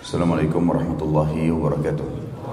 Assalamualaikum warahmatullahi wabarakatuh.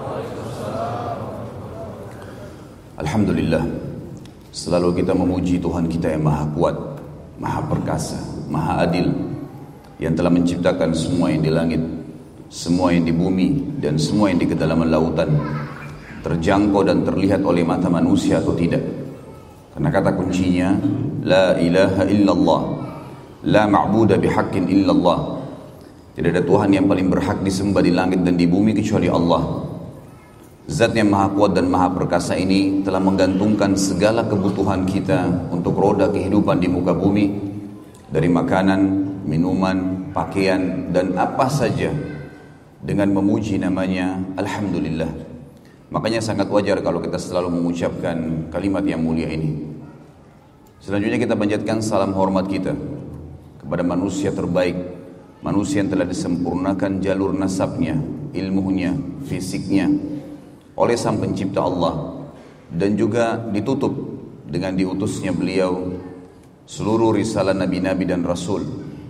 Alhamdulillah, selalu kita memuji Tuhan kita yang maha kuat, maha perkasa, maha adil, yang telah menciptakan semua yang di langit, semua yang di bumi, dan semua yang di kedalaman lautan, terjangkau dan terlihat oleh mata manusia atau tidak. Karena kata kuncinya, La ilaha illallah, La ma'buda bihaqqin illallah. Tidak ada Tuhan yang paling berhak disembah di langit dan di bumi kecuali Allah. Zat yang maha kuat dan maha perkasa ini telah menggantungkan segala kebutuhan kita untuk roda kehidupan di muka bumi, dari makanan, minuman, pakaian, dan apa saja, dengan memuji namanya Alhamdulillah. Makanya sangat wajar kalau kita selalu mengucapkan kalimat yang mulia ini. Selanjutnya kita panjatkan salam hormat kita kepada manusia terbaik, manusia yang telah disempurnakan jalur nasabnya, ilmunya, fisiknya oleh Sang Pencipta Allah, dan juga ditutup dengan diutusnya beliau seluruh risalah nabi-nabi dan rasul.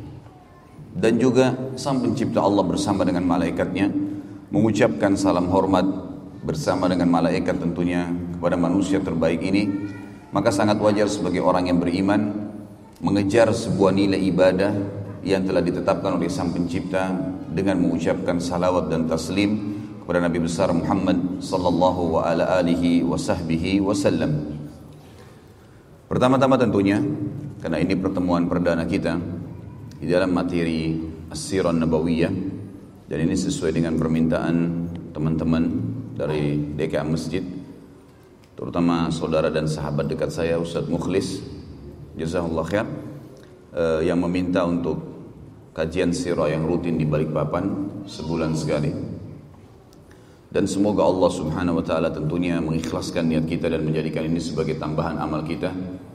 Dan juga Sang Pencipta Allah bersama dengan malaikatnya mengucapkan salam hormat bersama dengan malaikat tentunya kepada manusia terbaik ini. Maka sangat wajar sebagai orang yang beriman mengejar sebuah nilai ibadah yang telah ditetapkan oleh Sang Pencipta dengan mengucapkan salawat dan taslim kepada Nabi besar Muhammad sallallahu wa ala alihi wa sahbihi wasallam. Pertama-tama tentunya, karena ini pertemuan perdana kita di dalam materi As-Sirah Nabawiyah, dan ini sesuai dengan permintaan teman-teman dari DKA Masjid, terutama saudara dan sahabat dekat saya Ustadz Mukhlis, jazakallah khair, yang meminta untuk kajian sirah yang rutin di Balikpapan sebulan sekali. Dan semoga Allah subhanahu wa ta'ala tentunya mengikhlaskan niat kita dan menjadikan ini sebagai tambahan amal kita.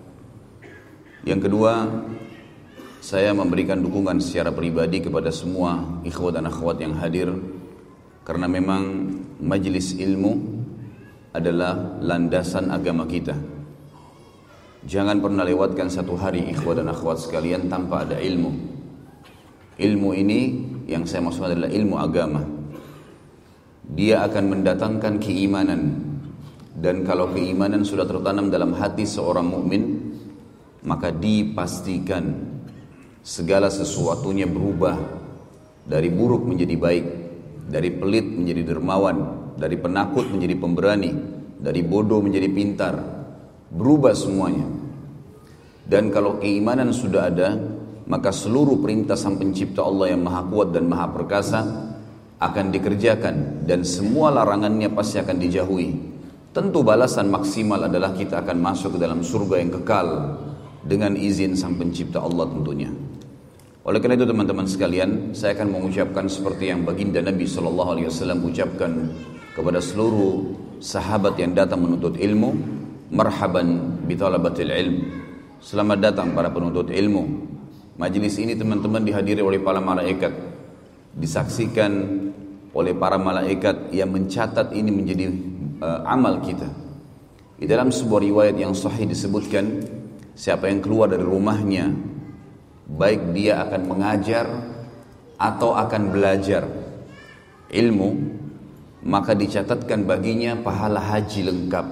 Yang kedua, saya memberikan dukungan secara pribadi kepada semua ikhwat dan akhwat yang hadir, karena memang majelis ilmu adalah landasan agama kita. Jangan pernah lewatkan satu hari ikhwat dan akhwat sekalian tanpa ada ilmu. Ilmu ini yang saya maksud adalah ilmu agama. Dia akan mendatangkan keimanan, dan kalau keimanan sudah tertanam dalam hati seorang mukmin, maka dipastikan segala sesuatunya berubah dari buruk menjadi baik, dari pelit menjadi dermawan, dari penakut menjadi pemberani, dari bodoh menjadi pintar. Berubah semuanya. Dan kalau keimanan sudah ada, maka seluruh perintah Sang Pencipta Allah yang maha kuat dan maha perkasa akan dikerjakan, dan semua larangannya pasti akan dijauhi. Tentu balasan maksimal adalah kita akan masuk ke dalam surga yang kekal dengan izin Sang Pencipta Allah tentunya. Oleh karena itu teman-teman sekalian, saya akan mengucapkan seperti yang baginda Nabi SAW ucapkan kepada seluruh sahabat yang datang menuntut ilmu, marhaban bitalabatil ilm. Selamat datang para penuntut ilmu. Majelis ini teman-teman dihadiri oleh para malaikat, disaksikan oleh para malaikat yang mencatat ini menjadi amal kita. Di dalam sebuah riwayat yang sahih disebutkan, siapa yang keluar dari rumahnya, baik dia akan mengajar atau akan belajar ilmu, maka dicatatkan baginya pahala haji lengkap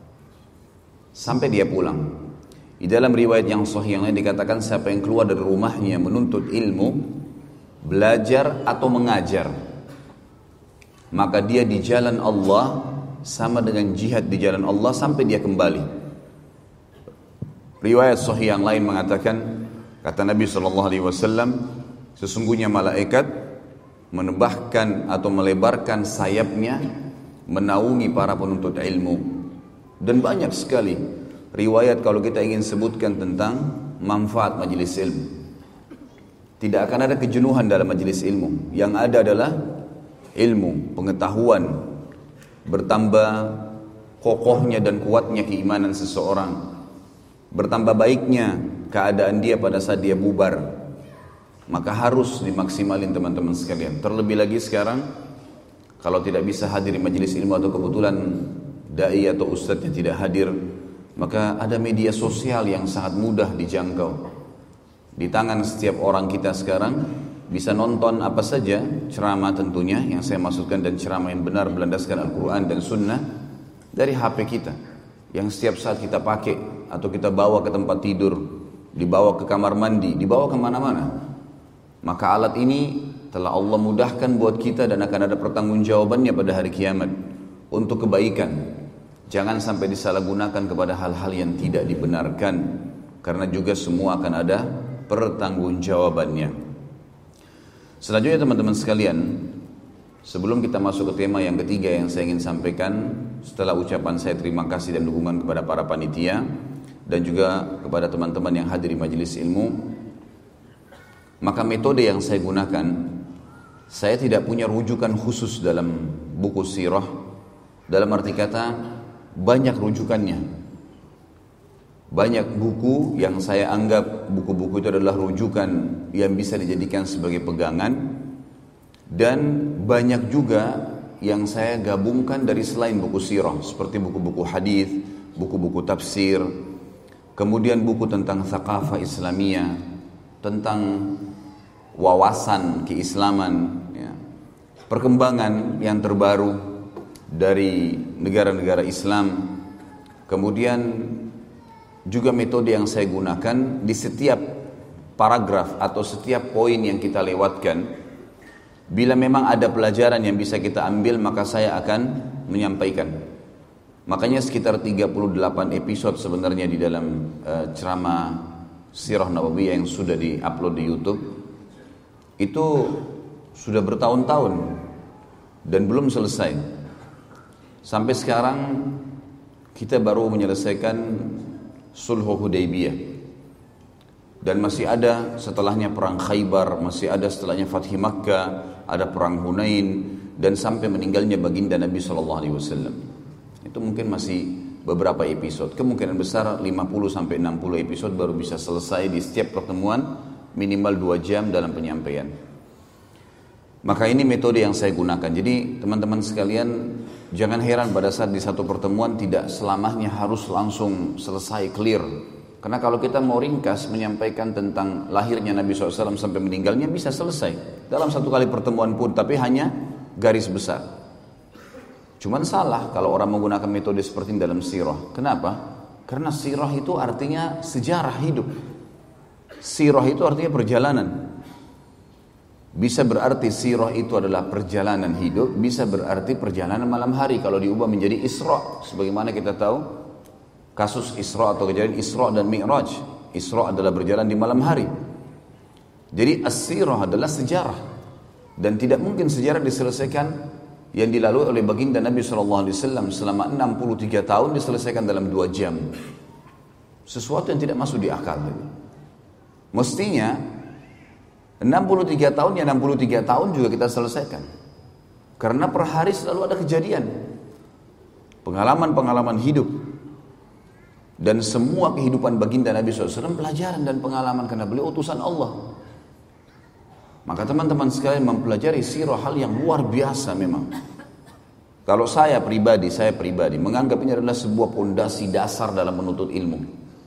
sampai dia pulang. Di dalam riwayat yang sahih yang lain dikatakan, siapa yang keluar dari rumahnya menuntut ilmu, belajar atau mengajar, maka dia di jalan Allah sama dengan jihad di jalan Allah sampai dia kembali. Riwayat sahih yang lain mengatakan, kata Nabi SAW, sesungguhnya malaikat menebahkan atau melebarkan sayapnya menaungi para penuntut ilmu. Dan banyak sekali riwayat kalau kita ingin sebutkan tentang manfaat majelis ilmu. Tidak akan ada kejenuhan dalam majelis ilmu. Yang ada adalah ilmu, pengetahuan, bertambah kokohnya dan kuatnya keimanan seseorang, bertambah baiknya keadaan dia pada saat dia bubar. Maka harus dimaksimalin teman-teman sekalian. Terlebih lagi sekarang, kalau tidak bisa hadir di majelis ilmu atau kebetulan dai atau ustadz yang tidak hadir, maka ada media sosial yang sangat mudah dijangkau. Di tangan setiap orang kita sekarang bisa nonton apa saja ceramah tentunya yang saya maksudkan, dan ceramah yang benar berlandaskan Al-Quran dan Sunnah dari HP kita yang setiap saat kita pakai atau kita bawa ke tempat tidur, dibawa ke kamar mandi, dibawa kemana-mana. Maka alat ini telah Allah mudahkan buat kita dan akan ada pertanggungjawabannya pada hari kiamat untuk kebaikan. Jangan sampai disalahgunakan kepada hal-hal yang tidak dibenarkan, karena juga semua akan ada pertanggungjawabannya. Selanjutnya teman-teman sekalian, sebelum kita masuk ke tema yang ketiga yang saya ingin sampaikan, setelah ucapan saya terima kasih dan dukungan kepada para panitia dan juga kepada teman-teman yang hadir di majelis ilmu, maka metode yang saya gunakan, saya tidak punya rujukan khusus dalam buku sirah. Dalam arti kata, banyak rujukannya. Banyak buku yang saya anggap buku-buku itu adalah rujukan yang bisa dijadikan sebagai pegangan, dan banyak juga yang saya gabungkan dari selain buku sirah, seperti buku-buku hadis, buku-buku tafsir, kemudian buku tentang thaqafah Islamiyah, tentang wawasan keislaman, ya, perkembangan yang terbaru dari negara-negara Islam. Kemudian juga metode yang saya gunakan di setiap paragraf atau setiap poin yang kita lewatkan, bila memang ada pelajaran yang bisa kita ambil, maka saya akan menyampaikan. Makanya sekitar 38 episode sebenarnya di dalam ceramah Sirah Nabawiyah yang sudah di-upload di YouTube itu sudah bertahun-tahun dan belum selesai. Sampai sekarang kita baru menyelesaikan Sulh Hudaybiyah, dan masih ada setelahnya perang Khaybar, masih ada setelahnya Fathi Makkah, ada perang Hunain, dan sampai meninggalnya baginda Nabi SAW. Itu mungkin masih beberapa episode. Kemungkinan besar 50 sampai 60 episode baru bisa selesai di setiap pertemuan, minimal 2 jam dalam penyampaian. Maka ini metode yang saya gunakan. Jadi teman-teman sekalian, jangan heran pada saat di satu pertemuan tidak selamanya harus langsung selesai clear. Karena kalau kita mau ringkas menyampaikan tentang lahirnya Nabi SAW sampai meninggalnya, bisa selesai dalam satu kali pertemuan pun, tapi hanya garis besar. Cuman salah kalau orang menggunakan metode seperti ini dalam sirah. Kenapa? Karena sirah itu artinya sejarah hidup. Sirah itu artinya perjalanan. Bisa berarti sirah itu adalah perjalanan hidup, bisa berarti perjalanan malam hari kalau diubah menjadi Isra. Sebagaimana kita tahu kasus Isra atau kejadian Isra dan Mi'raj. Isra adalah berjalan di malam hari. Jadi as-sirah adalah sejarah, dan tidak mungkin sejarah diselesaikan yang dilalui oleh baginda Nabi SAW selama 63 tahun diselesaikan dalam 2 jam. Sesuatu yang tidak masuk di akal. Mestinya 63 tahun ya 63 tahun juga kita selesaikan. Karena per hari selalu ada kejadian, pengalaman-pengalaman hidup. Dan semua kehidupan baginda Nabi SAW pelajaran dan pengalaman, karena beliau utusan Allah. Maka teman-teman sekalian, mempelajari sirah hal yang luar biasa memang. Kalau saya pribadi menganggap ini adalah sebuah pondasi dasar dalam menuntut ilmu.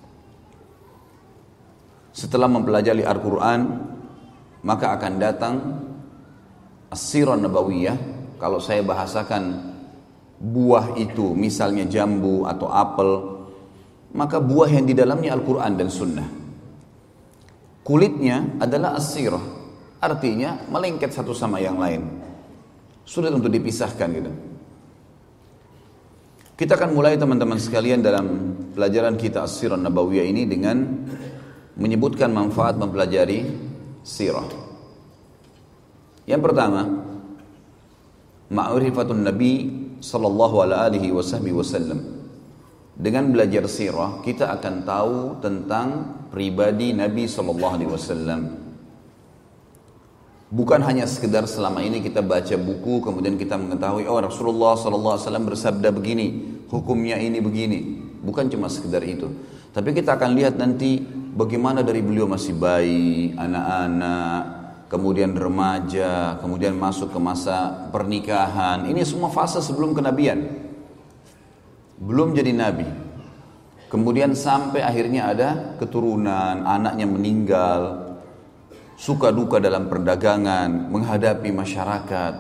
Setelah mempelajari Al-Quran, maka akan datang As-Sirah Nabawiyah. Kalau saya bahasakan buah itu misalnya jambu atau apel, maka buah yang di dalamnya Al-Quran dan Sunnah. Kulitnya adalah As-Sirah, artinya melengket satu sama yang lain, sulit untuk dipisahkan gitu. Kita akan mulai teman-teman sekalian dalam pelajaran kita As-Sirah Nabawiyah ini dengan menyebutkan manfaat mempelajari sirah. Yang pertama, ma'rifatun Nabi sallallahu alaihi wasallam. Dengan belajar sirah, kita akan tahu tentang pribadi Nabi sallallahu alaihi wasallam. Bukan hanya sekedar selama ini kita baca buku kemudian kita mengetahui oh Rasulullah sallallahu alaihi wasallam bersabda begini, hukumnya ini begini. Bukan cuma sekedar itu. Tapi kita akan lihat nanti bagaimana dari beliau masih bayi, anak-anak, kemudian remaja, kemudian masuk ke masa pernikahan. Ini semua fase sebelum kenabian. Belum jadi nabi. Kemudian sampai akhirnya ada keturunan, anaknya meninggal. suka duka dalam perdagangan, menghadapi masyarakat,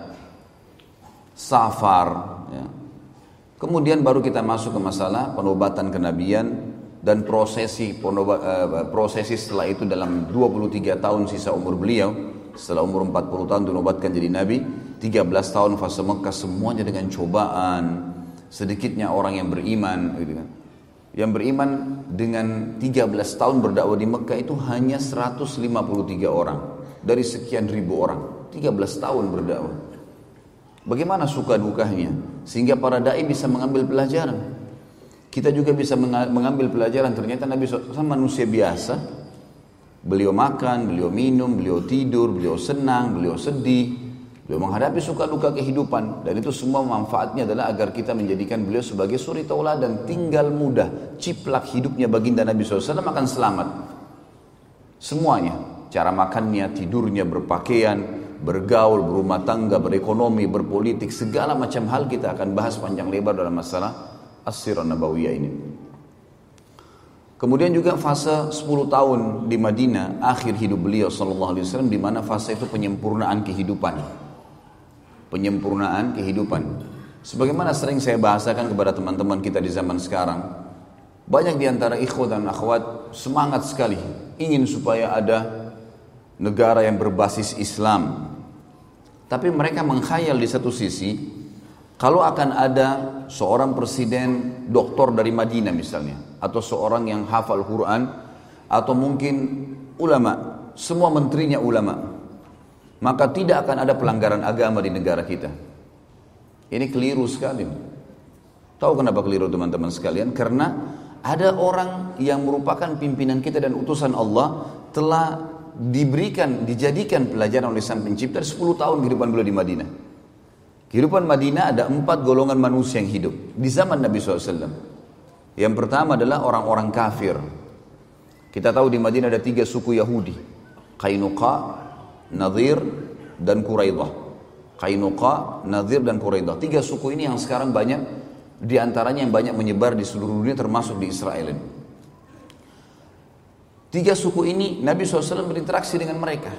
safar, ya. Kemudian baru kita masuk ke masalah penobatan kenabian dan prosesi setelah itu dalam 23 tahun sisa umur beliau. Setelah umur 40 tahun dinobatkan jadi nabi, 13 tahun fase Mekah semuanya dengan cobaan. Sedikitnya orang yang beriman, gitu kan. Yang beriman dengan 13 tahun berdakwah di Mekah itu hanya 153 orang dari sekian ribu orang. 13 tahun berdakwah. Bagaimana suka dukanya sehingga para dai bisa mengambil pelajaran. Kita juga bisa mengambil pelajaran. Ternyata Nabi SAW manusia biasa. Beliau makan, beliau minum, beliau tidur, beliau senang, beliau sedih. Beliau menghadapi suka duka kehidupan. Dan itu semua manfaatnya adalah agar kita menjadikan beliau sebagai suri tauladan. Tinggal mudah, ciplak hidupnya baginda Nabi SAW akan selamat. Semuanya, cara makannya, tidurnya, berpakaian, bergaul, berumah tangga, berekonomi, berpolitik, segala macam hal kita akan bahas panjang lebar dalam masalah As-Sirah Nabawiyah ini. Kemudian juga fase 10 tahun di Madinah, akhir hidup beliau sallallahu alaihi wasallam, di mana fase itu penyempurnaan kehidupan. Penyempurnaan kehidupan. Sebagaimana sering saya bahasakan kepada teman-teman kita di zaman sekarang, banyak di antara ikhwah dan akhwat semangat sekali ingin supaya ada negara yang berbasis Islam. Tapi mereka mengkhayal di satu sisi, kalau akan ada seorang presiden doktor dari Madinah misalnya, atau seorang yang hafal Quran, atau mungkin ulama, semua menterinya ulama, maka tidak akan ada pelanggaran agama di negara kita. Ini keliru sekali. Tahu kenapa keliru teman-teman sekalian? Karena ada orang yang merupakan pimpinan kita dan utusan Allah telah dijadikan pelajaran oleh Sang Pencipta 10 tahun kehidupan beliau di Madinah. Kehidupan Madinah ada 4 golongan manusia yang hidup di zaman Nabi SAW. Yang pertama adalah orang-orang kafir. Kita tahu di Madinah ada 3 suku Yahudi, Qainuqa, Nadhir, dan Quraidah. Qainuqa, Nadhir, dan Quraidah. 3 suku ini yang sekarang banyak, di antaranya yang banyak menyebar di seluruh dunia termasuk di Israel. 3 suku ini Nabi SAW berinteraksi dengan mereka.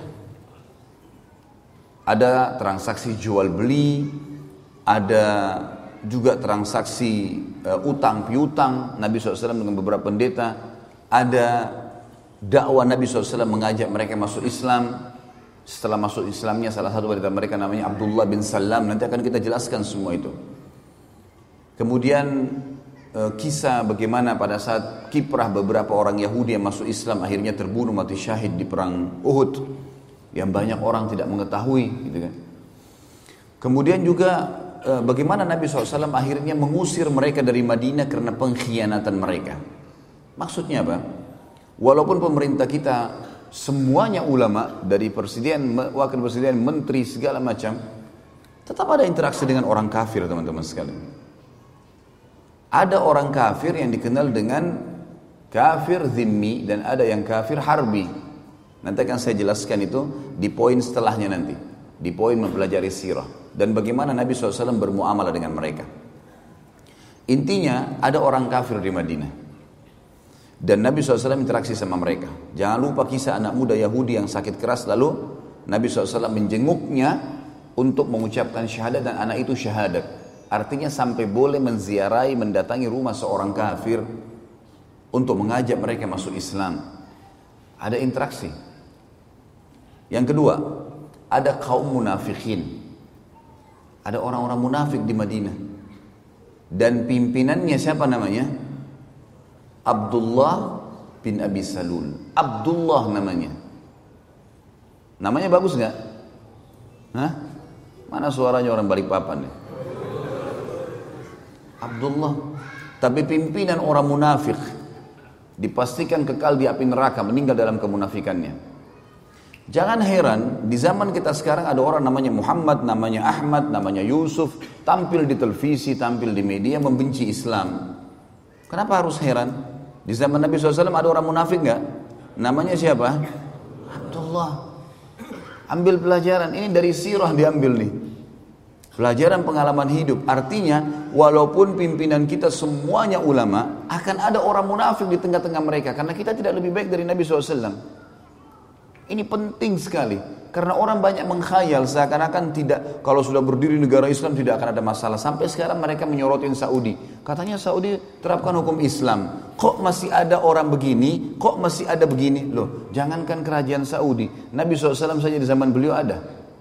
Ada transaksi jual beli, ada juga transaksi utang piutang Nabi SAW dengan beberapa pendeta. Ada dakwah Nabi SAW mengajak mereka masuk Islam. Setelah masuk Islamnya salah satu dari mereka namanya Abdullah bin Salam. Nanti akan kita jelaskan semua itu. Kemudian kisah bagaimana pada saat kiprah beberapa orang Yahudi yang masuk Islam akhirnya terbunuh mati syahid di perang Uhud, yang banyak orang tidak mengetahui, gitu kan. Kemudian juga bagaimana Nabi SAW akhirnya mengusir mereka dari Madinah karena pengkhianatan mereka. Maksudnya apa? Walaupun pemerintah kita semuanya ulama, dari presiden, wakil presiden, menteri, segala macam, tetap ada interaksi dengan orang kafir, teman-teman sekalian. Ada orang kafir yang dikenal dengan kafir zimmi dan ada yang kafir harbi. Nanti akan saya jelaskan itu di poin setelahnya nanti, di poin mempelajari sirah dan bagaimana Nabi SAW bermuamalah dengan mereka. Intinya ada orang kafir di Madinah dan Nabi SAW interaksi sama mereka. Jangan lupa kisah anak muda Yahudi yang sakit keras, lalu Nabi SAW menjenguknya untuk mengucapkan syahadat dan anak itu syahadat. Artinya sampai boleh menziarahi, mendatangi rumah seorang kafir untuk mengajak mereka masuk Islam. Ada interaksi. Yang kedua, ada kaum munafikin. Ada orang-orang munafik di Madinah. Dan pimpinannya siapa namanya? Abdullah bin Abi Salul. Abdullah namanya. Namanya bagus gak? Hah? Mana suaranya orang Balikpapan nih? Abdullah. Tapi pimpinan orang munafik, dipastikan kekal di api neraka, meninggal dalam kemunafikannya. Jangan heran, di zaman kita sekarang ada orang namanya Muhammad, namanya Ahmad, namanya Yusuf, tampil di televisi, tampil di media, membenci Islam. Kenapa harus heran? Di zaman Nabi SAW ada orang munafik gak? Namanya siapa? Abdullah. Ambil pelajaran, ini dari sirah diambil nih. Pelajaran pengalaman hidup. Artinya walaupun pimpinan kita semuanya ulama, akan ada orang munafik di tengah-tengah mereka, karena kita tidak lebih baik dari Nabi SAW. Ini penting sekali. Karena orang banyak mengkhayal seakan-akan tidak, kalau sudah berdiri negara Islam tidak akan ada masalah. Sampai sekarang mereka menyorotin Saudi. Katanya Saudi terapkan hukum Islam. Kok masih ada orang begini? Kok masih ada begini? Loh, jangankan kerajaan Saudi. Nabi SAW saja di zaman beliau ada.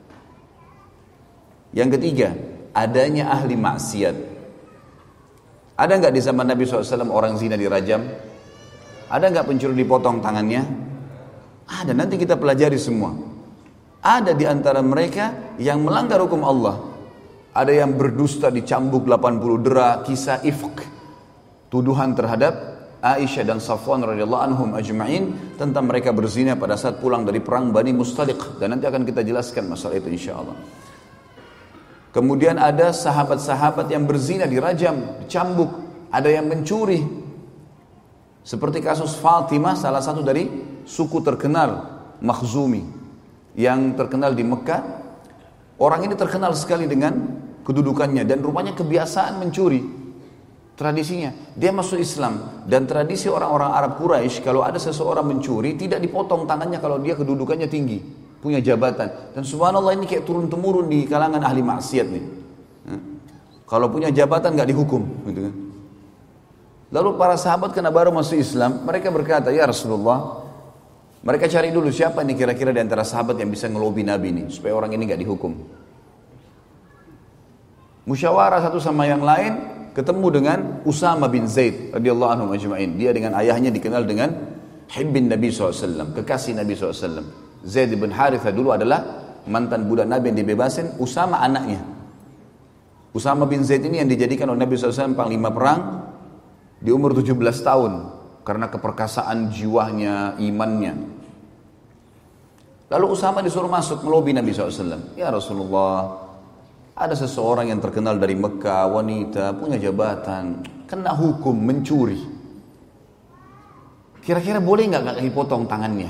Yang ketiga, adanya ahli maksiat. Ada nggak di zaman Nabi SAW orang zina dirajam? Ada nggak pencuri dipotong tangannya? Ada, nanti kita pelajari semua. Ada di antara mereka yang melanggar hukum Allah. Ada yang berdusta dicambuk 80 dera, kisah ifk. Tuduhan terhadap Aisyah dan Safwan radhiyallahu anhum ajma'in tentang mereka berzina pada saat pulang dari perang Bani Mustaliq. Dan nanti akan kita jelaskan masalah itu insyaallah. Kemudian ada sahabat-sahabat yang berzina dirajam, dicambuk. Ada yang mencuri. Seperti kasus Fatimah, salah satu dari suku terkenal Makhzumi yang terkenal di Mekah. Orang ini terkenal sekali dengan kedudukannya dan rupanya kebiasaan mencuri. Tradisinya dia masuk Islam, dan tradisi orang-orang Arab Quraisy kalau ada seseorang mencuri tidak dipotong tangannya kalau dia kedudukannya tinggi, punya jabatan. Dan subhanallah ini kayak turun-temurun di kalangan ahli maksiat nih. Kalau punya jabatan nggak dihukum, gitu kan. Lalu para sahabat karena baru masuk Islam, mereka berkata, ya Rasulullah, mereka cari dulu siapa nih kira-kira di antara sahabat yang bisa ngelobi Nabi nih supaya orang ini nggak dihukum. Musyawarah satu sama yang lain, ketemu dengan Usama bin Zaid radhiyallahu anhu ajma'in. Dia dengan ayahnya dikenal dengan Hibbin Nabi SAW, kekasih Nabi SAW. Zaid bin Harithah dulu adalah mantan budak Nabi yang dibebasin, Usama anaknya. Usama bin Zaid ini yang dijadikan oleh Nabi SAW panglima perang di umur 17 tahun. Karena keperkasaan jiwanya, imannya. Lalu Usama disuruh masuk melobi Nabi SAW. Ya Rasulullah, ada seseorang yang terkenal dari Mekah, wanita, punya jabatan, kena hukum mencuri. Kira-kira boleh nggak dipotong tangannya?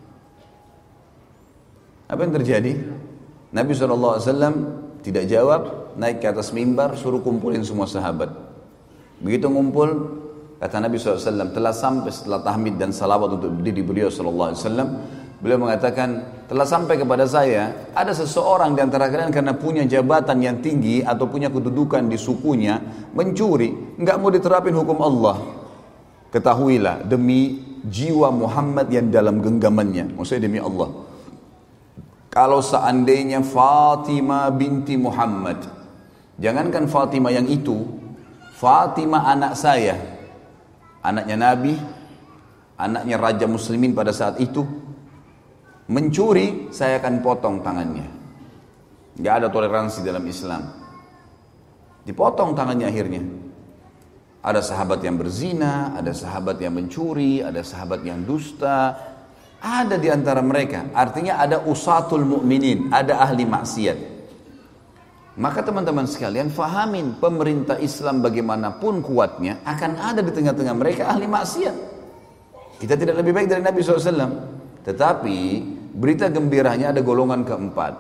Apa yang terjadi? Nabi SAW tidak jawab, naik ke atas mimbar, suruh kumpulin semua sahabat. Begitu ngumpul, kata Nabi SAW, telah sampai setelah tahmid dan salawat untuk diri beliau SAW, beliau mengatakan, telah sampai kepada saya, ada seseorang di antara kalian karena punya jabatan yang tinggi atau punya kedudukan di sukunya, mencuri, nggak mau diterapin hukum Allah. Ketahuilah, demi jiwa Muhammad yang dalam genggamannya, maksudnya demi Allah. Kalau seandainya Fatimah binti Muhammad, jangankan Fatimah yang itu, Fatimah anak saya, anaknya Nabi, anaknya Raja Muslimin pada saat itu, mencuri, saya akan potong tangannya. Gak ada toleransi dalam Islam. Dipotong tangannya akhirnya. Ada sahabat yang berzina, ada sahabat yang mencuri, ada sahabat yang dusta. Ada di antara mereka. Artinya ada usatul mu'minin, ada ahli maksiat. Maka teman-teman sekalian, fahamin pemerintah Islam bagaimanapun kuatnya, akan ada di tengah-tengah mereka ahli maksiat. Kita tidak lebih baik dari Nabi SAW. Tetapi berita gembiranya ada golongan keempat.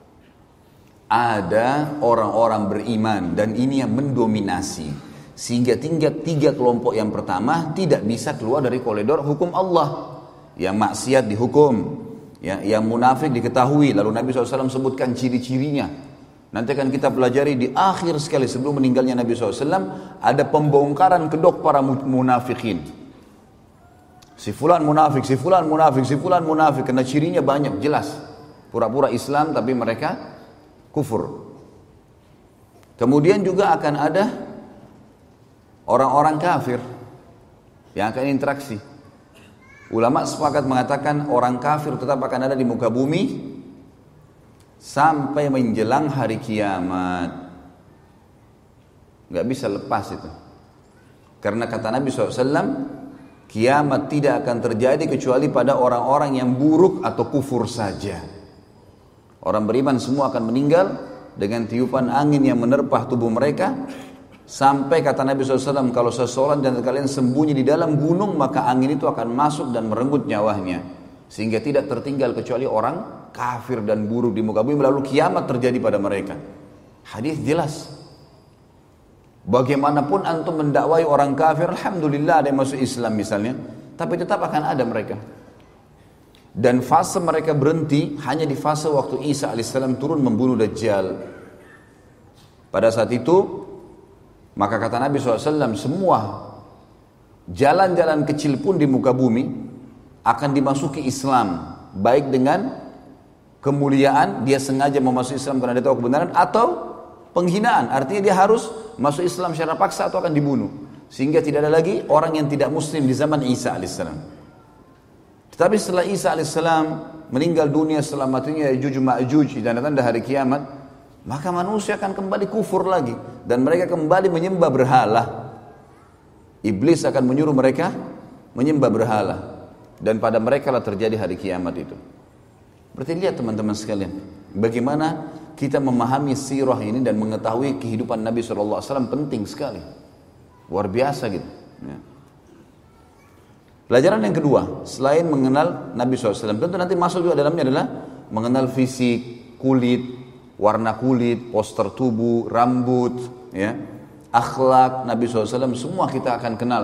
Ada orang-orang beriman dan ini yang mendominasi. Sehingga tinggal 3 kelompok yang pertama tidak bisa keluar dari koridor hukum Allah. Yang maksiat dihukum, yang munafik diketahui. Lalu Nabi SAW sebutkan ciri-cirinya. Nanti akan kita pelajari di akhir sekali sebelum meninggalnya Nabi SAW. Ada pembongkaran kedok para munafikin. Si fulan munafik, si fulan munafik, si fulan munafik. Karena cirinya banyak, jelas. Pura-pura Islam tapi mereka kufur. Kemudian juga akan ada orang-orang kafir yang akan interaksi. Ulama sepakat mengatakan orang kafir tetap akan ada di muka bumi sampai menjelang hari kiamat. Gak bisa lepas itu. Karena kata Nabi SAW, kiamat tidak akan terjadi kecuali pada orang-orang yang buruk atau kufur saja. Orang beriman semua akan meninggal dengan tiupan angin yang menerpah tubuh mereka. Sampai kata Nabi SAW, kalau seseorang dan kalian sembunyi di dalam gunung, maka angin itu akan masuk dan merenggut nyawanya. Sehingga tidak tertinggal kecuali orang kafir dan buruk di muka bumi, lalu kiamat terjadi pada mereka. Hadis jelas. Bagaimanapun antum mendakwai orang kafir, alhamdulillah ada yang masuk Islam misalnya, tapi tetap akan ada mereka. Dan fase mereka berhenti hanya di fase waktu Isa alaihissalam turun membunuh Dajjal. Pada saat itu, maka kata Nabi SAW, semua jalan-jalan kecil pun di muka bumi akan dimasuki Islam. Baik dengan kemuliaan, dia sengaja memasuki Islam karena dia tahu kebenaran, atau penghinaan, artinya dia harus masuk Islam secara paksa atau akan dibunuh. Sehingga tidak ada lagi orang yang tidak muslim di zaman Isa alaihissalam. Tetapi setelah Isa alaihissalam meninggal dunia, setelah matinya Ya'juj Ma'juj, tanda-tanda hari kiamat, maka manusia akan kembali kufur lagi. Dan mereka kembali menyembah berhala. Iblis akan menyuruh mereka menyembah berhala. Dan pada mereka lah terjadi hari kiamat itu. Berarti lihat teman-teman sekalian, bagaimana kita memahami sirah ini dan mengetahui kehidupan Nabi SAW penting sekali. Luar biasa gitu. Ya. Pelajaran yang kedua, selain mengenal Nabi SAW, tentu nanti masuk juga dalamnya adalah mengenal fisik, kulit, warna kulit, postur tubuh, rambut, ya, akhlak Nabi SAW, semua kita akan kenal.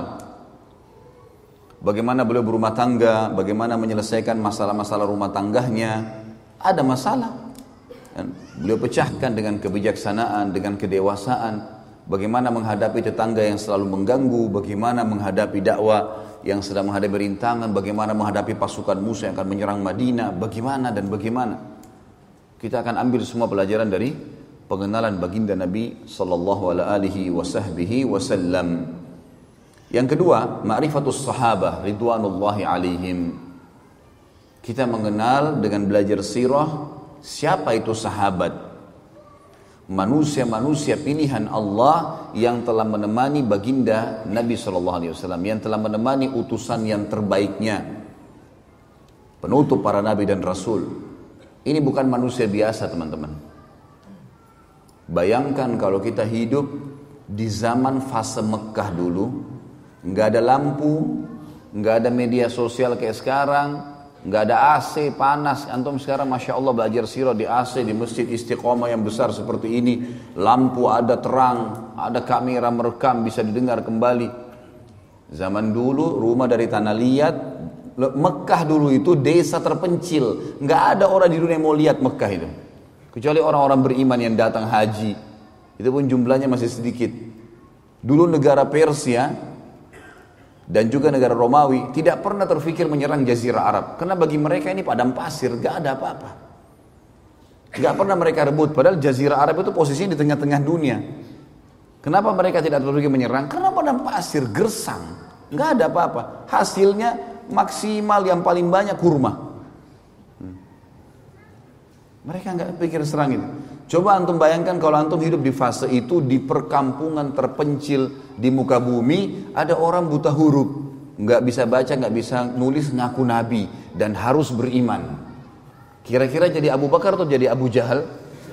Bagaimana beliau berumah tangga, bagaimana menyelesaikan masalah-masalah rumah tangganya. Ada masalah, dan beliau pecahkan dengan kebijaksanaan, dengan kedewasaan. Bagaimana menghadapi tetangga yang selalu mengganggu, bagaimana menghadapi dakwah yang sedang menghadapi rintangan, bagaimana menghadapi pasukan musuh yang akan menyerang Madinah, bagaimana dan bagaimana. Kita akan ambil semua pelajaran dari pengenalan baginda Nabi sallallahu alaihi wasallam. Yang kedua, ma'rifatus sahabah ridwanullahi alaihim. Kita mengenal dengan belajar sirah siapa itu sahabat. Manusia-manusia pilihan Allah yang telah menemani baginda Nabi SAW, yang telah menemani utusan yang terbaiknya, penutup para nabi dan rasul. Ini bukan manusia biasa teman-teman. Bayangkan kalau kita hidup di zaman fase Mekah dulu, nggak ada lampu, nggak ada media sosial kayak sekarang, nggak ada AC, panas. Antum sekarang Masya Allah belajar sirah di AC, di masjid Istiqomah yang besar seperti ini. Lampu ada, terang, ada kamera merekam, bisa didengar kembali. Zaman dulu rumah dari tanah liat, Mekah dulu itu desa terpencil. Nggak ada orang di dunia yang mau lihat Mekah itu. Kecuali orang-orang beriman yang datang haji. Itu pun jumlahnya masih sedikit. Dulu negara Persia dan juga negara Romawi tidak pernah terfikir menyerang Jazirah Arab, karena bagi mereka ini padang pasir, gak ada apa-apa, gak pernah mereka rebut. Padahal Jazirah Arab itu posisinya di tengah-tengah dunia. Kenapa mereka tidak terfikir menyerang? Karena padang pasir, gersang, gak ada apa-apa. Hasilnya maksimal yang paling banyak kurma. Mereka gak pikir serang itu. Coba antum bayangkan kalau antum hidup di fase itu, di perkampungan terpencil di muka bumi, ada orang buta huruf, nggak bisa baca, nggak bisa nulis, ngaku nabi dan harus beriman. Kira-kira jadi Abu Bakar atau jadi Abu Jahal?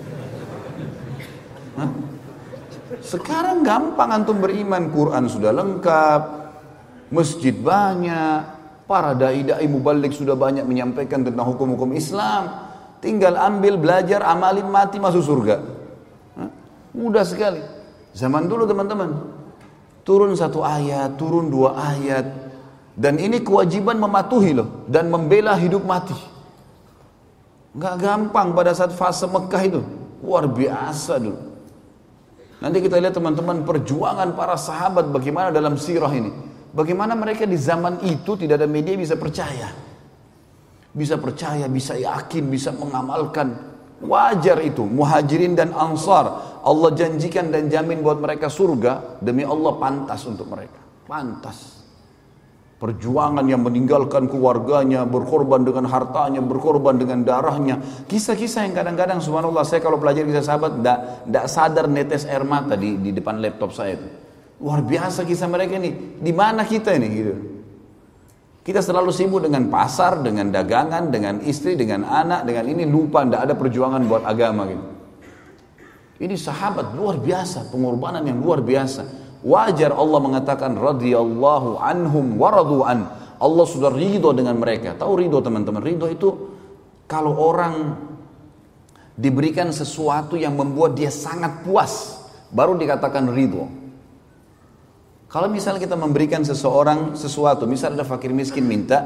Hah? Sekarang gampang antum beriman, Quran sudah lengkap, masjid banyak, para dai-dai mubalik sudah banyak menyampaikan tentang hukum-hukum Islam. Tinggal ambil, belajar, amalin, mati, masuk surga. Mudah sekali. Zaman dulu teman-teman, turun 1 ayat, turun 2 ayat. Dan ini kewajiban mematuhi loh, dan membela hidup mati. Gak gampang pada saat fase Mekah itu. Luar biasa dulu. Nanti kita lihat teman-teman perjuangan para sahabat bagaimana dalam sirah ini. Bagaimana mereka di zaman itu tidak ada media bisa percaya. Bisa percaya, bisa yakin, bisa mengamalkan. Wajar itu. Muhajirin dan Ansar, Allah janjikan dan jamin buat mereka surga. Demi Allah pantas untuk mereka. Pantas. Perjuangan yang meninggalkan keluarganya, berkorban dengan hartanya, berkorban dengan darahnya. Kisah-kisah yang kadang-kadang subhanallah, saya kalau belajar kisah sahabat tidak sadar netes air mata di depan laptop saya itu. Luar biasa kisah mereka ini. Di mana kita ini gitu. Kita selalu sibuk dengan pasar, dengan dagangan, dengan istri, dengan anak, dengan ini, lupa tidak ada perjuangan buat agama gitu. Ini sahabat luar biasa, pengorbanan yang luar biasa. Wajar Allah mengatakan radhiyallahu anhum wa radu an. Allah sudah ridho dengan mereka. Tahu ridho teman-teman? Ridho itu kalau orang diberikan sesuatu yang membuat dia sangat puas, baru dikatakan ridho. Kalau misalnya kita memberikan seseorang sesuatu, misalnya ada fakir miskin minta,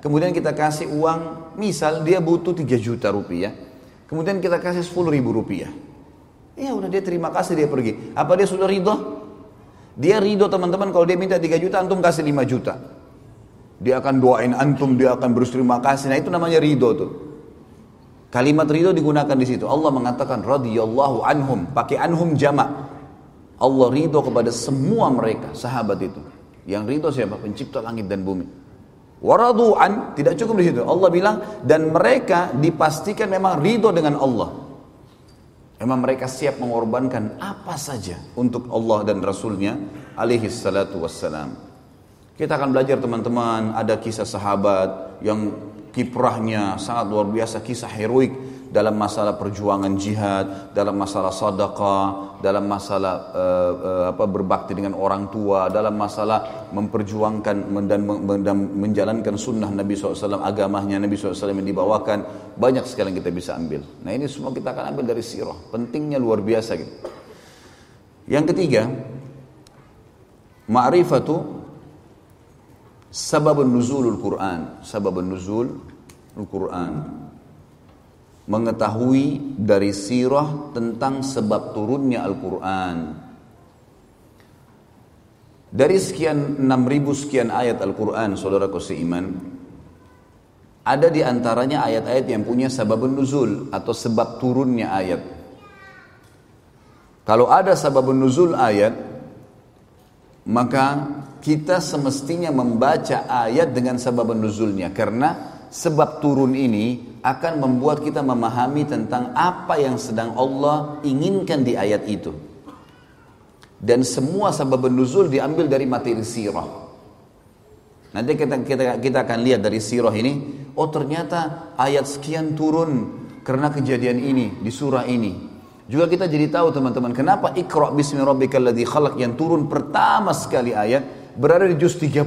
kemudian kita kasih uang, misal dia butuh 3 juta rupiah, kemudian kita kasih 10.000 rupiah. Ya udah, dia terima kasih, dia pergi. Apa dia sudah ridho? Dia ridho teman-teman kalau dia minta 3 juta, antum kasih 5 juta. Dia akan doain antum, dia akan berterima kasih. Nah itu namanya ridho tuh. Kalimat ridho digunakan di situ. Allah mengatakan radhiyallahu anhum, pakai anhum jamak. Allah ridho kepada semua mereka, sahabat itu. Yang ridho siapa? Pencipta langit dan bumi. Waradu an, tidak cukup di situ. Allah bilang dan mereka dipastikan memang ridho dengan Allah. Memang mereka siap mengorbankan apa saja untuk Allah dan Rasulnya alaihi salatu wassalam. Kita akan belajar teman-teman, ada kisah sahabat yang kiprahnya sangat luar biasa, kisah heroik dalam masalah perjuangan jihad, dalam masalah sedekah, dalam masalah berbakti dengan orang tua, dalam masalah memperjuangkan dan menjalankan sunnah Nabi SAW, agamanya Nabi SAW yang dibawakan. Banyak sekali yang kita bisa ambil. Nah ini semua kita akan ambil dari sirah, pentingnya luar biasa gitu. Yang ketiga, ma'rifatu sababun nuzulul Quran, sababun nuzulul Quran. Mengetahui dari sirah tentang sebab turunnya Al-Quran. Dari sekian 6.000 sekian ayat Al-Quran, saudaraku seiman, ada di antaranya ayat-ayat yang punya sababun nuzul atau sebab turunnya ayat. Kalau ada sababun nuzul ayat, maka kita semestinya membaca ayat dengan sababun nuzulnya, karena sebab turun ini akan membuat kita memahami tentang apa yang sedang Allah inginkan di ayat itu. Dan semua sabab nuzul diambil dari materi sirah. Nanti kita akan lihat dari sirah ini, oh ternyata ayat sekian turun karena kejadian ini di surah ini. Juga kita jadi tahu teman-teman, kenapa Iqra bismi rabbikal ladzi khalaq yang turun pertama sekali ayat berada di juz 30.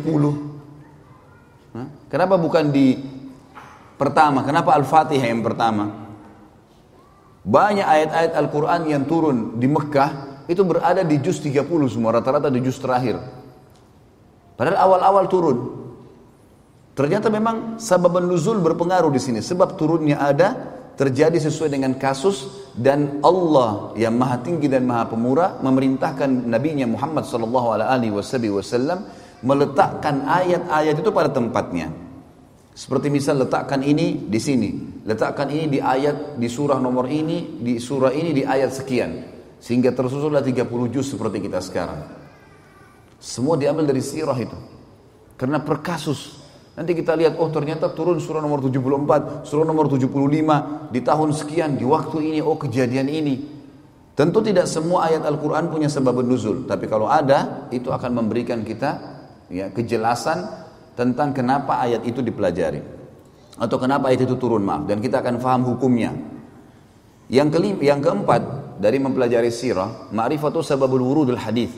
Kenapa bukan di pertama? Kenapa Al-Fatihah yang pertama? Banyak ayat-ayat Al-Quran yang turun di Mekah itu berada di juz 30 semua, rata-rata di juz terakhir. Padahal awal-awal turun. Ternyata memang sabab nuzul berpengaruh di sini. Sebab turunnya ada, terjadi sesuai dengan kasus, dan Allah yang maha tinggi dan maha pemurah memerintahkan Nabi-Nya Muhammad SAW meletakkan ayat-ayat itu pada tempatnya. Seperti misal letakkan ini di sini, letakkan ini di ayat di surah nomor ini, di surah ini di ayat sekian, sehingga tersusunlah 30 juz seperti kita sekarang. Semua diambil dari sirah itu, karena per kasus. Nanti kita lihat, oh ternyata turun surah nomor 74, surah nomor 75 di tahun sekian, di waktu ini, oh kejadian ini. Tentu tidak semua ayat Al-Quran punya sebab nuzul, tapi kalau ada, itu akan memberikan kita ya kejelasan tentang kenapa ayat itu dipelajari atau kenapa ayat itu turun, dan kita akan faham hukumnya. Yang keempat dari mempelajari sirah, ma'rifatu sababul wurudul hadis.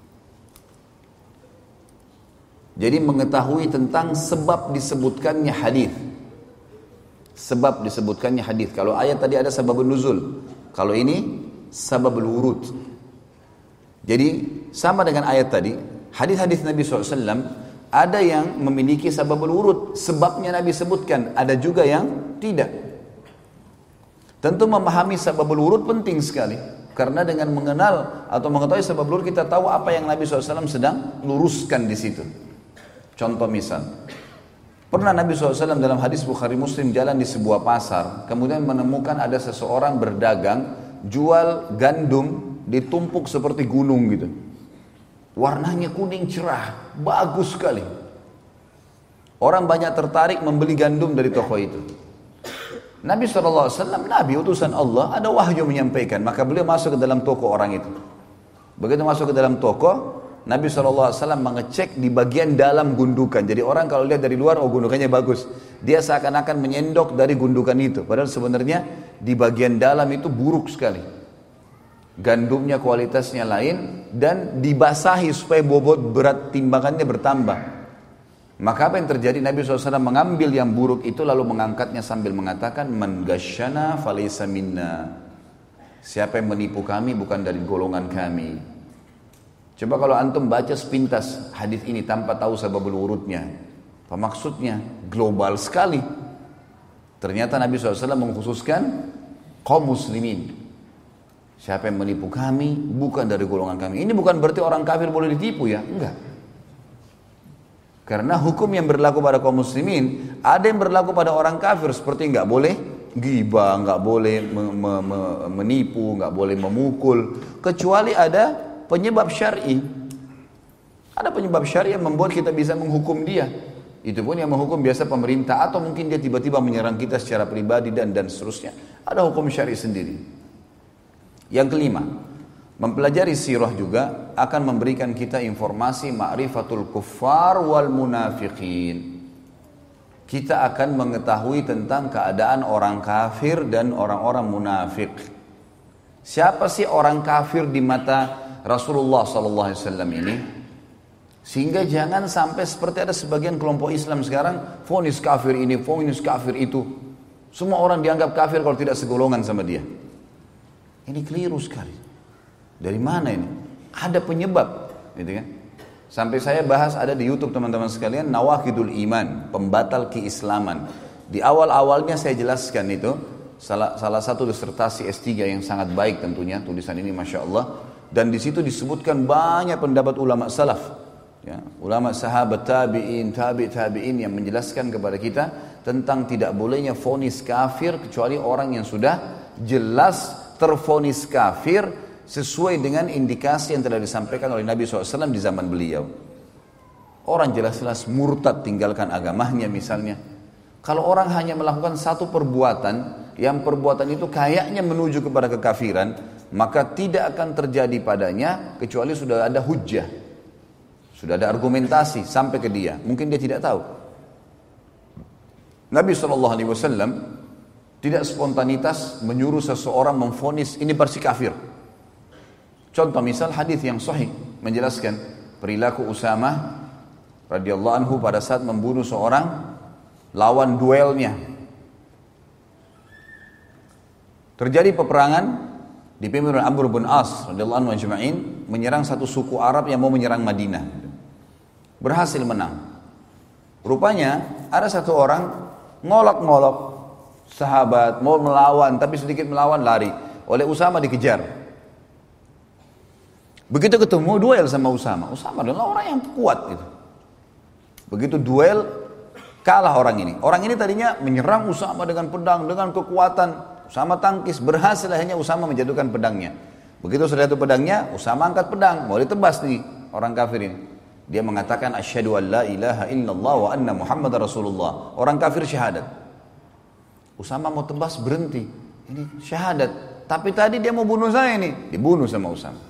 Jadi mengetahui tentang sebab disebutkannya hadis. Sebab disebutkannya hadis. Kalau ayat tadi ada sababul nuzul, kalau ini sababul wurud. Jadi sama dengan ayat tadi, hadis-hadis Nabi SAW ada yang memiliki sababul wurud, sebabnya Nabi sebutkan, ada juga yang tidak. Tentu memahami sababul wurud penting sekali, karena dengan mengenal atau mengetahui sababul wurud kita tahu apa yang Nabi SAW sedang luruskan di situ. Contoh misal, pernah Nabi SAW dalam hadis Bukhari Muslim jalan di sebuah pasar, kemudian menemukan ada seseorang berdagang jual gandum ditumpuk seperti gunung gitu. Warnanya kuning cerah, bagus sekali. Orang banyak tertarik membeli gandum dari toko itu. Nabi SAW, Nabi utusan Allah, ada wahyu menyampaikan, maka beliau masuk ke dalam toko orang itu. Begitu masuk ke dalam toko, Nabi SAW mengecek di bagian dalam gundukan. Jadi orang kalau lihat dari luar, oh gundukannya bagus, dia seakan-akan menyendok dari gundukan itu. Padahal sebenarnya di bagian dalam itu buruk sekali. Gandumnya kualitasnya lain, dan dibasahi supaya bobot berat timbangannya bertambah. Maka apa yang terjadi? Nabi SAW mengambil yang buruk itu lalu mengangkatnya sambil mengatakan, man ghasyana falaysa minna. Siapa yang menipu kami bukan dari golongan kami. Coba kalau antum baca sepintas hadis ini tanpa tahu sababul wurudnya, Apa maksudnya? Global sekali. Ternyata Nabi SAW mengkhususkan kaum muslimin. Siapa yang menipu kami bukan dari golongan kami. Ini bukan berarti orang kafir boleh ditipu ya, enggak. Karena hukum yang berlaku pada kaum muslimin ada yang berlaku pada orang kafir, seperti enggak boleh ghibah, enggak boleh menipu, enggak boleh memukul, kecuali ada penyebab syar'i. Ada penyebab syar'i yang membuat kita bisa menghukum dia. Itu pun yang menghukum biasa pemerintah, atau mungkin dia tiba-tiba menyerang kita secara pribadi dan seterusnya. Ada hukum syar'i sendiri. Yang kelima, mempelajari sirah juga akan memberikan kita informasi ma'rifatul kuffar wal munafiqin. Kita akan mengetahui tentang keadaan orang kafir dan orang-orang munafik. Siapa sih orang kafir di mata Rasulullah SAW ini? Sehingga jangan sampai seperti ada sebagian kelompok Islam sekarang, vonis kafir ini, vonis kafir itu. Semua orang dianggap kafir kalau tidak segolongan sama dia. Ini keliru sekali. Dari mana ini? Ada penyebab, gitu kan? Sampai saya bahas ada di YouTube teman-teman sekalian, Nawaqidul Iman, pembatal keislaman. Di awal-awalnya saya jelaskan itu, salah satu disertasi S3 yang sangat baik tentunya, tulisan ini Masya Allah. Dan di situ disebutkan banyak pendapat ulama salaf. Ya, ulama sahabat tabi'in yang menjelaskan kepada kita tentang tidak bolehnya vonis kafir kecuali orang yang sudah jelas tervonis kafir sesuai dengan indikasi yang telah disampaikan oleh Nabi SAW di zaman beliau. Orang jelas-jelas murtad tinggalkan agamanya misalnya. Kalau orang hanya melakukan satu perbuatan yang perbuatan itu kayaknya menuju kepada kekafiran, maka tidak akan terjadi padanya kecuali sudah ada hujjah. Sudah ada argumentasi sampai ke dia. Mungkin dia tidak tahu. Nabi SAW tidak spontanitas menyuruh seseorang memvonis ini pasti kafir. Contoh misal hadis yang sahih menjelaskan perilaku Usamah radhiyallahu anhu pada saat membunuh seorang lawan duelnya. Terjadi peperangan dipimpin oleh Amr bin As radhiyallahu anhu ajma'in menyerang satu suku Arab yang mau menyerang Madinah. Berhasil menang. Rupanya ada satu orang ngolok-ngolok sahabat mau melawan, tapi sedikit melawan lari. Oleh Usama dikejar. Begitu ketemu duel sama Usama. Usama adalah orang yang kuat gitu. Begitu duel kalah orang ini. Orang ini tadinya menyerang Usama dengan pedang, dengan kekuatan. Usama tangkis, berhasil akhirnya Usama menjatuhkan pedangnya. Begitu sudah itu pedangnya, Usama angkat pedang, mau ditebas nih orang kafir ini. Dia mengatakan asyhadu an la ilaha illallah wa anna Muhammadar Rasulullah. Orang kafir syahadat. Usama mau tebas berhenti. Ini syahadat. Tapi tadi dia mau bunuh saya nih. Dibunuh sama Usama.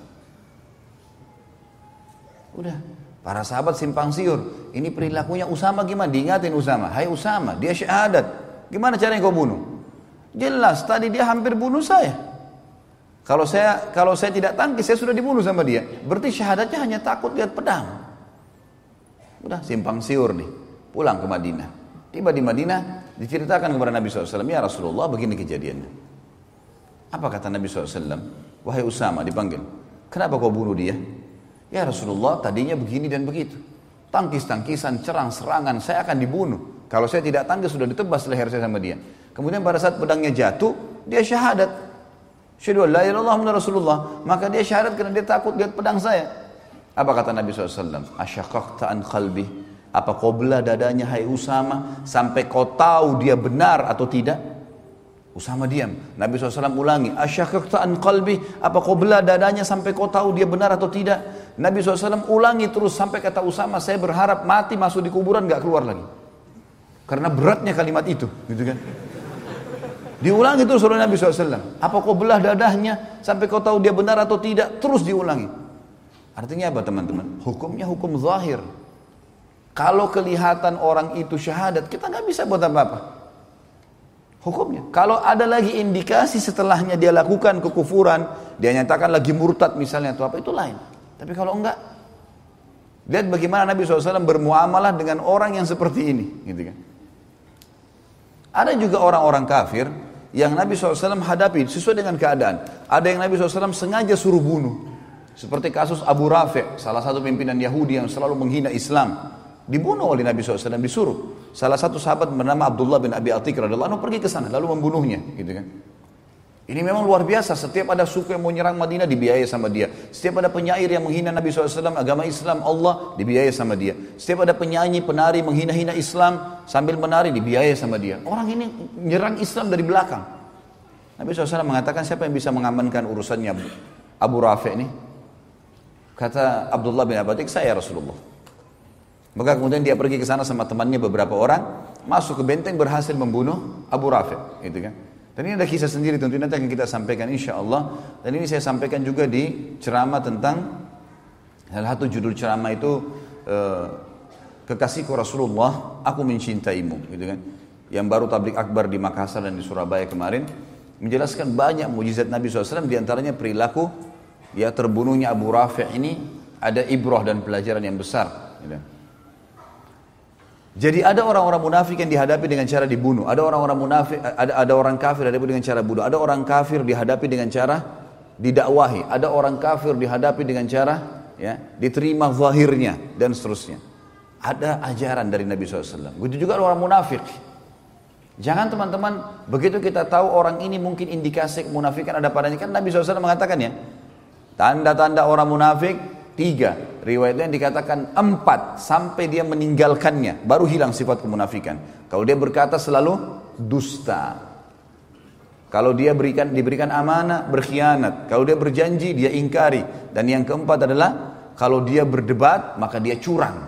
Udah. Para sahabat simpang siur. Ini perilakunya Usama gimana? Diingatin Usama. Hai Usama, dia syahadat. Gimana caranya kau bunuh? Jelas tadi dia hampir bunuh saya. Kalau saya tidak tangkis, saya sudah dibunuh sama dia. Berarti syahadatnya hanya takut lihat pedang. Udah simpang siur nih, pulang ke Madinah. Tiba di Madinah, diceritakan kepada Nabi SAW, ya Rasulullah begini kejadiannya. Apa kata Nabi SAW? Wahai Usama, dipanggil. Kenapa kau bunuh dia? Ya Rasulullah, tadinya begini dan begitu. Tangkis-tangkisan, serang-serangan, saya akan dibunuh. Kalau saya tidak tangkis, sudah ditebas leher saya sama dia. Kemudian pada saat pedangnya jatuh, dia syahadat. Asyhadu an la ilaha illallah Muhammadur Rasulullah. Maka dia syahadat karena dia takut lihat pedang saya. Apa kata Nabi SAW? Asyaqaqta an qalbi. Apa kau belah dadanya hai Usama sampai kau tahu dia benar atau tidak? Usama diam. Nabi SAW ulangi. Asyaqaqta an qalbi. Apa kau belah dadanya sampai kau tahu dia benar atau tidak? Nabi SAW ulangi terus sampai kata Usama, saya berharap mati masuk di kuburan gak keluar lagi. Karena beratnya kalimat itu, gitu kan? Diulangi terus oleh Nabi SAW. Apa kau belah dadahnya sampai kau tahu dia benar atau tidak? Terus diulangi. Artinya apa teman-teman? Hukumnya hukum zahir. Kalau kelihatan orang itu syahadat, kita nggak bisa buat apa-apa. Hukumnya. Kalau ada lagi indikasi setelahnya dia lakukan kekufuran, dia nyatakan lagi murtad misalnya atau apa, itu lain. Tapi kalau enggak, lihat bagaimana Nabi SAW bermuamalah dengan orang yang seperti ini, gitu kan? Ada juga orang-orang kafir yang Nabi SAW hadapi sesuai dengan keadaan. Ada yang Nabi SAW sengaja suruh bunuh. Seperti kasus Abu Rafi', salah satu pimpinan Yahudi yang selalu menghina Islam. Dibunuh oleh Nabi SAW, disuruh. Salah satu sahabat bernama Abdullah bin Abi Atiq radhiyallahu anhu pergi ke sana lalu membunuhnya, gitu kan. Ini memang luar biasa. Setiap ada suku yang mau nyerang Madinah dibiayai sama dia. Setiap ada penyair yang menghina Nabi SAW, agama Islam, Allah, dibiayai sama dia. Setiap ada penyanyi, penari menghina-hina Islam sambil menari dibiayai sama dia. Orang ini nyerang Islam dari belakang. Nabi SAW mengatakan, siapa yang bisa mengamankan urusannya Abu Rafi' ini? Kata Abdullah bin Abi Atiq, saya Rasulullah. Maka kemudian dia pergi ke sana sama temannya beberapa orang, masuk ke benteng, berhasil membunuh Abu Rafi', gitu kan. Dan ini ada kisah sendiri, tentu nanti akan kita sampaikan insya Allah. Dan ini saya sampaikan juga di ceramah tentang, salah satu judul ceramah itu Kekasihku Rasulullah, Aku Mencintaimu, gitu kan. Yang baru tablik akbar di Makassar dan di Surabaya kemarin, menjelaskan banyak mujizat Nabi SAW, diantaranya perilaku ya terbunuhnya Abu Rafi' ini ada ibrah dan pelajaran yang besar, gitu. Jadi ada orang-orang munafik yang dihadapi dengan cara dibunuh, ada orang-orang munafik, ada orang kafir dihadapi dengan cara bunuh, ada orang kafir dihadapi dengan cara didakwahi, ada orang kafir dihadapi dengan cara ya diterima zahirnya dan seterusnya. Ada ajaran dari Nabi SAW. Begitu juga orang munafik. Jangan teman-teman, begitu kita tahu orang ini mungkin indikasi kemunafikan ada padanya, kan Nabi SAW mengatakan ya, tanda-tanda orang munafik 3, riwayatnya dikatakan 4 sampai dia meninggalkannya baru hilang sifat kemunafikan. Kalau dia berkata selalu dusta, kalau dia diberikan amanah berkhianat, kalau dia berjanji dia ingkari, dan yang keempat adalah kalau dia berdebat maka dia curang.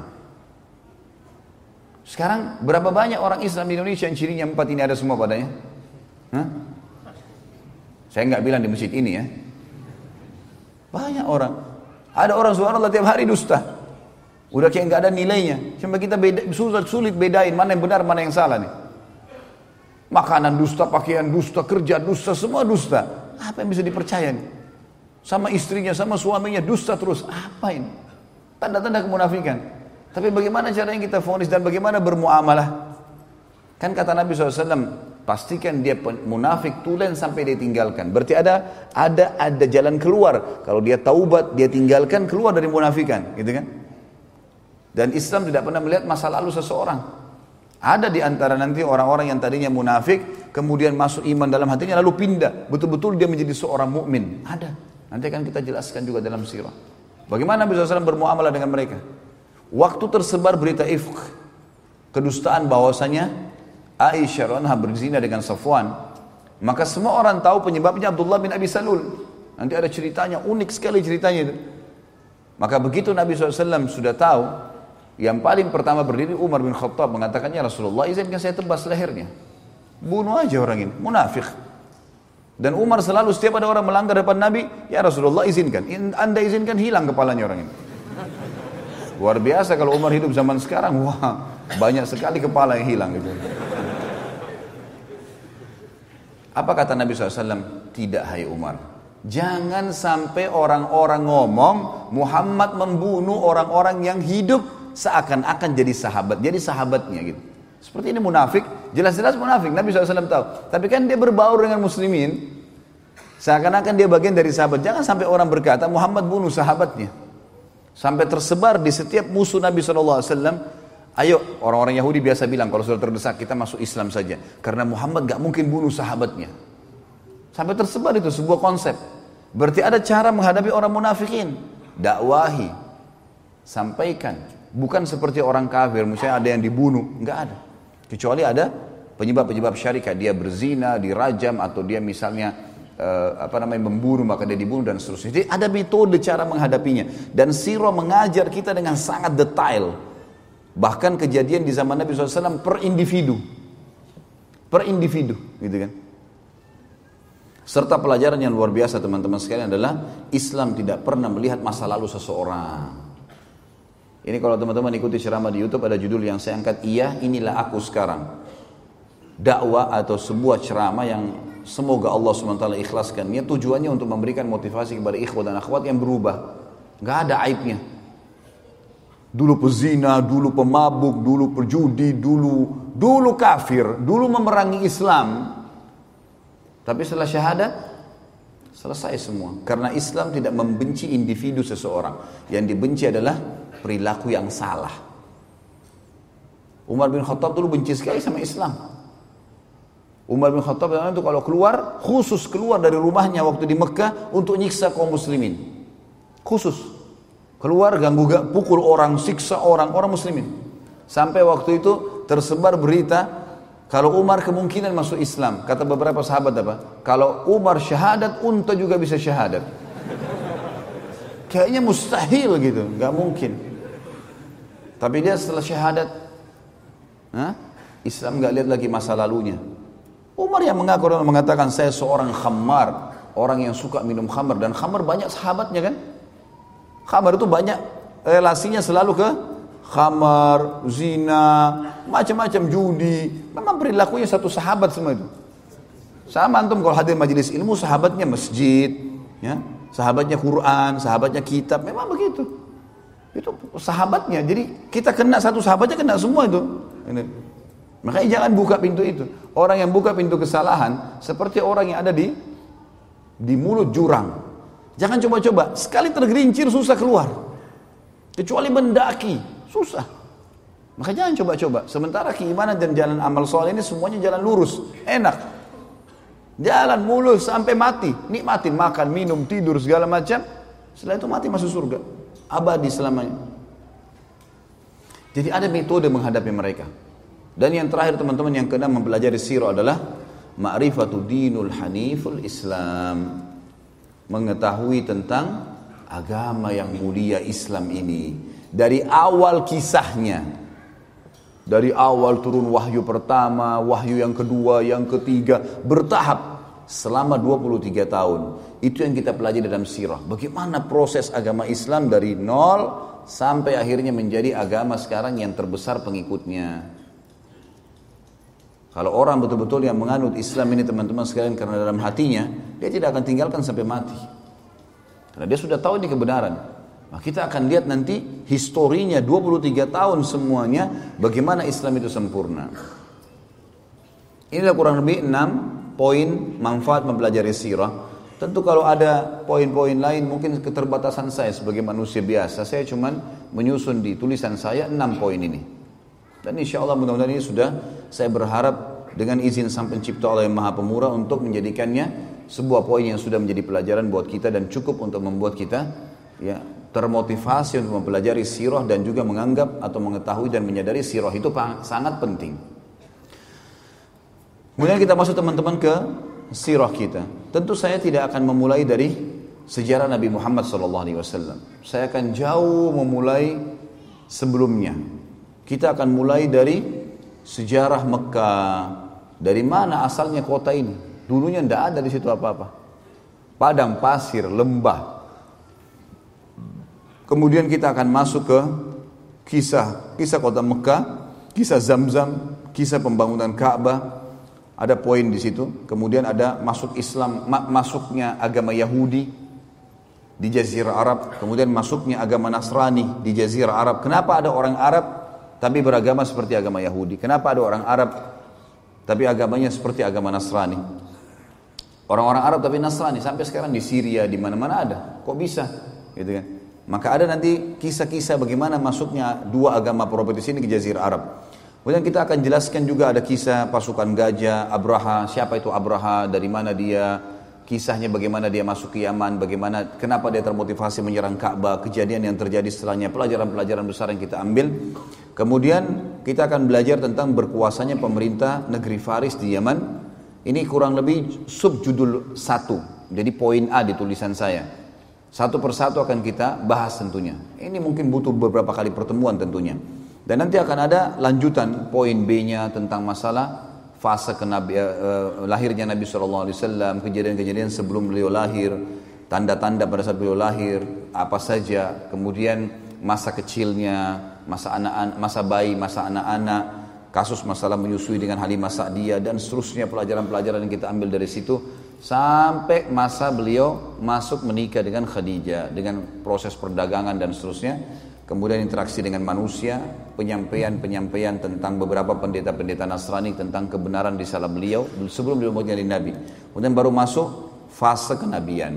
Sekarang berapa banyak orang Islam di Indonesia yang cirinya 4 ini ada semua padanya? Hah? Saya nggak bilang di masjid ini ya, banyak orang. Ada orang subhanallah tiap hari dusta. Udah kayak nggak ada nilainya. Cuma kita sulit bedain mana yang benar, mana yang salah nih. Makanan dusta, pakaian dusta, kerja dusta, semua dusta. Apa yang bisa dipercaya nih? Sama istrinya, sama suaminya dusta terus. Apa ini? Tanda-tanda kemunafikan. Tapi bagaimana caranya kita vonis dan bagaimana bermuamalah? Kan kata Nabi SAW, pastikan dia munafik tulen sampai dia tinggalkan. Berarti ada jalan keluar. Kalau dia taubat, dia tinggalkan, keluar dari munafikan, gitu kan? Dan Islam tidak pernah melihat masa lalu seseorang. Ada di antara nanti orang-orang yang tadinya munafik, kemudian masuk iman dalam hatinya lalu pindah, betul-betul dia menjadi seorang mukmin. Ada. Nanti akan kita jelaskan juga dalam sirah. Bagaimana Nabi SAW bermuamalah dengan mereka? Waktu tersebar berita ifk, kedustaan bahwasanya Aisyah radhiyallahu anha berzina dengan Safwan, maka semua orang tahu penyebabnya Abdullah bin Abi Salul. Nanti ada ceritanya, unik sekali ceritanya itu. Maka begitu Nabi SAW sudah tahu, yang paling pertama berdiri Umar bin Khattab mengatakannya, Rasulullah izinkan saya tebas lehernya, bunuh aja orang ini, munafik. Dan Umar selalu setiap ada orang melanggar depan Nabi, ya Rasulullah izinkan, Anda izinkan hilang kepalanya orang ini. Luar biasa kalau Umar hidup zaman sekarang, wah banyak sekali kepala yang hilang gitu. Apa kata Nabi SAW? Tidak, hai Umar, jangan sampai orang-orang ngomong Muhammad membunuh orang-orang yang hidup seakan-akan jadi sahabatnya gitu. Seperti ini munafik, jelas-jelas munafik, Nabi SAW tahu. Tapi kan dia berbaur dengan muslimin, seakan-akan dia bagian dari sahabat. Jangan sampai orang berkata Muhammad bunuh sahabatnya. Sampai tersebar di setiap musuh Nabi SAW. Ayo, orang-orang Yahudi biasa bilang kalau sudah terdesak kita masuk Islam saja, karena Muhammad gak mungkin bunuh sahabatnya. Sampai tersebar itu sebuah konsep. Berarti ada cara menghadapi orang munafikin. Dakwahi, sampaikan. Bukan seperti orang kafir, misalnya ada yang dibunuh, nggak ada. Kecuali ada penyebab-penyebab syarikat, dia berzina, dirajam, atau dia misalnya membunuh maka dia dibunuh dan seterusnya. Jadi ada metode cara menghadapinya, dan sirah mengajar kita dengan sangat detail. Bahkan kejadian di zaman Nabi SAW per individu, gitu kan. Serta pelajaran yang luar biasa teman-teman sekalian adalah Islam tidak pernah melihat masa lalu seseorang. Ini kalau teman-teman ikuti ceramah di YouTube ada judul yang saya angkat, iya inilah aku sekarang. Dakwah atau sebuah ceramah yang semoga Allah SWT ikhlaskan. Ini tujuannya untuk memberikan motivasi kepada ikhwah dan akhwat yang berubah. Gak ada aibnya. Dulu pezina, dulu pemabuk, dulu perjudi, dulu kafir, dulu memerangi Islam. Tapi setelah syahadat, selesai semua. Karena Islam tidak membenci individu seseorang. Yang dibenci adalah perilaku yang salah. Umar bin Khattab dulu benci sekali sama Islam. Umar bin Khattab itu kalau keluar, khusus keluar dari rumahnya waktu di Mekah untuk nyiksa kaum muslimin. Khusus. Keluar ganggu, pukul orang, siksa orang muslimin. Sampai waktu itu tersebar berita, kalau Umar kemungkinan masuk Islam. Kata beberapa sahabat apa? Kalau Umar syahadat, unta juga bisa syahadat. Kayaknya mustahil gitu, gak mungkin. Tapi dia setelah syahadat, Islam gak lihat lagi masa lalunya. Umar yang mengaku dan mengatakan saya seorang khamar, orang yang suka minum khamar, dan khamar banyak sahabatnya kan. Khamar itu banyak relasinya selalu ke khamar, zina, macam-macam judi. Memang perilakunya satu sahabat semua itu. Sama antum kalau hadir majelis ilmu, sahabatnya masjid, ya, sahabatnya Quran, sahabatnya kitab, memang begitu. Itu sahabatnya. Jadi kita kena satu sahabatnya, kena semua itu. Ini. Makanya jangan buka pintu itu. Orang yang buka pintu kesalahan seperti orang yang ada di mulut jurang. Jangan coba-coba. Sekali tergerincir susah keluar. Kecuali mendaki, susah. Maka jangan coba-coba. Sementara keimanan dan jalan amal soleh ini semuanya jalan lurus, enak. Jalan mulus sampai mati, nikmatin makan, minum, tidur segala macam. Setelah itu mati masuk surga, abadi selamanya. Jadi ada metode menghadapi mereka. Dan yang terakhir teman-teman yang kena mempelajari sirah adalah ma'rifatu dinul haniful Islam. Mengetahui tentang agama yang mulia Islam ini. Dari awal kisahnya. Dari awal turun wahyu pertama, wahyu yang kedua, yang ketiga. Bertahap selama 23 tahun. Itu yang kita pelajari dalam sirah. Bagaimana proses agama Islam dari nol sampai akhirnya menjadi agama sekarang yang terbesar pengikutnya. Kalau orang betul-betul yang menganut Islam ini teman-teman sekalian karena dalam hatinya, dia tidak akan tinggalkan sampai mati. Karena dia sudah tahu ini kebenaran. Nah, kita akan lihat nanti historinya 23 tahun semuanya bagaimana Islam itu sempurna. Inilah kurang lebih 6 poin manfaat mempelajari sirah. Tentu kalau ada poin-poin lain mungkin keterbatasan saya sebagai manusia biasa. Saya cuma menyusun di tulisan saya 6 poin ini. Dan insya Allah mudah-mudahan ini sudah saya berharap dengan izin Sang Pencipta Allah yang Maha Pemurah untuk menjadikannya sebuah poin yang sudah menjadi pelajaran buat kita dan cukup untuk membuat kita ya termotivasi untuk mempelajari sirah dan juga menganggap atau mengetahui dan menyadari sirah itu sangat penting. Kemudian kita masuk teman-teman ke sirah kita. Tentu saya tidak akan memulai dari sejarah Nabi Muhammad SAW. Saya akan jauh memulai sebelumnya. Kita akan mulai dari sejarah Mekah. Dari mana asalnya kota ini? Dulunya tidak ada di situ apa-apa. Padang pasir, lembah. Kemudian kita akan masuk ke kisah kota Mekah, kisah Zamzam, kisah pembangunan Ka'bah. Ada poin di situ. Kemudian ada masuk Islam, masuknya agama Yahudi di Jazirah Arab. Kemudian masuknya agama Nasrani di Jazirah Arab. Kenapa ada orang Arab tapi beragama seperti agama Yahudi? Kenapa ada orang Arab tapi agamanya seperti agama Nasrani? Orang-orang Arab tapi Nasrani sampai sekarang di Syria, di mana-mana ada. Kok bisa? Gitu kan? Maka ada nanti kisah-kisah bagaimana masuknya dua agama properti ini ke Jazirah Arab. Kemudian kita akan jelaskan juga ada kisah pasukan gajah, Abraha, siapa itu Abraha, dari mana dia, kisahnya bagaimana dia masuk ke Yaman, bagaimana kenapa dia termotivasi menyerang Ka'bah, kejadian yang terjadi setelahnya, pelajaran-pelajaran besar yang kita ambil. Kemudian kita akan belajar tentang berkuasanya pemerintah negeri Faris di Yaman. Ini kurang lebih subjudul 1. Jadi poin A di tulisan saya. Satu persatu akan kita bahas tentunya. Ini mungkin butuh beberapa kali pertemuan tentunya. Dan nanti akan ada lanjutan poin B-nya tentang masalah fase lahirnya Nabi SAW, kejadian-kejadian sebelum beliau lahir, tanda-tanda pada saat beliau lahir, apa saja, kemudian masa kecilnya, masa bayi, masa anak-anak, kasus masalah menyusui dengan Halimah Sa'diyah dan seterusnya, pelajaran-pelajaran yang kita ambil dari situ sampai masa beliau masuk menikah dengan Khadijah, dengan proses perdagangan dan seterusnya. Kemudian interaksi dengan manusia, penyampaian tentang beberapa pendeta-pendeta Nasrani tentang kebenaran risalah beliau sebelum beliau menjadi nabi. Kemudian baru masuk fase kenabian.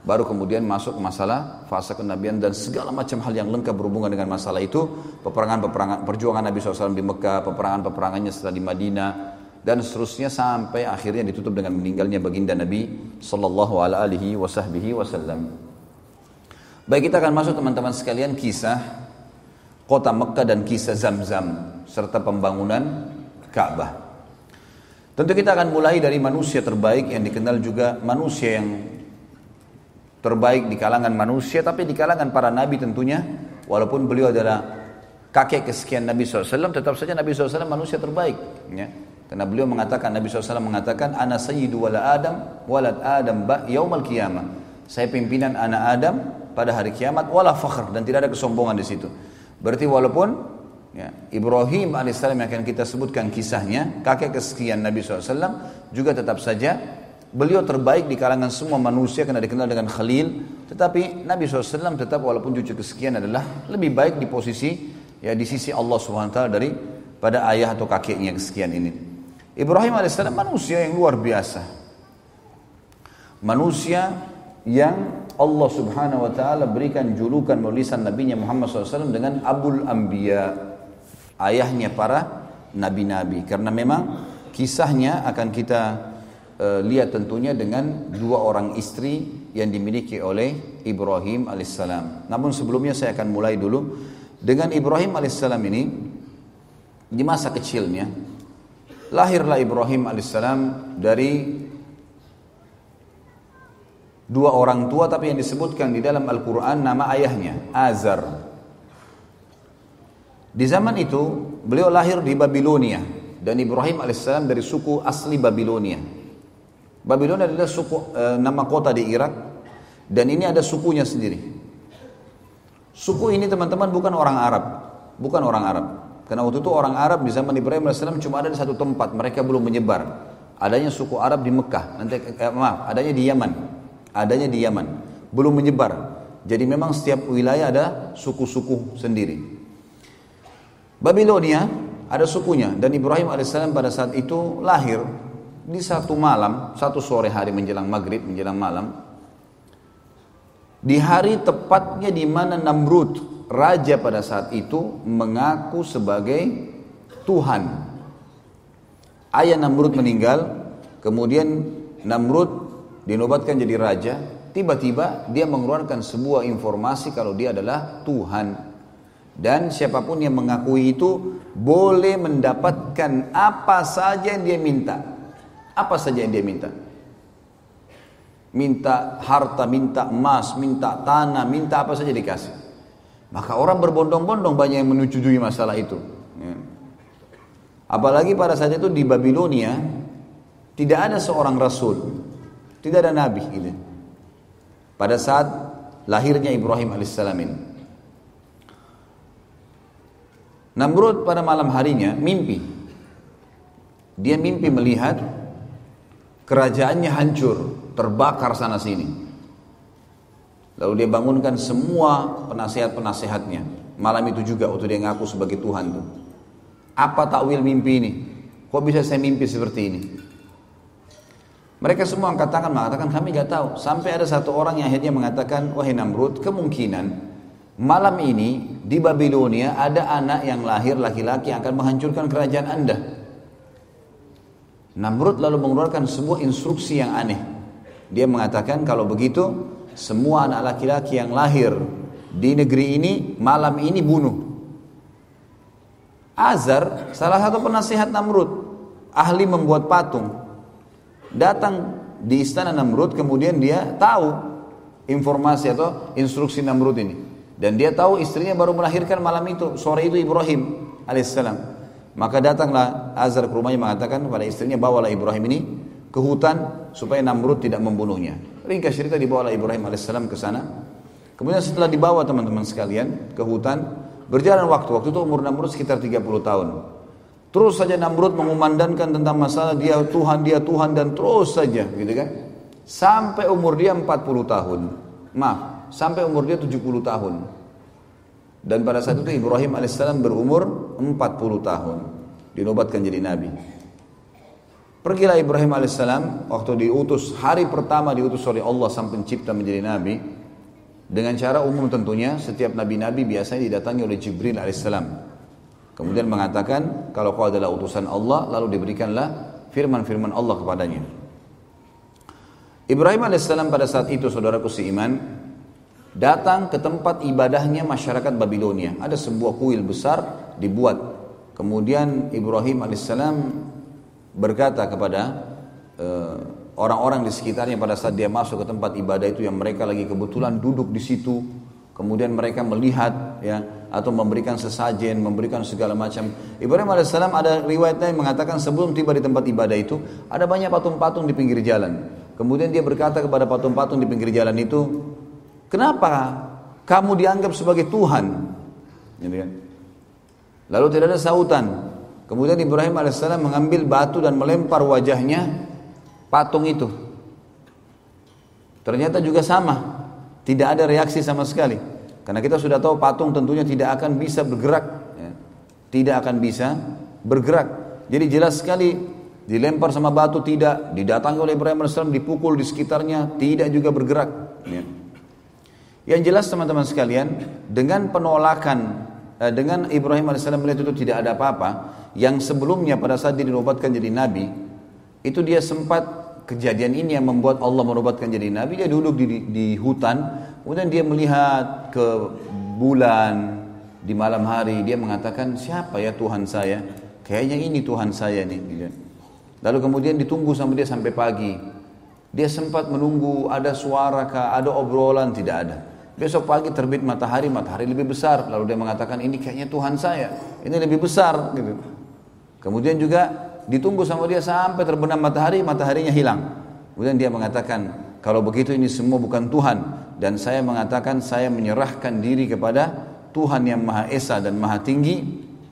baru kemudian masuk masalah fase kenabian dan segala macam hal yang lengkap berhubungan dengan masalah itu, peperangan-peperangan perjuangan Nabi SAW di Mekah, peperangan-peperangannya setelah di Madinah, dan seterusnya sampai akhirnya ditutup dengan meninggalnya baginda Nabi sallallahu alaihi wasallam. Baik, kita akan masuk teman-teman sekalian kisah kota Mekah dan kisah Zamzam serta pembangunan Ka'bah. Tentu kita akan mulai dari manusia terbaik yang dikenal juga manusia yang terbaik di kalangan manusia, tapi di kalangan para nabi tentunya, walaupun beliau adalah kakek kesekian Nabi SAW, tetap saja Nabi SAW manusia terbaik, ya. Karena beliau mengatakan, Nabi SAW mengatakan, Ana sayyidu walad Adam yaumal qiyamah. Saya pimpinan anak Adam pada hari kiamat, wala fakhr, dan tidak ada kesombongan di situ. Berarti walaupun ya, Ibrahim alaihissalam yang akan kita sebutkan kisahnya, kakek kesekian Nabi SAW, juga tetap saja beliau terbaik di kalangan semua manusia karena dikenal dengan Khalil. Tetapi Nabi SAW tetap walaupun cucu kesekian adalah lebih baik di posisi ya di sisi Allah SWT daripada ayah atau kakeknya kesekian ini. Ibrahim alaihissalam manusia yang luar biasa, manusia yang Allah Subhanahu wa taala berikan julukan melalui lisan nabinya Muhammad SAW dengan Abul Anbiya, ayahnya para nabi-nabi, karena memang kisahnya akan kita lihat tentunya dengan dua orang istri yang dimiliki oleh Ibrahim alaihissalam. Namun sebelumnya saya akan mulai dulu dengan Ibrahim alaihissalam ini. Di masa kecilnya lahirlah Ibrahim alaihissalam dari dua orang tua, tapi yang disebutkan di dalam Al-Quran nama ayahnya Azar. Di zaman itu beliau lahir di Babilonia, dan Ibrahim alaihissalam dari suku asli Babilonia. Babilonia adalah suku nama kota di Irak, dan ini ada sukunya sendiri. Suku ini teman-teman bukan orang Arab, bukan orang Arab. Karena waktu itu orang Arab di zaman Ibrahim AS cuma ada di satu tempat, mereka belum menyebar. Adanya suku Arab di Mekah, adanya di Yaman. Adanya di Yaman, belum menyebar. Jadi memang setiap wilayah ada suku-suku sendiri. Babilonia ada sukunya, dan Ibrahim alaihissalam pada saat itu lahir di satu malam, satu sore hari menjelang maghrib, menjelang malam. Di hari tepatnya di mana Namrud, raja pada saat itu, mengaku sebagai Tuhan. Ayah Namrud meninggal, kemudian Namrud dinobatkan jadi raja. Tiba-tiba dia mengeluarkan sebuah informasi kalau dia adalah Tuhan, dan siapapun yang mengakui itu boleh mendapatkan apa saja yang dia minta. Apa saja yang dia minta. Minta harta, minta emas, minta tanah, minta apa saja dikasih. Maka orang berbondong-bondong banyak yang menyetujui masalah itu. Apalagi pada saat itu di Babilonia tidak ada seorang rasul, tidak ada nabi gitu. Pada saat lahirnya Ibrahim alaihissalam ini, Namrud pada malam harinya mimpi. Dia mimpi melihat kerajaannya hancur, terbakar sana sini. Lalu dia bangunkan semua penasehat-penasehatnya. Malam itu juga waktu dia ngaku sebagai Tuhan tuh. Apa takwil mimpi ini? Kok bisa saya mimpi seperti ini? Mereka semua angkat tangan mengatakan kami gak tahu. Sampai ada satu orang yang akhirnya mengatakan, wahai Namrud, kemungkinan malam ini di Babilonia ada anak yang lahir laki-laki yang akan menghancurkan kerajaan Anda. Namrud lalu mengeluarkan sebuah instruksi yang aneh. Dia mengatakan kalau begitu semua anak laki-laki yang lahir di negeri ini malam ini bunuh. Azar, salah satu penasihat Namrud, ahli membuat patung, datang di istana Namrud. Kemudian dia tahu informasi atau instruksi Namrud ini, dan dia tahu istrinya baru melahirkan malam itu, sore itu Ibrahim alaihissalam. Maka datanglah Azar ke rumahnya mengatakan kepada istrinya, bawalah Ibrahim ini ke hutan supaya Namrud tidak membunuhnya. Ringkas cerita, dibawalah Ibrahim alaihissalam ke sana. Kemudian setelah dibawa teman-teman sekalian ke hutan, berjalan waktu itu umur Namrud sekitar 30 tahun. Terus saja Namrud mengumandangkan tentang masalah dia Tuhan dan terus saja gitu kan. Sampai umur dia 40 tahun. Sampai umur dia 70 tahun. Dan pada saat itu Ibrahim alaihissalam berumur 40 tahun. Dinobatkan jadi nabi. Pergilah Ibrahim alaihissalam waktu diutus, hari pertama diutus oleh Allah sang pencipta menjadi nabi. Dengan cara umum tentunya, setiap nabi-nabi biasanya didatangi oleh Jibril alaihissalam. Kemudian mengatakan, kalau kau adalah utusan Allah, lalu diberikanlah firman-firman Allah kepadanya. Ibrahim alaihissalam pada saat itu, saudaraku seiman, datang ke tempat ibadahnya masyarakat Babilonia. Ada sebuah kuil besar dibuat. Kemudian Ibrahim alaihissalam berkata kepada orang-orang di sekitarnya pada saat dia masuk ke tempat ibadah itu, yang mereka lagi kebetulan duduk di situ, kemudian mereka melihat ya, atau memberikan sesajen, memberikan segala macam. Ibrahim alaihissalam ada riwayatnya yang mengatakan sebelum tiba di tempat ibadah itu ada banyak patung-patung di pinggir jalan. Kemudian dia berkata kepada patung-patung di pinggir jalan itu, kenapa kamu dianggap sebagai Tuhan? Gitu kan? Lalu tidak ada sautan. Kemudian Ibrahim alaihissalam mengambil batu dan melempar wajahnya patung itu. Ternyata juga sama, tidak ada reaksi sama sekali. Karena kita sudah tahu patung tentunya tidak akan bisa bergerak, ya. Tidak akan bisa bergerak. Jadi jelas sekali dilempar sama batu tidak, didatangi oleh Ibrahim alaihissalam, dipukul di sekitarnya tidak juga bergerak. Ya. Yang jelas teman-teman sekalian, dengan penolakan, dengan Ibrahim alaihissalam melihat itu tidak ada apa-apa, yang sebelumnya pada saat dia dinobatkan jadi nabi, itu dia sempat kejadian ini yang membuat Allah menobatkan jadi nabi. Dia duduk di hutan, kemudian dia melihat ke bulan di malam hari. Dia mengatakan, siapa ya Tuhan saya? Kayaknya ini Tuhan saya nih. Lalu kemudian ditunggu sama dia sampai pagi. Dia sempat menunggu ada suara kah, ada obrolan, tidak ada. Besok pagi terbit matahari, matahari lebih besar. Lalu dia mengatakan, ini kayaknya Tuhan saya, ini lebih besar gitu. Kemudian juga ditunggu sama dia sampai terbenam matahari, mataharinya hilang. Kemudian dia mengatakan, kalau begitu ini semua bukan Tuhan, dan saya mengatakan saya menyerahkan diri kepada Tuhan yang Maha Esa dan Maha Tinggi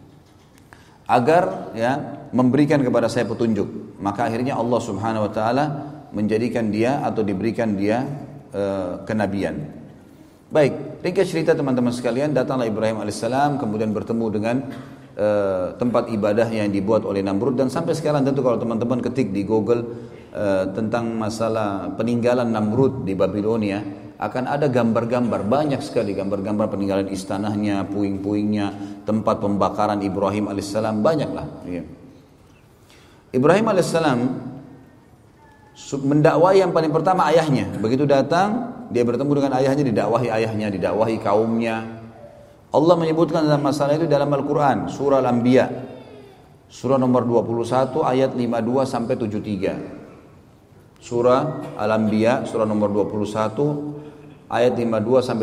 agar ya memberikan kepada saya petunjuk. Maka akhirnya Allah Subhanahu wa taala menjadikan dia atau diberikan dia kenabian. Baik, ringkas cerita teman-teman sekalian, datanglah Ibrahim alaihissalam kemudian bertemu dengan tempat ibadah yang dibuat oleh Namrud. Dan sampai sekarang tentu kalau teman-teman ketik di Google tentang masalah peninggalan Namrud di Babilonia, akan ada gambar-gambar, banyak sekali gambar-gambar peninggalan istananya, puing-puingnya, tempat pembakaran Ibrahim alaihissalam, banyaklah. Ya. Ibrahim alaihissalam mendakwai yang paling pertama ayahnya. Begitu datang, dia bertemu dengan ayahnya, didakwahi ayahnya, didakwahi kaumnya. Allah menyebutkan dalam masalah itu dalam Al-Quran, surah Al-Anbiya, surah nomor 21 ayat 52 sampai 73. Surah Al-Anbiya, surah nomor 21 ayat 52 sampai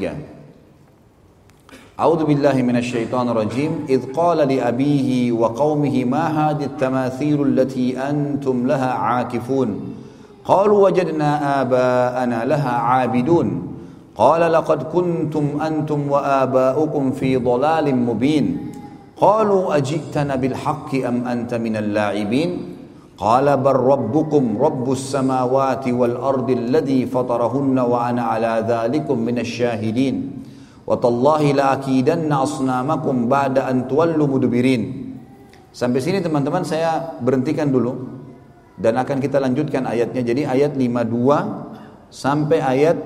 73. A'udzu billahi minasyaitonir rajim. Idz qala li abihi wa qaumihi ma hadhihi at-tamathil allati antum laha 'akifun. Qalu wajadna aba'ana laha 'abidun. Qala laqad kuntum antum wa aba'ukum fi dhalalin mubin. Qalu aji'tana bil haqqi am anta minal la'ibin. Qala bal rabbukum rabbus samawati wal ardi alladhi fatarahunna wa ana 'ala dhalikum minasy syahidin. Wa tallahi la akidanna asnamakum ba'da an tuwallu mudbirin. Sampai sini teman-teman saya berhentikan dulu dan akan kita lanjutkan ayatnya. Jadi ayat 52 sampai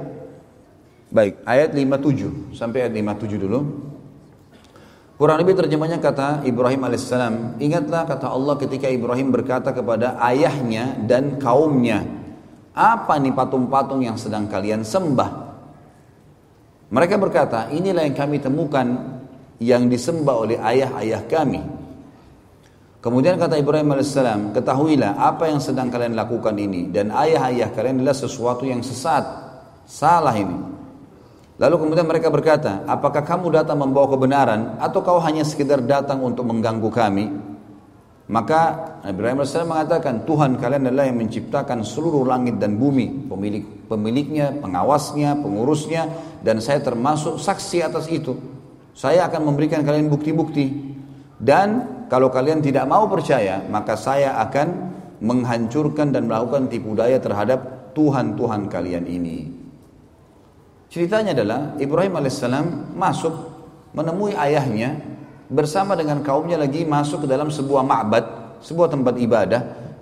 ayat 57 sampai ayat 57 dulu. Kurang lebih terjemahnya kata Ibrahim alaihissalam, ingatlah kata Allah ketika Ibrahim berkata kepada ayahnya dan kaumnya, apa nih patung-patung yang sedang kalian sembah? Mereka berkata, inilah yang kami temukan yang disembah oleh ayah-ayah kami. Kemudian kata Ibrahim alaihissalam, ketahuilah apa yang sedang kalian lakukan ini dan ayah-ayah kalian adalah sesuatu yang sesat, salah ini. Lalu kemudian mereka berkata, apakah kamu datang membawa kebenaran atau kau hanya sekedar datang untuk mengganggu kami? Maka Ibrahim AS mengatakan, Tuhan kalian adalah yang menciptakan seluruh langit dan bumi, pemiliknya, pengawasnya, pengurusnya, dan saya termasuk saksi atas itu. Saya akan memberikan kalian bukti-bukti, dan kalau kalian tidak mau percaya, maka saya akan menghancurkan dan melakukan tipu daya terhadap Tuhan-Tuhan kalian ini. Ceritanya adalah Ibrahim alaihissalam masuk menemui ayahnya bersama dengan kaumnya lagi masuk ke dalam sebuah ma'bad, sebuah tempat ibadah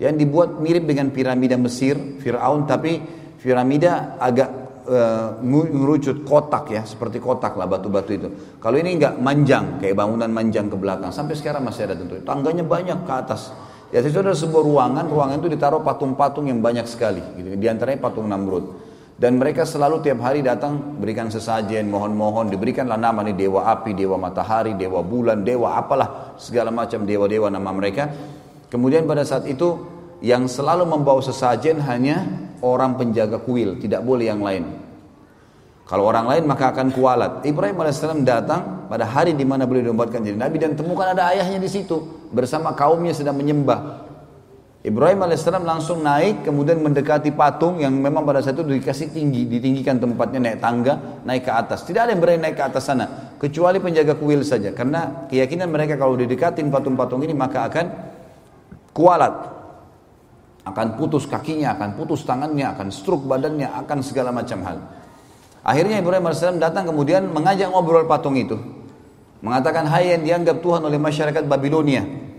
yang dibuat mirip dengan piramida Mesir, Fir'aun, tapi piramida agak mengerucut kotak ya, seperti kotak lah batu-batu itu. Kalau ini enggak manjang, kayak bangunan manjang ke belakang, sampai sekarang masih ada tentu. Tangganya banyak ke atas. Ya itu ada sebuah ruangan itu ditaruh patung-patung yang banyak sekali, gitu. Di antaranya patung Namrud. Dan mereka selalu tiap hari datang berikan sesajen, mohon-mohon, diberikanlah nama nih dewa api, dewa matahari, dewa bulan, dewa apalah, segala macam dewa-dewa nama mereka. Kemudian pada saat itu yang selalu membawa sesajen hanya orang penjaga kuil, tidak boleh yang lain. Kalau orang lain maka akan kualat. Ibrahim alaihissalam datang pada hari di mana beliau dinobatkan jadi nabi dan temukan ada ayahnya di situ bersama kaumnya sedang menyembah. Ibrahim alaihissalam langsung naik, kemudian mendekati patung yang memang pada saat itu dikasih tinggi, ditinggikan tempatnya, naik tangga, naik ke atas. Tidak ada yang berani naik ke atas sana, kecuali penjaga kuil saja. Karena keyakinan mereka kalau didekatin patung-patung ini maka akan kualat, akan putus kakinya, akan putus tangannya, akan stroke badannya, akan segala macam hal. Akhirnya Ibrahim alaihissalam datang kemudian mengajak ngobrol patung itu, mengatakan, hai yang dianggap Tuhan oleh masyarakat Babilonia,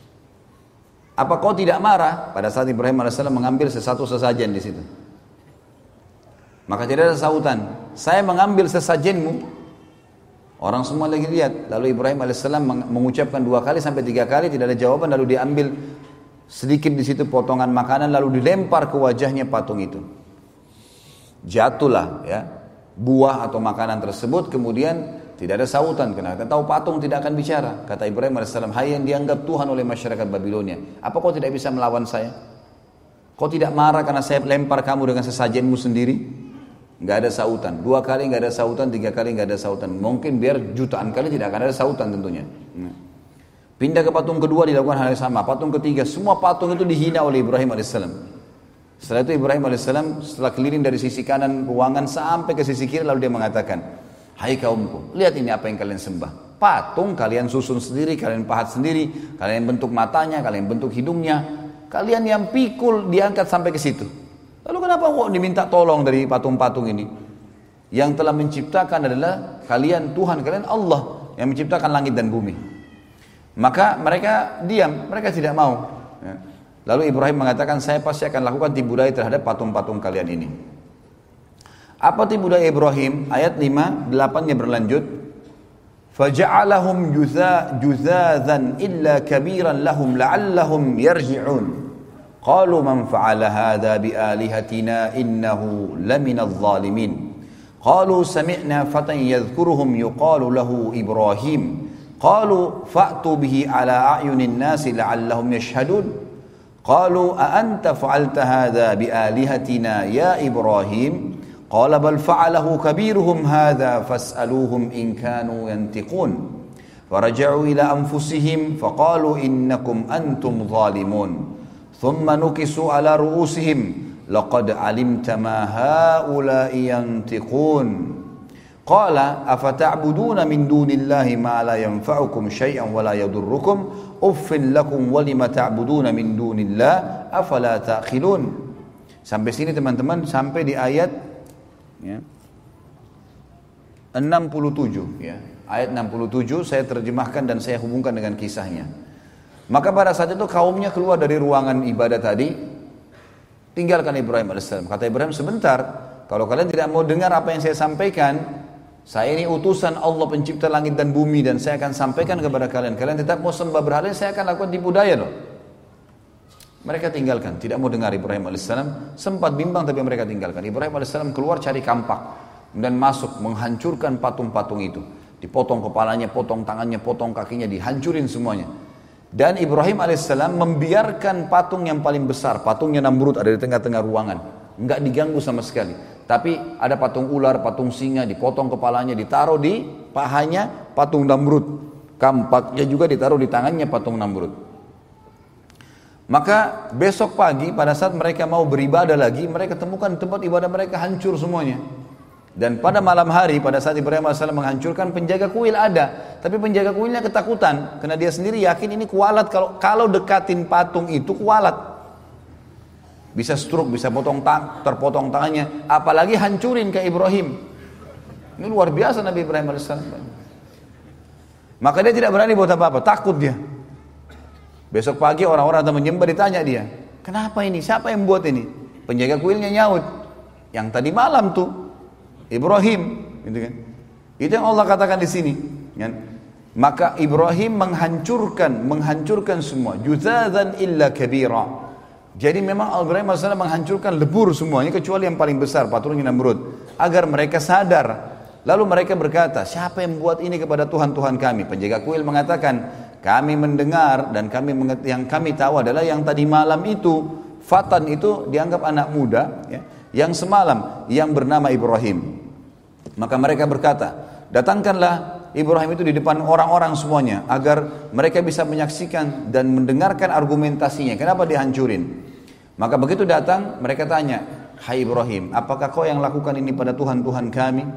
apa kau tidak marah? Pada saat Ibrahim alaihissalam mengambil sesuatu sesajen di situ, maka tidak ada sautan. Saya mengambil sesajenmu. Orang semua lagi lihat. Lalu Ibrahim alaihissalam mengucapkan 2 kali sampai 3 kali, tidak ada jawaban. Lalu diambil sedikit di situ potongan makanan, lalu dilempar ke wajahnya patung itu. Jatuhlah ya buah atau makanan tersebut. Kemudian tidak ada sautan, karena kita tahu patung tidak akan bicara. Kata Ibrahim AS, hai yang dianggap Tuhan oleh masyarakat Babilonia, apa kau tidak bisa melawan saya? Kau tidak marah karena saya lempar kamu dengan sesajenmu sendiri? Enggak ada sautan. 2 kali enggak ada sautan, 3 kali enggak ada sautan. Mungkin biar jutaan kali tidak akan ada sautan tentunya. Pindah ke patung kedua dilakukan hal yang sama. Patung ketiga, semua patung itu dihina oleh Ibrahim AS. Setelah itu Ibrahim AS setelah keliling dari sisi kanan ruangan sampai ke sisi kiri, lalu dia mengatakan, hai kaumku, lihat ini apa yang kalian sembah. Patung kalian susun sendiri, kalian pahat sendiri, kalian bentuk matanya, kalian bentuk hidungnya, kalian yang pikul diangkat sampai ke situ. Lalu kenapa kok diminta tolong dari patung-patung ini? Yang telah menciptakan adalah kalian, Tuhan kalian Allah yang menciptakan langit dan bumi. Maka mereka diam, mereka tidak mau. Lalu Ibrahim mengatakan, saya pasti akan lakukan tipu daya terhadap patung-patung kalian ini. Apa tipu daya Ibrahim? Ayat 5, 8-nya berlanjut. Faja'alahum juzadzan illa kabiran lahum la'allahum yarji'un. Qalu man fa'ala hadha bi'alihatina innahu laminadh dhalimin. Qalu sami'na fatan yadhkuruhum yuqalu lahu Ibrahim. Qalu fa'tu bihi ala a'yunin nasi la'allahum yashhadun. Qalu a anta fa'alta hadha bi'alihatina ya Ibrahim? قال بل فعله كبيرهم هذا فاسألوهم إن كانوا ينطقون فرجعوا إلى أنفسهم فقالوا إنكم أنتم ظالمون ثم نكسوا على رؤوسهم لقد علمت ما هؤلاء ينطقون قال أفتعبدون من دون الله ما لا ينفعكم شيئا ولا يضركم أف لكم ولم تعبدون من دون الله أفلا تأخلون. Sampai sini teman-teman, sampai di ayat ya, 67 ya. Ayat 67 saya terjemahkan dan saya hubungkan dengan kisahnya. Maka pada saat itu kaumnya keluar dari ruangan ibadah tadi, tinggalkan Ibrahim AS. Kata Ibrahim, sebentar, kalau kalian tidak mau dengar apa yang saya sampaikan, saya ini utusan Allah pencipta langit dan bumi, dan saya akan sampaikan kepada kalian. Kalian tetap mau sembah berhala, saya akan lakukan tipu daya loh. Mereka tinggalkan, tidak mau dengar Ibrahim AS. Sempat bimbang tapi mereka tinggalkan. Ibrahim AS keluar cari kampak dan masuk menghancurkan patung-patung itu. Dipotong kepalanya, potong tangannya, potong kakinya, dihancurin semuanya. Dan Ibrahim AS membiarkan patung yang paling besar, patungnya Namrud, ada di tengah-tengah ruangan, enggak diganggu sama sekali. Tapi ada patung ular, patung singa, dipotong kepalanya, ditaruh di pahanya patung Namrud. Kampaknya juga ditaruh di tangannya patung Namrud. Maka besok pagi pada saat mereka mau beribadah lagi, mereka temukan tempat ibadah mereka hancur semuanya. Dan pada malam hari pada saat Ibrahim AS menghancurkan, penjaga kuil ada, tapi penjaga kuilnya ketakutan karena dia sendiri yakin ini kualat, kalau dekatin patung itu kualat. Bisa stroke, bisa terpotong tangannya, apalagi hancurin ke Ibrahim. Ini luar biasa Nabi Ibrahim AS. Maka dia tidak berani buat apa-apa, takut dia. Besok pagi orang-orang datang menyembah, ditanya dia, Kenapa ini? Siapa yang buat ini? Penjaga kuilnya nyaut, yang tadi malam tuh Ibrahim, gitu kan? Itu yang Allah katakan di sini, kan? Maka Ibrahim menghancurkan semua, juzadzan illa kabira. Jadi memang Ibrahim AS menghancurkan lebur semuanya kecuali yang paling besar, paturnya Namrud, agar mereka sadar. Lalu mereka berkata, siapa yang buat ini kepada Tuhan-Tuhan kami? Penjaga kuil mengatakan, kami mendengar dan yang kami tahu adalah yang tadi malam itu, Fatan itu dianggap anak muda, ya, yang semalam yang bernama Ibrahim. Maka mereka berkata, datangkanlah Ibrahim itu di depan orang-orang semuanya agar mereka bisa menyaksikan dan mendengarkan argumentasinya. Kenapa dihancurin? Maka begitu datang, mereka tanya, hai Ibrahim, apakah kau yang lakukan ini pada Tuhan-Tuhan kami?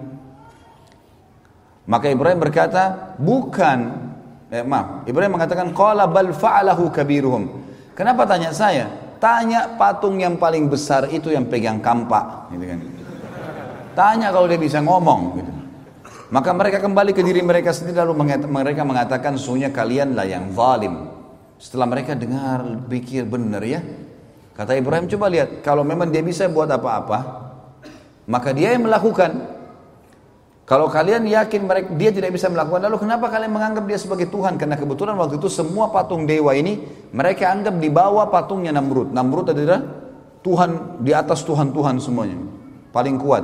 Maka Ibrahim berkata, bukan. Ibrahim mengatakan, qala bal fa'alahu kabiruhum. Kenapa tanya saya? Tanya patung yang paling besar itu yang pegang kampak, gitu kan. Tanya kalau dia bisa ngomong, gitu. Maka mereka kembali ke diri mereka sendiri, lalu mereka mengatakan, sesungguhnya kalianlah yang zalim. Setelah mereka dengar, pikir benar ya. Kata Ibrahim, coba lihat, kalau memang dia bisa buat apa-apa, maka dia yang melakukan. Kalau kalian yakin dia tidak bisa melakukan, lalu kenapa kalian menganggap dia sebagai Tuhan? Karena kebetulan waktu itu semua patung dewa ini, mereka anggap di bawah patungnya Namrud. Namrud adalah Tuhan, di atas Tuhan-Tuhan semuanya, paling kuat.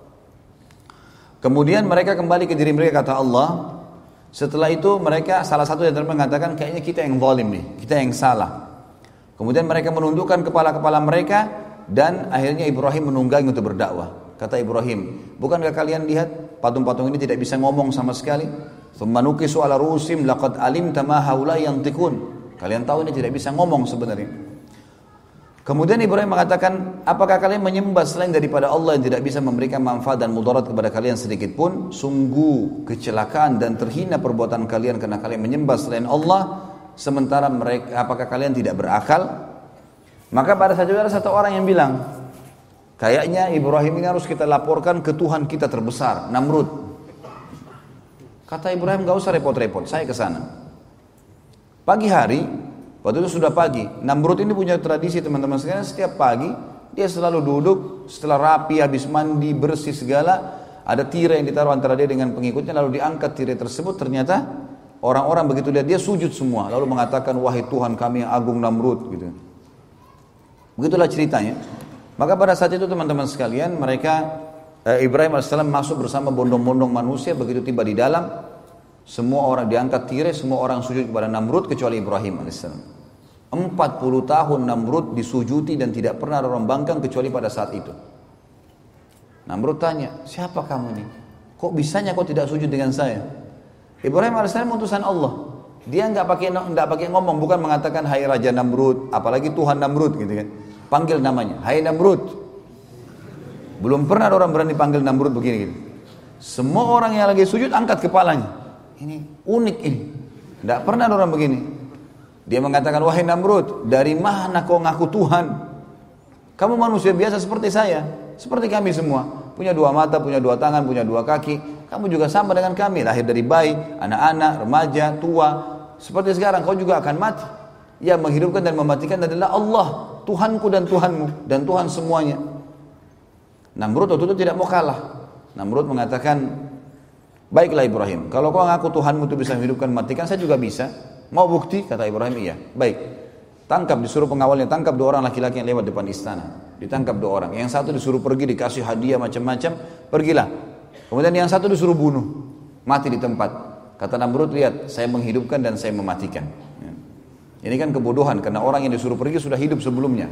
Kemudian mereka kembali ke diri mereka, kata Allah. Setelah itu mereka, salah satu yang mengatakan, kayaknya kita yang zalim nih, kita yang salah. Kemudian mereka menundukkan kepala-kepala mereka, dan akhirnya Ibrahim menunggangi untuk berdakwah. Kata Ibrahim, bukankah kalian lihat patung-patung ini tidak bisa ngomong sama sekali? Tsumma nukisu ala rusim laqad alimta ma haula yantiqun. Kalian tahu ini tidak bisa ngomong sebenarnya. Kemudian Ibrahim mengatakan, apakah kalian menyembah selain daripada Allah yang tidak bisa memberikan manfaat dan mudarat kepada kalian sedikit pun? Sungguh kecelakaan dan terhina perbuatan kalian karena kalian menyembah selain Allah, sementara mereka, apakah kalian tidak berakal? Maka pada saat itu ada satu orang yang bilang, kayaknya Ibrahim ini harus kita laporkan ke Tuhan kita terbesar, Namrud. Kata Ibrahim, gak usah repot-repot, saya ke sana. Pagi hari, waktu itu sudah pagi. Namrud ini punya tradisi teman-teman sekalian, setiap pagi dia selalu duduk, setelah rapi, habis mandi, bersih segala, ada tirai yang ditaruh antara dia dengan pengikutnya, lalu diangkat tirai tersebut. Ternyata orang-orang begitu lihat dia sujud semua, lalu mengatakan, wahai Tuhan kami yang agung Namrud, gitu. Begitulah ceritanya. Maka pada saat itu teman-teman sekalian, Ibrahim AS masuk bersama bondong-bondong manusia. Begitu tiba di dalam, semua orang diangkat tirai, semua orang sujud kepada Namrud kecuali Ibrahim AS. 40 tahun Namrud disujuti dan tidak pernah ada orang bangkang kecuali pada saat itu. Namrud tanya, siapa kamu ini? Kok bisanya kau tidak sujud dengan saya? Ibrahim AS utusan Allah. Dia nggak pakai ngomong, bukan mengatakan hai Raja Namrud, apalagi Tuhan Namrud, gitu kan. Panggil namanya, hai Namrud. Belum pernah ada orang berani panggil Namrud begini gitu. Semua orang yang lagi sujud angkat kepalanya. Ini unik ini. Tidak pernah ada orang begini. Dia mengatakan, wahai Namrud, dari mana kau ngaku Tuhan? Kamu manusia biasa seperti saya, seperti kami semua. Punya dua mata, punya dua tangan, punya dua kaki. Kamu juga sama dengan kami, lahir dari bayi, anak-anak, remaja, tua. Seperti sekarang kau juga akan mati. Yang menghidupkan dan mematikan adalah Allah, Tuhanku dan Tuhanmu, dan Tuhan semuanya. Namrud waktu itu tidak mau kalah. Namrud mengatakan, baiklah Ibrahim, kalau kau ngaku Tuhanmu itu bisa menghidupkan, mematikan, saya juga bisa. Mau bukti? Kata Ibrahim, iya. Baik. Tangkap, disuruh pengawalnya, tangkap 2 orang laki-laki yang lewat depan istana. Ditangkap 2 orang. Yang satu disuruh pergi, dikasih hadiah macam-macam, pergilah. Kemudian yang satu disuruh bunuh, mati di tempat. Kata Namrud, lihat, saya menghidupkan dan saya mematikan. Ini kan kebodohan, karena orang yang disuruh pergi sudah hidup sebelumnya.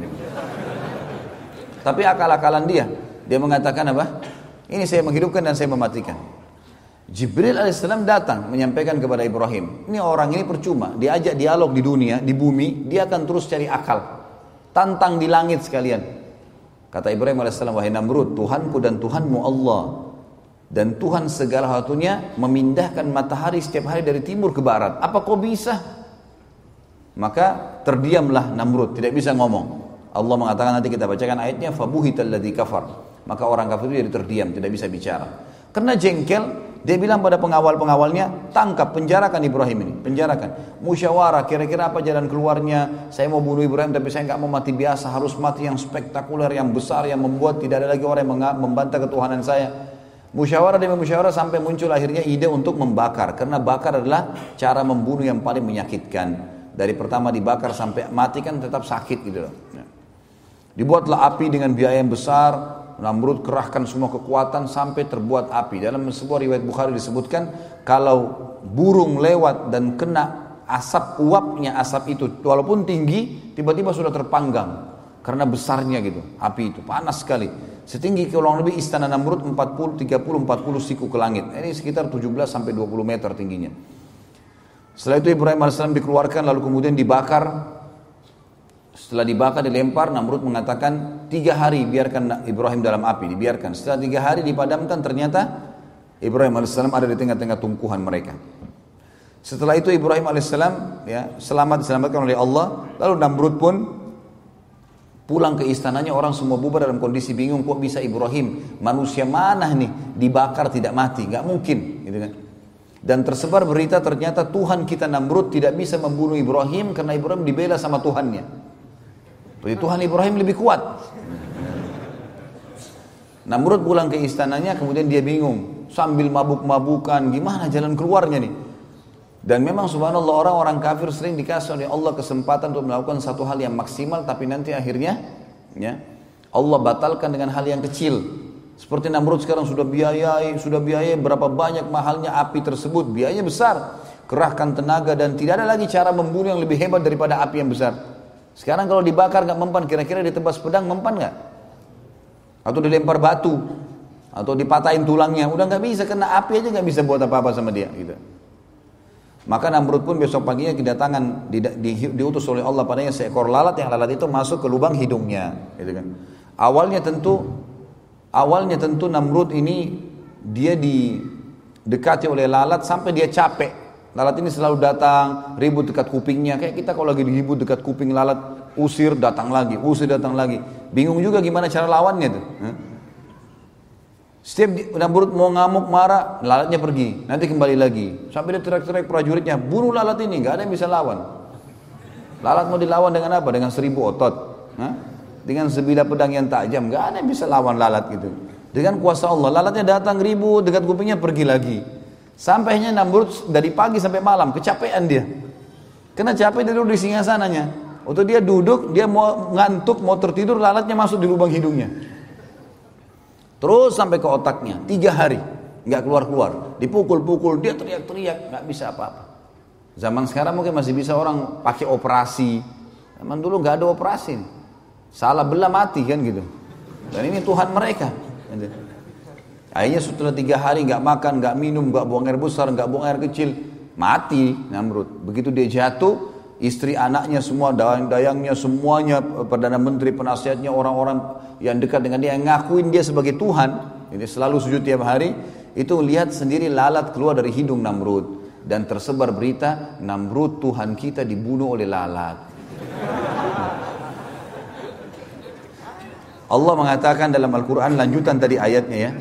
Tapi akal-akalan dia mengatakan apa? Ini saya menghidupkan dan saya mematikan. Jibril alaihissalam datang menyampaikan kepada Ibrahim, ini orang ini percuma, diajak dialog di dunia, di bumi, dia akan terus cari akal. Tantang di langit sekalian. Kata Ibrahim alaihissalam, wahai Namrud, Tuhanku dan Tuhanmu Allah. Dan Tuhan segala satunya memindahkan matahari setiap hari dari timur ke barat. Apa kau bisa? Maka terdiamlah Namrud, tidak bisa ngomong. Allah mengatakan, nanti kita bacakan ayatnya, fabuhital ladzi kafar. Maka orang kafir itu jadi terdiam, tidak bisa bicara. Karena jengkel, dia bilang pada pengawal-pengawalnya, tangkap, penjarakan Ibrahim ini, penjarakan. Musyawarah, kira-kira apa jalan keluarnya? Saya mau bunuh Ibrahim, tapi saya nggak mau mati biasa, harus mati yang spektakuler, yang besar, yang membuat tidak ada lagi orang yang membantah ketuhanan saya. Musyawarah demi musyawarah sampai muncul akhirnya ide untuk membakar, karena bakar adalah cara membunuh yang paling menyakitkan. Dari pertama dibakar sampai mati kan tetap sakit gitu loh. Dibuatlah api dengan biaya yang besar. Namrud kerahkan semua kekuatan sampai terbuat api. Dalam sebuah riwayat Bukhari disebutkan, kalau burung lewat dan kena asap, uapnya asap itu walaupun tinggi, tiba-tiba sudah terpanggang karena besarnya gitu. Api itu panas sekali, setinggi kurang lebih istana Namrud 30-40 siku ke langit. Ini sekitar 17-20 meter tingginya. Setelah itu Ibrahim AS dikeluarkan, lalu kemudian dibakar. Setelah dibakar, dilempar, Namrud mengatakan 3 hari biarkan Ibrahim dalam api, dibiarkan. Setelah 3 hari dipadamkan, ternyata Ibrahim AS ada di tengah-tengah tumpuhan mereka. Setelah itu Ibrahim AS diselamatkan oleh Allah. Lalu Namrud pun pulang ke istananya, orang semua bubar dalam kondisi bingung, kok bisa Ibrahim, manusia mana nih dibakar tidak mati, nggak mungkin gitu kan. Dan tersebar berita ternyata Tuhan kita Namrud tidak bisa membunuh Ibrahim karena Ibrahim dibela sama Tuhannya. Jadi Tuhan Ibrahim lebih kuat. Namrud pulang ke istananya, kemudian dia bingung, sambil mabuk-mabukan, gimana jalan keluarnya nih. Dan memang subhanallah, orang-orang kafir sering dikasih oleh Allah kesempatan untuk melakukan satu hal yang maksimal, tapi nanti akhirnya ya, Allah batalkan dengan hal yang kecil. Seperti Namrud sekarang sudah biayai berapa banyak mahalnya api tersebut, biayanya besar, kerahkan tenaga dan tidak ada lagi cara membunuh yang lebih hebat daripada api yang besar. Sekarang kalau dibakar nggak mempan, kira-kira ditebas pedang mempan nggak? Atau dilempar batu, atau dipatahin tulangnya, udah nggak bisa, karena api aja nggak bisa buat apa-apa sama dia. Gitu. Maka Namrud pun besok paginya kedatangan, diutus oleh Allah padanya seekor lalat, yang lalat itu masuk ke lubang hidungnya. Gitu kan. Awalnya tentu Namrud ini dia didekati oleh lalat sampai dia capek. Lalat ini selalu datang, ribut dekat kupingnya. Kayak kita kalau lagi ribut dekat kuping lalat, usir datang lagi. Bingung juga gimana cara lawannya tuh. Setiap Namrud mau ngamuk marah, lalatnya pergi. Nanti kembali lagi. Sampai dia teriak-teriak prajuritnya, bunuh lalat ini, nggak ada yang bisa lawan. Lalat mau dilawan dengan apa? Dengan 1000 otot. Dengan sebilah pedang yang tajam, nggak ada yang bisa lawan lalat gitu. Dengan kuasa Allah, lalatnya datang ribut dekat kupingnya, pergi lagi. Sampainya Namrud dari pagi sampai malam, kecapean dia. Kena capek dia duduk di singgasananya. Waktu dia duduk, dia mau ngantuk, mau tertidur, lalatnya masuk di lubang hidungnya. Terus sampai ke otaknya, 3 hari, nggak keluar-keluar. Dipukul-pukul, dia teriak-teriak, nggak bisa apa-apa. Zaman sekarang mungkin masih bisa orang pakai operasi. Zaman dulu nggak ada operasi. Salah belah mati kan gitu. Dan ini Tuhan mereka. Akhirnya setelah 3 hari nggak makan, nggak minum, nggak buang air besar, nggak buang air kecil, mati Namrud. Begitu dia jatuh, istri anaknya semua, dayang-dayangnya semuanya, perdana menteri, penasihatnya, orang-orang yang dekat dengan dia, yang ngakuin dia sebagai Tuhan, ini selalu sujud tiap hari, itu lihat sendiri lalat keluar dari hidung Namrud. Dan tersebar berita, Namrud Tuhan kita dibunuh oleh lalat. Allah mengatakan dalam Al-Quran, lanjutan tadi ayatnya ya.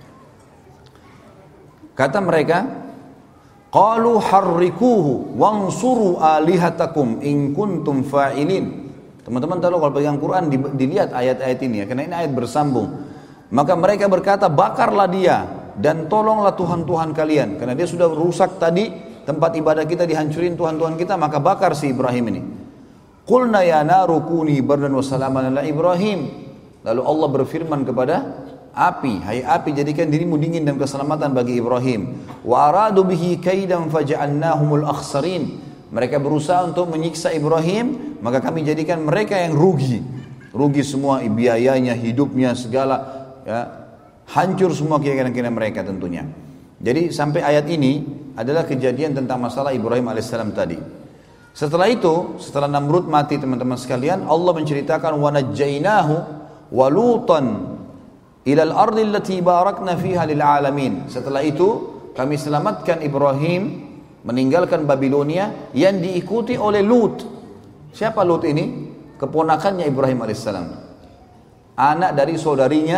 Kata mereka, qalu harrikuhu wansuru alihatakum in kuntum fa'ilin. Teman-teman tahu kalau pegang Quran dilihat ayat-ayat ini ya, karena ini ayat bersambung. Maka mereka berkata, bakarlah dia dan tolonglah Tuhan-Tuhan kalian, karena dia sudah rusak tadi tempat ibadah kita, dihancurin Tuhan-Tuhan kita, maka bakar si Ibrahim ini. Qulna ya naru kuni bardan wa salaman ala Ibrahim. Lalu Allah berfirman kepada api, hai api, jadikan dirimu dingin dan keselamatan bagi Ibrahim. Wa aradu bihi kaidan faja'alnahumul akhsarin. Mereka berusaha untuk menyiksa Ibrahim, maka kami jadikan mereka yang rugi semua, biayanya, hidupnya, segala ya, hancur semua keyakinan mereka tentunya. Jadi sampai ayat ini adalah kejadian tentang masalah Ibrahim alaihissalam tadi. Setelah itu, setelah Namrud mati teman-teman sekalian, Allah menceritakan wa najjainahu wa lutan ilal ardi allati barakna fiha lil alamin. Setelah itu kami selamatkan Ibrahim meninggalkan Babilonia yang diikuti oleh Lut. Siapa Lut ini? Keponakannya Ibrahim alaihissalam, anak dari saudarinya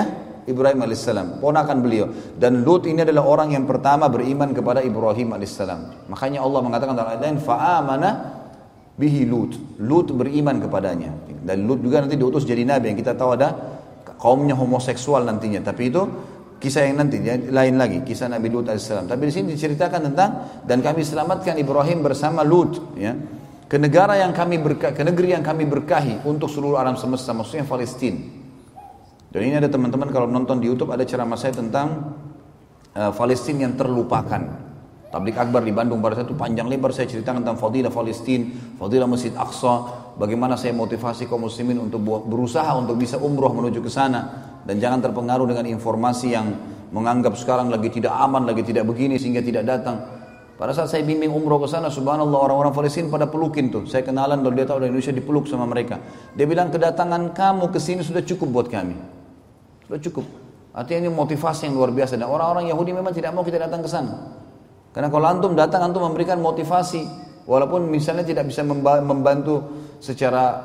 Ibrahim alaihissalam, ponakan beliau. Dan Lut ini adalah orang yang pertama beriman kepada Ibrahim alaihissalam. Makanya Allah mengatakan dalam ayat lain, fa'amana bihi Lut. Lut beriman kepadanya. Dan Lut juga nanti diutus jadi nabi, yang kita tahu ada kaumnya homoseksual nantinya. Tapi itu kisah yang nanti lain lagi, kisah Nabi Lut alaihissalam. Tapi di sini diceritakan tentang dan kami selamatkan Ibrahim bersama Lut, ya, ke negara yang kami ke negeri yang kami berkahi untuk seluruh alam semesta, maksudnya Palestina. Dan ini ada teman-teman kalau nonton di YouTube ada ceramah saya tentang Palestina yang terlupakan. Tablik Akbar di Bandung pada saat itu panjang lebar saya ceritakan tentang fadilah Palestina, fadilah Masjid Aqsa, bagaimana saya motivasi kaum muslimin untuk berusaha untuk bisa umroh menuju ke sana dan jangan terpengaruh dengan informasi yang menganggap sekarang lagi tidak aman, lagi tidak begini sehingga tidak datang. Pada saat saya bimbing umroh ke sana, subhanallah orang-orang Palestina pada pelukin tuh. Saya kenalan lalu dia tahu dari Indonesia dipeluk sama mereka. Dia bilang kedatangan kamu ke sini sudah cukup buat kami. Sudah cukup. Artinya ini motivasi yang luar biasa. Dan orang-orang Yahudi memang tidak mau kita datang ke sana. Karena kalau antum datang, antum memberikan motivasi. Walaupun misalnya tidak bisa membantu secara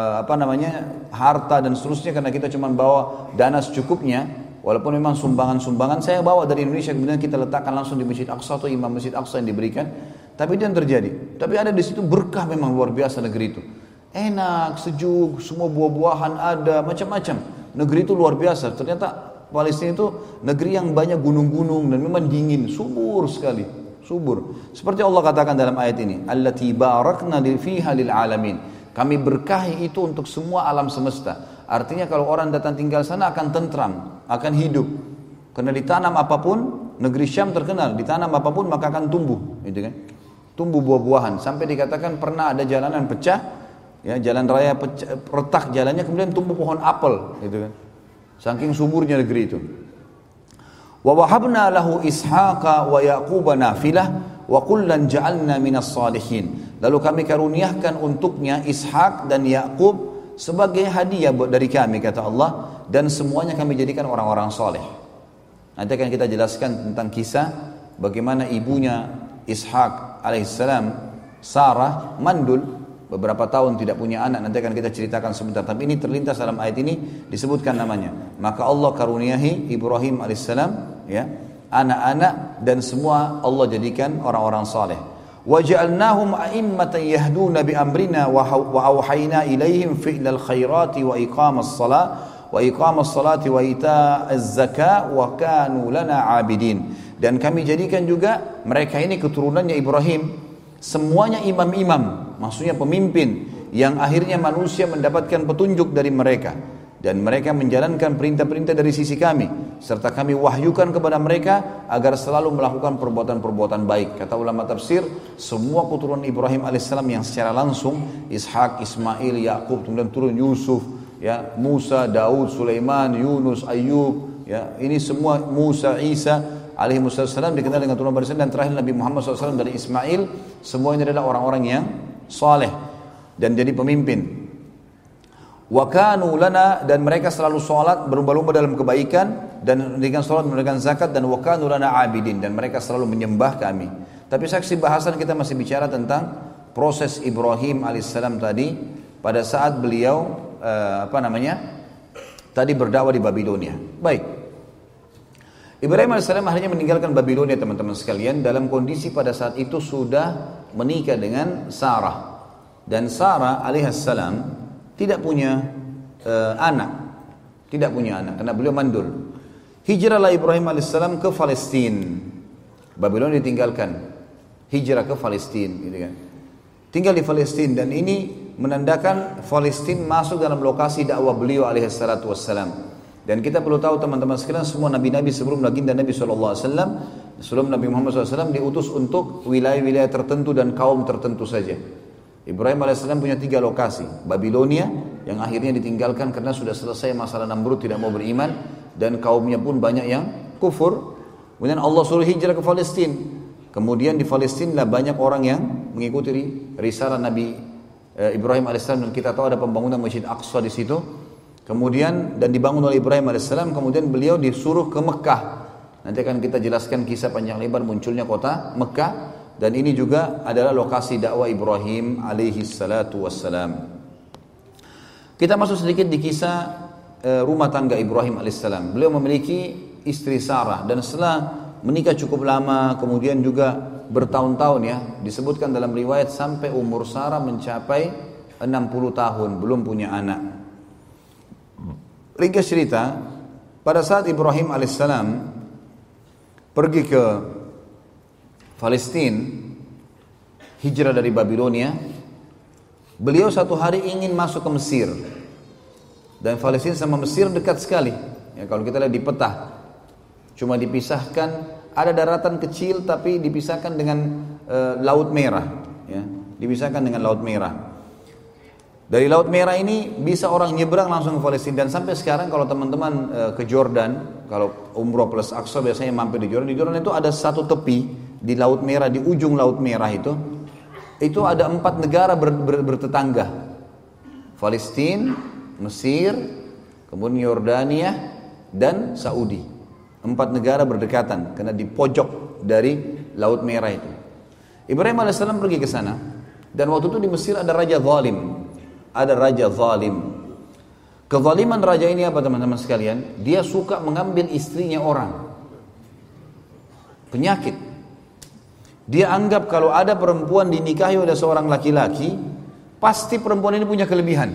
harta dan seterusnya karena kita cuma bawa dana secukupnya. Walaupun memang sumbangan-sumbangan saya bawa dari Indonesia kemudian kita letakkan langsung di Masjid Aqsa atau Imam Masjid Aqsa yang diberikan. Tapi itu yang terjadi. Tapi ada di situ berkah memang luar biasa negeri itu. Enak, sejuk, semua buah-buahan ada, macam-macam. Negeri itu luar biasa. Ternyata Palestina itu negeri yang banyak gunung-gunung dan memang dingin, subur sekali. Subur. Seperti Allah katakan dalam ayat ini, allati barakna fiha lil alamin. Kami berkahi itu untuk semua alam semesta. Artinya kalau orang datang tinggal sana akan tentram, akan hidup. Karena ditanam apapun, negeri Syam terkenal, ditanam apapun maka akan tumbuh, gitu kan? Tumbuh buah-buahan. Sampai dikatakan pernah ada jalanan pecah, ya jalan raya pecah, retak jalannya kemudian tumbuh pohon apel, gitu kan? Saking suburnya negeri itu. Wa wahabna lahu Ishaqa wa Yaquba nafilah wa kullan ja'alna minas salihin. Lalu kami karuniakan untuknya Ishak dan Yakub sebagai hadiah buat dari kami, kata Allah, dan semuanya kami jadikan orang-orang soleh. Nanti akan kita jelaskan tentang kisah bagaimana ibunya Ishak alaihissalam, Sarah, mandul beberapa tahun tidak punya anak. Nanti akan kita ceritakan sebentar. Tapi ini terlintas dalam ayat ini disebutkan namanya. Maka Allah karuniahi Ibrahim alaihissalam, ya, anak-anak dan semua Allah jadikan orang-orang soleh. وَجَعَلْنَاهُمْ أَئِمَّةً يَهْدُونَ بِأَمْرِنَا وَأَوْحَيْنَا إِلَيْهِمْ فِعْلَ الْخَيْرَاتِ وَإِقَامَ الصَّلَاةِ وَإِيتَاءَ الزَّكَاةِ وَكَانُوا لَنَا عَابِدِينَ. Dan kami jadikan juga mereka ini keturunannya Ibrahim semuanya imam-imam, maksudnya pemimpin yang akhirnya manusia mendapatkan petunjuk dari mereka. Dan mereka menjalankan perintah-perintah dari sisi kami. Serta kami wahyukan kepada mereka agar selalu melakukan perbuatan-perbuatan baik. Kata ulama tafsir, semua keturunan Ibrahim alaihissalam yang secara langsung, Ishak, Ismail, Yakub, kemudian turun Yusuf, ya, Musa, Daud, Sulaiman, Yunus, Ayub, ya, ini semua Musa, Isa alaihi wassalam dikenal dengan turunan barisan, dan terakhir Nabi Muhammad SAW dari Ismail. Semua ini adalah orang-orang yang saleh dan jadi pemimpin. Wa kanu lana, dan mereka selalu salat berlomba-lomba dalam kebaikan dan dengan salat memberikan zakat, dan wa kanu lana abidin, dan mereka selalu menyembah kami. Tapi saksi bahasan kita masih bicara tentang proses Ibrahim alaihissalam tadi pada saat beliau tadi berdakwah di Babilonia. Baik. Ibrahim alaihissalam akhirnya meninggalkan Babilonia, teman-teman sekalian, dalam kondisi pada saat itu sudah menikah dengan Sarah. Dan Sarah alaihissalam tidak punya anak, karena beliau mandul. Hijrahlah Ibrahim alaihissalam ke Palestina. Babilonia ditinggalkan, hijrah ke Palestina, gitu kan. Tinggal di Palestina, dan ini menandakan Palestina masuk dalam lokasi dakwah beliau alaihissalatu wassalam. Dan kita perlu tahu teman-teman sekalian, semua nabi-nabi sebelum baginda Nabi SAW, sebelum Nabi Muhammad SAW diutus untuk wilayah-wilayah tertentu dan kaum tertentu saja. Ibrahim AS punya 3 lokasi. Babilonia yang akhirnya ditinggalkan karena sudah selesai masalah Namrud tidak mau beriman, dan kaumnya pun banyak yang kufur. Kemudian Allah suruh hijrah ke Palestina. Kemudian di Palestina banyak orang yang mengikuti risalah Nabi Ibrahim AS, dan kita tahu ada pembangunan Masjid Aqsa di situ. Kemudian dan dibangun oleh Ibrahim AS. Kemudian beliau disuruh ke Mekah. Nanti akan kita jelaskan kisah panjang lebar munculnya kota Mekah. Dan ini juga adalah lokasi dakwah Ibrahim alaihi salatu wassalam. Kita masuk sedikit di kisah rumah tangga Ibrahim alaihissalam. Beliau memiliki istri Sarah, dan setelah menikah cukup lama, kemudian juga bertahun-tahun ya, disebutkan dalam riwayat sampai umur Sarah mencapai 60 tahun, belum punya anak. Ringkas cerita, pada saat Ibrahim alaihissalam pergi ke Palestina, hijrah dari Babilonia, beliau satu hari ingin masuk ke Mesir. Dan Palestina sama Mesir dekat sekali. Ya, kalau kita lihat di peta, cuma dipisahkan, ada daratan kecil tapi dipisahkan dengan Laut Merah. Ya, dipisahkan dengan Laut Merah. Dari Laut Merah ini bisa orang nyebrang langsung ke Palestina. Dan sampai sekarang kalau teman-teman ke Jordan, kalau umroh plus Aqsa biasanya mampir di Jordan. Di Jordan itu ada satu tepi di Laut Merah, di ujung Laut Merah itu ada 4 negara bertetangga. Palestina, Mesir, kemudian Yordania, dan Saudi. 4 negara berdekatan karena di pojok dari Laut Merah itu. Ibrahim alaihissalam pergi ke sana, dan waktu itu di Mesir ada raja zalim. Ada raja zalim. Kezaliman raja ini apa teman-teman sekalian? Dia suka mengambil istrinya orang. Penyakit. Dia anggap kalau ada perempuan dinikahi oleh seorang laki-laki, pasti perempuan ini punya kelebihan.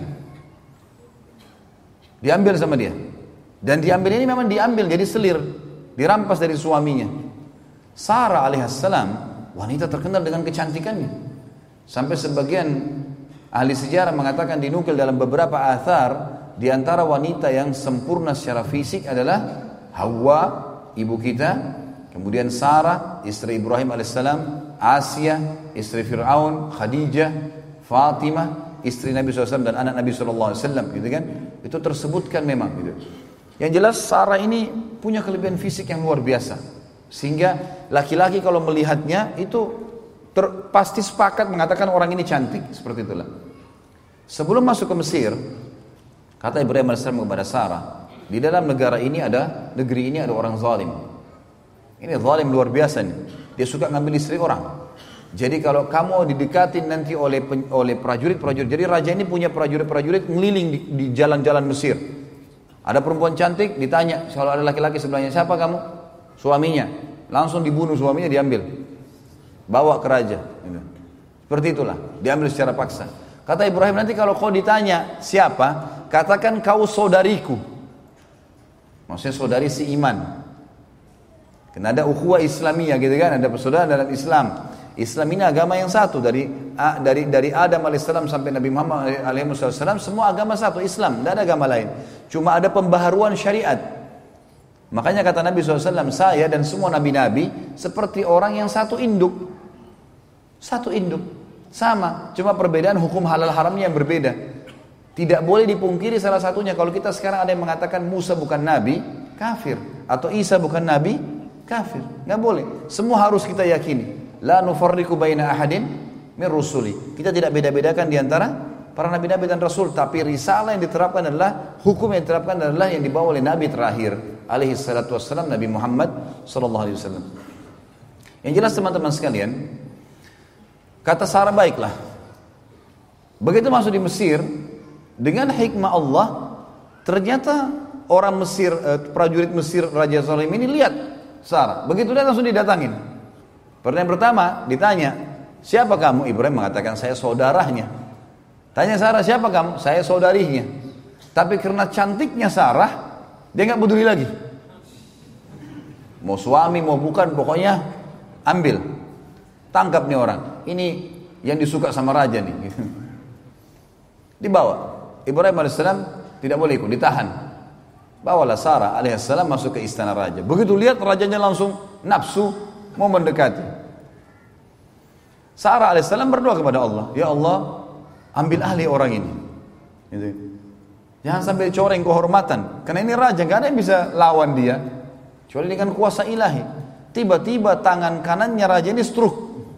Diambil sama dia. Dan diambil ini memang diambil jadi selir, dirampas dari suaminya. Sarah alaihissalam wanita terkenal dengan kecantikannya. Sampai sebagian ahli sejarah mengatakan, dinukil dalam beberapa athar, di antara wanita yang sempurna secara fisik adalah Hawa, ibu kita, kemudian Sarah, istri Ibrahim alaihissalam, Asia, istri Fir'aun, Khadijah, Fatimah, istri Nabi SAW dan anak Nabi SAW, gitu kan? Itu tersebutkan memang gitu. Yang jelas Sarah ini punya kelebihan fisik yang luar biasa, sehingga laki-laki kalau melihatnya itu pasti sepakat mengatakan orang ini cantik, seperti itulah. Sebelum masuk ke Mesir, kata Ibrahim AS kepada Sarah, di dalam negeri ini ada orang zalim. Ini zalim luar biasa nih. Dia suka ngambil istri orang. Jadi kalau kamu didekatin nanti oleh prajurit-prajurit. Jadi raja ini punya prajurit-prajurit ngeliling di jalan-jalan Mesir. Ada perempuan cantik, ditanya kalau ada laki-laki sebelahnya, siapa kamu? Suaminya. Langsung dibunuh suaminya, diambil, bawa ke raja. Seperti itulah, diambil secara paksa. Kata Ibrahim, nanti kalau kau ditanya siapa, katakan kau saudariku. Maksudnya saudari si iman. Karena ada ukhuwah Islamiyah gitu kan, ada persaudaraan dalam Islam. Islam ini agama yang satu, dari Adam alaihissalam sampai Nabi Muhammad alaihissalam, semua agama satu, Islam, tidak ada agama lain. Cuma ada pembaharuan syariat. Makanya kata Nabi SAW, saya dan semua nabi-nabi seperti orang yang satu induk. Satu induk, sama, cuma perbedaan hukum halal haramnya yang berbeda. Tidak boleh dipungkiri salah satunya. Kalau kita sekarang ada yang mengatakan Musa bukan nabi, kafir. Atau Isa bukan nabi, kafir. Nggak boleh, semua harus kita yakini. La nufarriqu baina ahadin min rusuli. Kita tidak beda-bedakan di antara para nabi-nabi dan rasul, tapi risalah yang diterapkan adalah, hukum yang diterapkan adalah yang dibawa oleh nabi terakhir alaihi salatu wassalam, Nabi Muhammad sallallahu alaihi wasallam. Yang jelas teman-teman sekalian, kata Sarah, baiklah. Begitu masuk di Mesir, dengan hikmah Allah, ternyata orang Mesir, prajurit Mesir Raja Salim ini lihat Sarah. Begitu dia langsung didatangin. Pertanyaan pertama ditanya, siapa kamu? Ibrahim mengatakan, saya saudaranya. Tanya Sarah, siapa kamu? Saya saudarinya. Tapi karena cantiknya Sarah, dia nggak peduli lagi. Mau suami mau bukan, pokoknya ambil, tangkap nih orang. Ini yang disuka sama raja nih. Dibawa. Ibrahim alaihissalam tidak boleh ikut, ditahan. Bawalah Sarah alaihissalam masuk ke istana raja. Begitu lihat rajanya langsung nafsu mau mendekati. Sarah alaihissalam berdoa kepada Allah, ya Allah, ambil alih orang ini. Gitu. Jangan sampai coreng kehormatan, karena ini raja, gak ada yang bisa lawan dia, kecuali dengan kuasa ilahi. Tiba-tiba tangan kanannya raja ini stroke,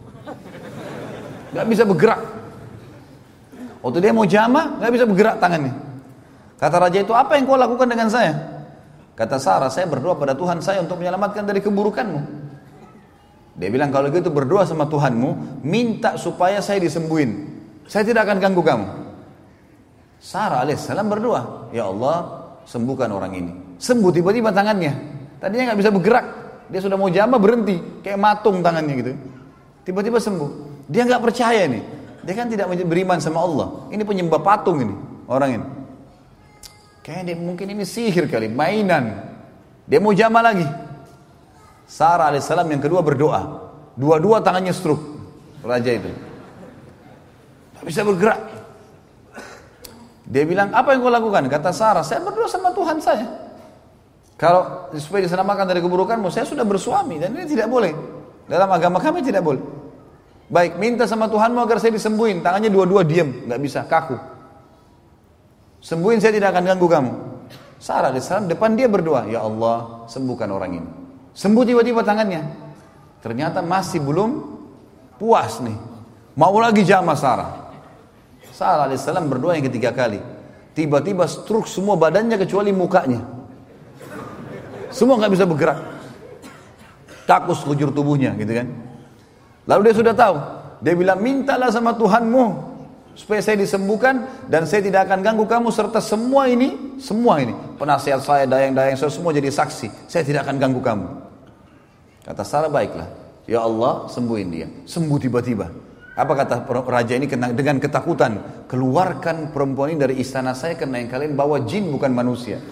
gak bisa bergerak. Waktu dia mau jamah, gak bisa bergerak tangannya. Kata raja itu, apa yang kau lakukan dengan saya? Kata Sarah, saya berdoa pada Tuhan saya untuk menyelamatkan dari keburukanmu. Dia bilang, kalau gitu berdoa sama Tuhanmu, minta supaya saya disembuhin. Saya tidak akan ganggu kamu. Sarah alaihissalam berdoa, ya Allah, sembuhkan orang ini. Sembuh tiba-tiba tangannya. Tadinya nggak bisa bergerak. Dia sudah mau jamah berhenti, kayak matung tangannya gitu. Tiba-tiba sembuh. Dia nggak percaya nih. Dia kan tidak beriman sama Allah. Ini penyembah patung ini orang ini. Kayaknya mungkin ini sihir kali, mainan. Dia mau jamah lagi. Sarah alaihissalam yang kedua berdoa. Dua-dua tangannya stroke. Raja itu. Tak bisa bergerak. Dia bilang, apa yang kau lakukan? Kata Sarah, saya berdoa sama Tuhan saya. Kalau supaya diselamatkan dari keburukanmu, saya sudah bersuami dan ini tidak boleh. Dalam agama kami tidak boleh. Baik, minta sama Tuhanmu agar saya disembuhin. Tangannya dua-dua diam, nggak bisa, kaku. Sembuhin, saya tidak akan ganggu kamu. Sarah alaihissalam depan dia berdoa, ya Allah, sembuhkan orang ini. Sembuh tiba-tiba tangannya. Ternyata masih belum puas nih. Mau lagi jamah Sarah. Sarah alaihissalam berdoa yang ketiga kali. Tiba-tiba stroke semua badannya kecuali mukanya. Semua nggak bisa bergerak. Kaku sekujur tubuhnya gitu kan. Lalu dia sudah tahu. Dia bilang, mintalah sama Tuhanmu supaya saya disembuhkan dan saya tidak akan ganggu kamu serta semua ini penasihat saya, dayang-dayang saya semua jadi saksi. Saya tidak akan ganggu kamu. Kata Sarah, baiklah. Ya Allah, sembuhin dia. Sembuh tiba-tiba. Apa kata raja ini dengan ketakutan? Keluarkan perempuan ini dari istana saya karena yang kalian bawa jin bukan manusia.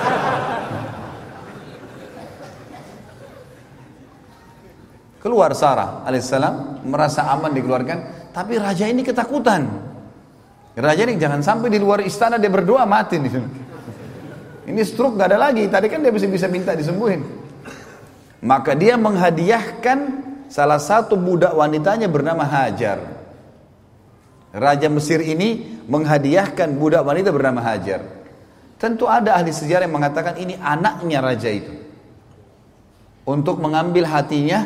Keluar Sarah alaihissalam merasa aman dikeluarkan, tapi raja ini ketakutan. Raja ini jangan sampai di luar istana dia berdoa mati nih. Ini stroke gak ada lagi. Tadi kan dia bisa minta disembuhin. Maka dia menghadiahkan salah satu budak wanitanya bernama Hajar. Raja Mesir ini menghadiahkan budak wanita bernama Hajar. Tentu ada ahli sejarah yang mengatakan ini anaknya raja itu. Untuk mengambil hatinya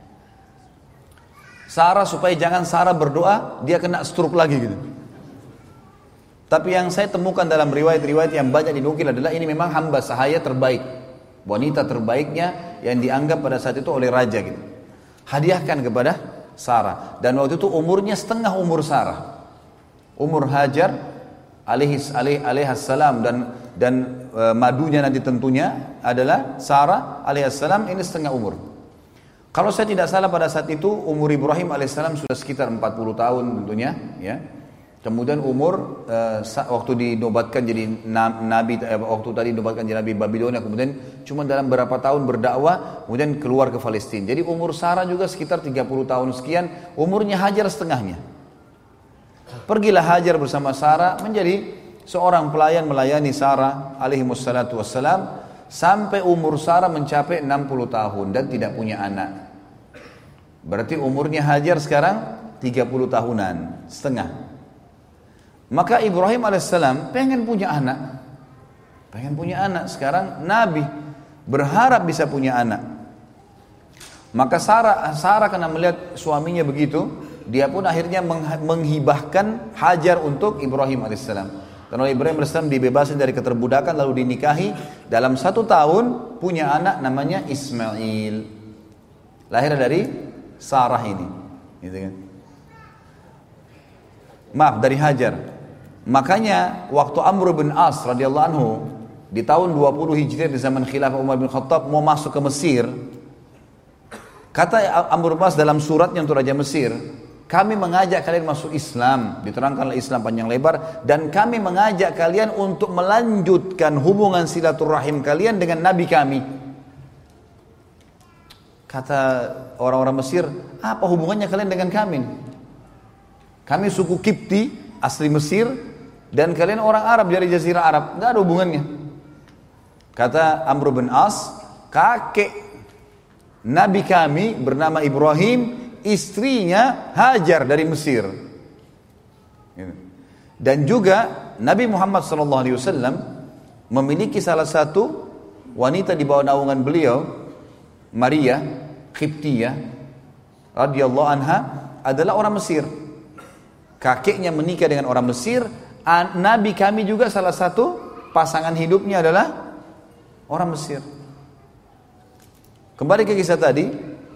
Sarah supaya jangan Sarah berdoa dia kena stroke lagi gitu. Tapi yang saya temukan dalam riwayat-riwayat yang banyak dinukil adalah ini memang hamba sahaya terbaik. Wanita terbaiknya yang dianggap pada saat itu oleh raja gitu. Hadiahkan kepada Sarah. Dan waktu itu umurnya setengah umur Sarah. Umur Hajar alaihissalam dan madunya nanti tentunya adalah Sarah alaihissalam ini setengah umur. Kalau saya tidak salah pada saat itu umur Ibrahim alaihissalam sudah sekitar 40 tahun tentunya ya. Kemudian umur waktu dinobatkan jadi nabi waktu tadi dinobatkan jadi nabi Babilonia, kemudian cuma dalam beberapa tahun berdakwah kemudian keluar ke Palestina. Jadi umur Sarah juga sekitar 30 tahun sekian, umurnya Hajar setengahnya. Pergilah Hajar bersama Sarah menjadi seorang pelayan melayani Sarah alaihi wassalatu wassalam sampai umur Sarah mencapai 60 tahun dan tidak punya anak. Berarti umurnya Hajar sekarang 30 tahunan setengah. Maka Ibrahim alaihissalam pengen punya anak. Sekarang Nabi berharap bisa punya anak. Maka Sarah karena melihat suaminya begitu, dia pun akhirnya menghibahkan Hajar untuk Ibrahim alaihissalam. Karena Ibrahim alaihissalam dibebaskan dari keterbudakan lalu dinikahi. Dalam 1 tahun punya anak namanya Ismail. Lahir dari Sarah ini. Gitu kan? Maaf, dari Hajar. Makanya waktu Amr bin As radhiyallahu anhu di tahun 20 Hijriah di zaman khilafah Umar bin Khattab mau masuk ke Mesir, kata Amr bin As dalam suratnya untuk Raja Mesir, kami mengajak kalian masuk Islam, diterangkanlah Islam panjang lebar, dan kami mengajak kalian untuk melanjutkan hubungan silaturahim kalian dengan Nabi kami. Kata orang-orang Mesir, apa hubungannya kalian dengan kami? Kami suku Kipti asli Mesir dan kalian orang Arab dari Jazirah Arab, nggak ada hubungannya. Kata Amr bin As, kakek Nabi kami bernama Ibrahim, istrinya Hajar dari Mesir. Dan juga Nabi Muhammad SAW memiliki salah satu wanita di bawah naungan beliau, Maria Qibtiyah radhiyallahu anha, adalah orang Mesir. Kakeknya menikah dengan orang Mesir. Nabi kami juga salah satu pasangan hidupnya adalah orang Mesir. Kembali ke kisah tadi,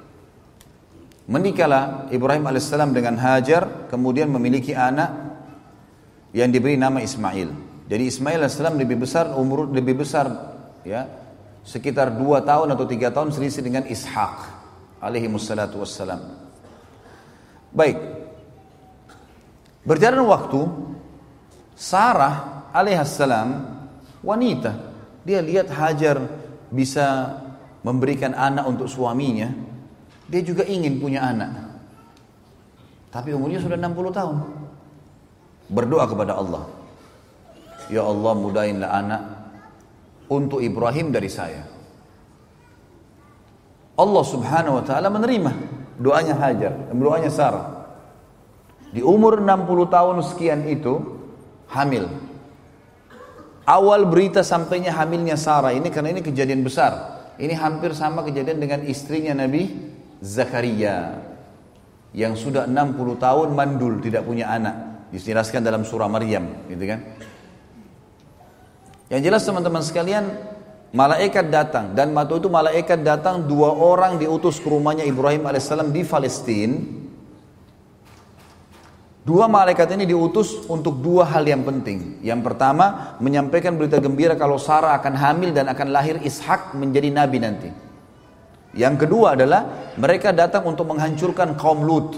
menikahlah Ibrahim alaihissalam dengan Hajar, kemudian memiliki anak yang diberi nama Ismail. Jadi Ismail AS lebih besar ya, sekitar 2 tahun atau 3 tahun selisih dengan Ishak alaihi wassalatu wassalam. Baik. Berjalan waktu, Sarah alaihissalam wanita, dia lihat Hajar bisa memberikan anak untuk suaminya, dia juga ingin punya anak. Tapi umurnya sudah 60 tahun. Berdoa kepada Allah, ya Allah mudahinlah anak untuk Ibrahim dari saya. Allah subhanahu wa ta'ala menerima doanya Hajar, doanya Sarah. Di umur 60 tahun sekian itu hamil. Awal berita sampainya hamilnya Sarah ini, karena ini kejadian besar. Ini hampir sama kejadian dengan istrinya Nabi Zakaria yang sudah 60 tahun mandul, tidak punya anak. Dijelaskan dalam surah Maryam, gitu kan? Yang jelas teman-teman sekalian, malaikat datang, dan waktu itu malaikat datang 2 orang diutus ke rumahnya Ibrahim alaihissalam di Palestina. 2 malaikat ini diutus untuk 2 hal yang penting. Yang pertama, menyampaikan berita gembira kalau Sarah akan hamil dan akan lahir Ishak menjadi nabi nanti. Yang kedua adalah mereka datang untuk menghancurkan kaum Lut.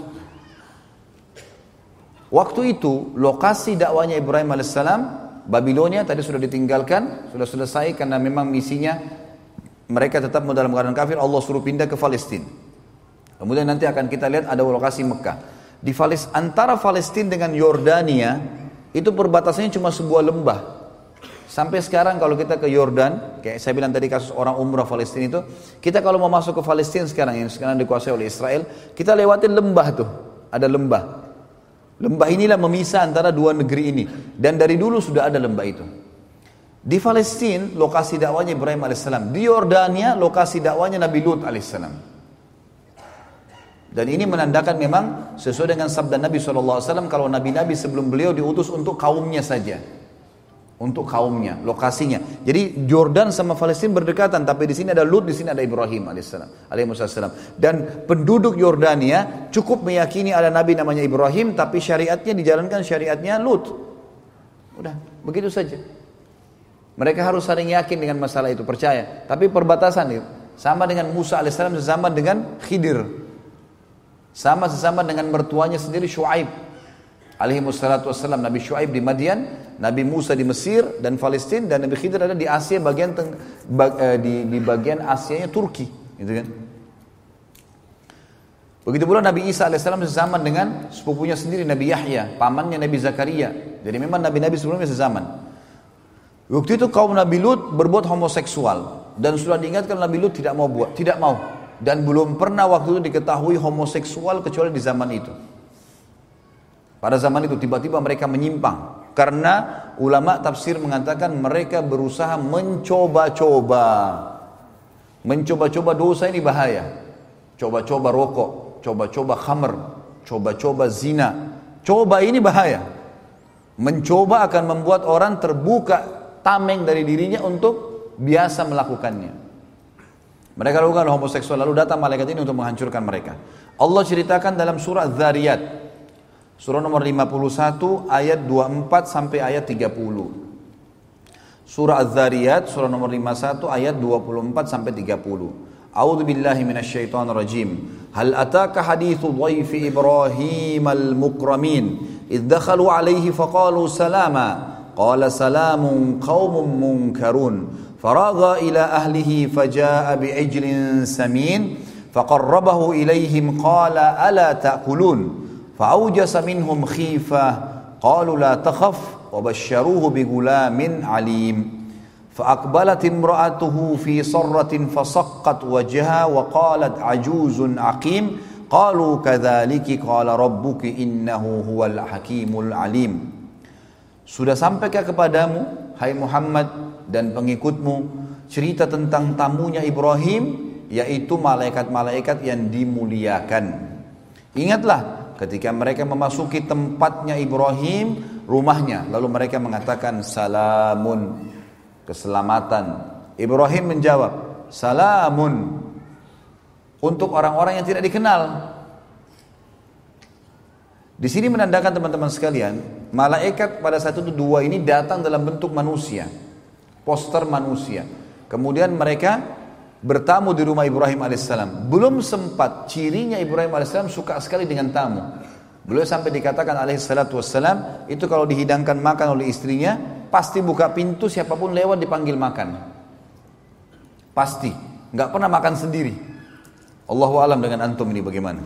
Waktu itu lokasi dakwanya Ibrahim alaihissalam, Babilonia tadi sudah ditinggalkan, sudah selesai karena memang misinya mereka tetap dalam keadaan kafir. Allah suruh pindah ke Palestina. Kemudian nanti akan kita lihat ada lokasi Mekah. Di antara Palestina dengan Yordania itu perbatasannya cuma sebuah lembah. Sampai sekarang kalau kita ke Yordan, kayak saya bilang tadi kasus orang umrah Palestina itu, kita kalau mau masuk ke Palestina sekarang yang sekarang dikuasai oleh Israel, kita lewatin lembah tuh, ada lembah. Lembah inilah memisah antara 2 negeri ini, dan dari dulu sudah ada lembah itu. Di Palestina lokasi dakwanya Ibrahim alaihissalam, di Yordania lokasi dakwanya Nabi Lut alaihissalam. Dan ini menandakan memang sesuai dengan sabda Nabi SAW, kalau nabi-nabi sebelum beliau diutus untuk kaumnya saja. Untuk kaumnya, lokasinya. Jadi Jordan sama Palestina berdekatan, tapi di sini ada Lut, di sini ada Ibrahim alaihissalam. Dan penduduk Yordania cukup meyakini ada nabi namanya Ibrahim, tapi syariatnya dijalankan syariatnya Lut. Udah, begitu saja. Mereka harus saling yakin dengan masalah itu, percaya. Tapi perbatasan itu sama dengan Musa alaihissalam, sesama dengan Khidir. Sama dengan mertuanya sendiri Syuaib alaihi wassalatu wassalam. Nabi Syuaib di Madian, Nabi Musa di Mesir dan Palestina, dan Nabi Khidir ada di Asia bagian di bagian Asianya Turki, gitu kan. Begitu pula Nabi Isa alaihissalam sezaman dengan sepupunya sendiri Nabi Yahya, pamannya Nabi Zakaria. Jadi memang nabi-nabi sebelumnya sezaman. Waktu itu kaum Nabi Lut berbuat homoseksual, dan sudah diingatkan Nabi Lut tidak mau. Dan belum pernah waktu itu diketahui homoseksual kecuali di zaman itu. Pada zaman itu tiba-tiba mereka menyimpang. Karena ulama tafsir mengatakan mereka berusaha mencoba-coba. Mencoba-coba dosa ini bahaya. Coba-coba rokok, coba-coba khamr, coba-coba zina. Coba ini bahaya. Mencoba akan membuat orang terbuka tameng dari dirinya untuk biasa melakukannya. Mereka lakukan homoseksual, lalu datang malaikat ini untuk menghancurkan mereka. Allah ceritakan dalam surah Dzariyat, surah nomor 51 ayat 24 sampai ayat 30. Surah Dzariyat surah nomor 51 ayat 24 sampai 30. A'udzu billahi minasyaitonir rajim. Hal ataka haditsu dhaifi Ibrahim al-mukramin idh dakhalu alayhi faqalu salama qala salamun qaumun munkarun. فراغ إلى أهله فجاء بعجل سمين فقربه إليهم قال ألا تأكلون فأوجس منهم خيفة قالوا لا تخف وبشروه بغلام عليم فأقبلت امرأته في صرة فصقت وجهها وقالت عجوز عقيم قالوا كذلك قال ربك إنه هو الحكيم العليم. Sudah sampaikah kepadamu, hai Muhammad dan pengikutmu, cerita tentang tamunya Ibrahim, yaitu malaikat-malaikat yang dimuliakan. Ingatlah ketika mereka memasuki tempatnya Ibrahim, rumahnya, lalu mereka mengatakan salamun, keselamatan. Ibrahim menjawab salamun, untuk orang-orang yang tidak dikenal. Di sini menandakan teman-teman sekalian, malaikat pada saat itu dua ini datang dalam bentuk manusia, poster manusia. Kemudian mereka bertamu di rumah Ibrahim alaihissalam. Belum sempat, cirinya Ibrahim alaihissalam suka sekali dengan tamu. Beliau sampai dikatakan alaihissalatu wassalam, itu kalau dihidangkan makan oleh istrinya, pasti buka pintu, siapapun lewat dipanggil makan. Pasti, nggak pernah makan sendiri. Allahu alam dengan antum ini bagaimana.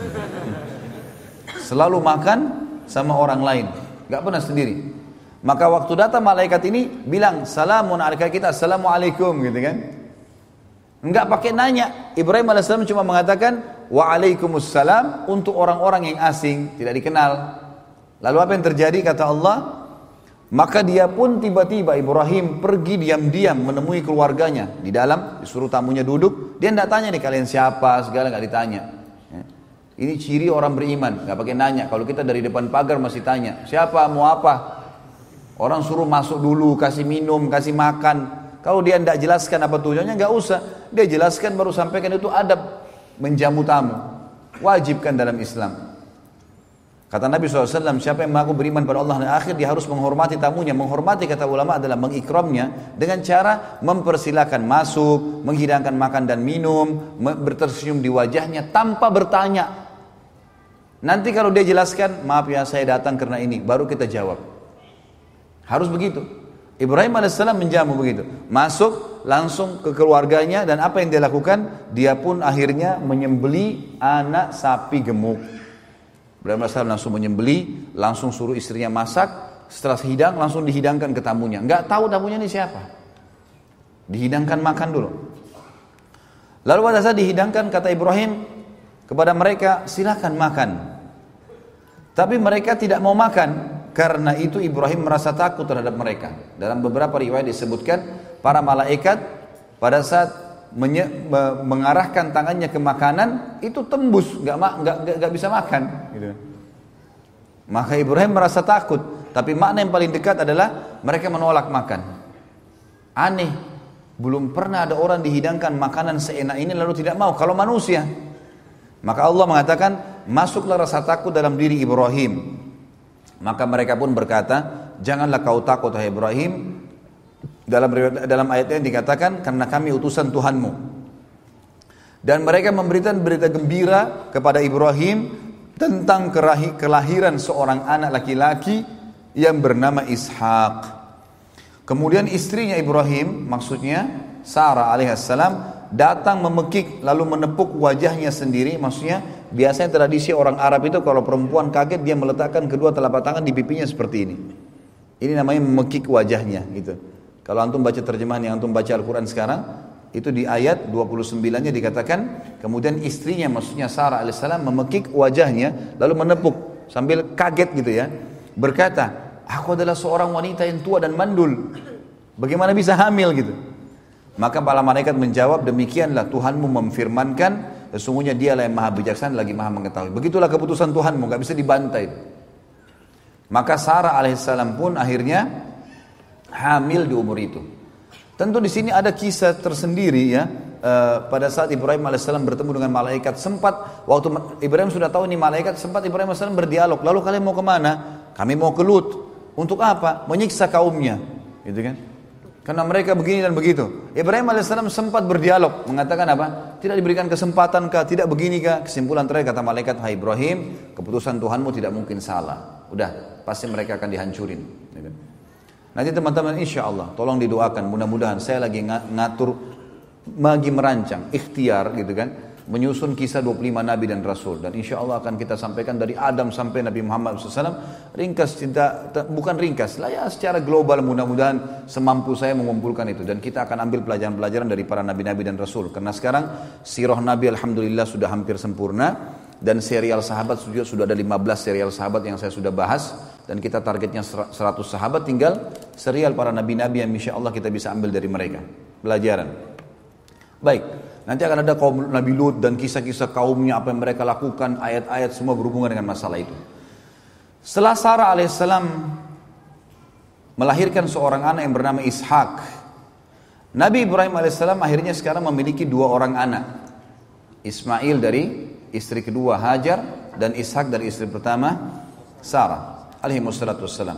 Selalu makan sama orang lain, nggak pernah sendiri. Maka waktu datang malaikat ini bilang salamun alaika, kita assalamualaikum gitu kan. Enggak pakai nanya. Ibrahim alaihissalam cuma mengatakan waalaikumsalam untuk orang-orang yang asing, tidak dikenal. Lalu apa yang terjadi kata Allah? Maka dia pun tiba-tiba Ibrahim pergi diam-diam menemui keluarganya di dalam, disuruh tamunya duduk. Dia tidak tanya nih kalian siapa, segala nggak ditanya. Ini ciri orang beriman, nggak pakai nanya. Kalau kita dari depan pagar masih tanya, siapa, mau apa? Orang suruh masuk dulu, kasih minum, kasih makan. Kalau dia tidak jelaskan apa tujuannya, nggak usah. Dia jelaskan baru sampaikan, itu adab menjamu tamu. Wajibkan dalam Islam. Kata Nabi SAW, siapa yang mengaku beriman pada Allah dan akhir, dia harus menghormati tamunya. Menghormati kata ulama adalah mengikramnya dengan cara mempersilakan masuk, menghidangkan makan dan minum, bertersenyum di wajahnya tanpa bertanya. Nanti kalau dia jelaskan, maaf ya saya datang karena ini, baru kita jawab. Harus begitu. Ibrahim AS menjamu begitu. Masuk langsung ke keluarganya dan apa yang dia lakukan? Dia pun akhirnya menyembeli anak sapi gemuk. Ibrahim AS langsung menyembeli, langsung suruh istrinya masak. Setelah hidang langsung dihidangkan ke tamunya. Enggak tahu tamunya ini siapa. Dihidangkan makan dulu. Lalu pada saat dihidangkan kata Ibrahim kepada mereka, silakan makan. Tapi mereka tidak mau makan. Karena itu Ibrahim merasa takut terhadap mereka. Dalam beberapa riwayat disebutkan para malaikat pada saat mengarahkan tangannya ke makanan itu tembus, nggak bisa makan. Gitu. Maka Ibrahim merasa takut. Tapi makna yang paling dekat adalah mereka menolak makan. Aneh, belum pernah ada orang dihidangkan makanan seenak ini lalu tidak mau. Kalau manusia, maka Allah mengatakan masuklah rasa takut dalam diri Ibrahim. Maka mereka pun berkata, janganlah kau takut hai Ibrahim. Dalam ayat ini dikatakan, karena kami utusan Tuhanmu. Dan mereka memberikan berita gembira kepada Ibrahim tentang kelahiran seorang anak laki-laki yang bernama Ishak. Kemudian istrinya Ibrahim, maksudnya Sarah alaihissalam, datang memekik lalu menepuk wajahnya sendiri. Maksudnya biasanya tradisi orang Arab itu kalau perempuan kaget dia meletakkan kedua telapak tangan di pipinya seperti ini. Ini namanya memekik wajahnya gitu. Kalau antum baca terjemahan yang antum baca Al-Quran sekarang, itu di ayat 29-nya dikatakan, kemudian istrinya maksudnya Sarah alaihissalam memekik wajahnya lalu menepuk sambil kaget gitu ya. Berkata, aku adalah seorang wanita yang tua dan mandul. Bagaimana bisa hamil gitu? Maka para malaikat menjawab, demikianlah Tuhanmu memfirmankan, sesungguhnya dialah yang maha bijaksana lagi maha mengetahui. Begitulah keputusan Tuhanmu, gak bisa dibantai. Maka Sarah alaihissalam pun akhirnya hamil di umur itu. Tentu di sini ada kisah tersendiri ya. Pada saat Ibrahim alaihissalam bertemu dengan malaikat, sempat waktu Ibrahim sudah tahu ini malaikat, sempat Ibrahim alaihissalam berdialog. Lalu kalian mau kemana? Kami mau ke Lut. Untuk apa? Menyiksa kaumnya, gitu kan? Karena mereka begini dan begitu. Ibrahim alaihissalam sempat berdialog, mengatakan apa? Tidak diberikan kesempatan kah? Tidak begini kah? Kesimpulan terakhir kata malaikat, hai Ibrahim, keputusan Tuhanmu tidak mungkin salah. Udah, pasti mereka akan dihancurin. Nanti teman-teman insya Allah, tolong didoakan. Mudah-mudahan saya lagi ngatur, lagi merancang, ikhtiar gitu kan, menyusun kisah 25 Nabi dan Rasul. Dan insya Allah akan kita sampaikan dari Adam sampai Nabi Muhammad SAW. Ringkas, bukan ringkas lah ya, secara global mudah-mudahan semampu saya mengumpulkan itu. Dan kita akan ambil pelajaran-pelajaran dari para Nabi-Nabi dan Rasul. Karena sekarang sirah Nabi Alhamdulillah sudah hampir sempurna. Dan serial sahabat sudah ada 15 serial sahabat yang saya sudah bahas. Dan kita targetnya 100 sahabat, tinggal serial para Nabi-Nabi yang insya Allah kita bisa ambil dari mereka. Pelajaran. Baik. Nanti akan ada kaum Nabi Lut dan kisah-kisah kaumnya, apa yang mereka lakukan, ayat-ayat semua berhubungan dengan masalah itu. Setelah Sarah alaihissalam melahirkan seorang anak yang bernama Ishak, Nabi Ibrahim alaihissalam akhirnya sekarang memiliki 2 orang anak. Ismail dari istri kedua Hajar, dan Ishak dari istri pertama Sarah alaihi wassalatu wassalam.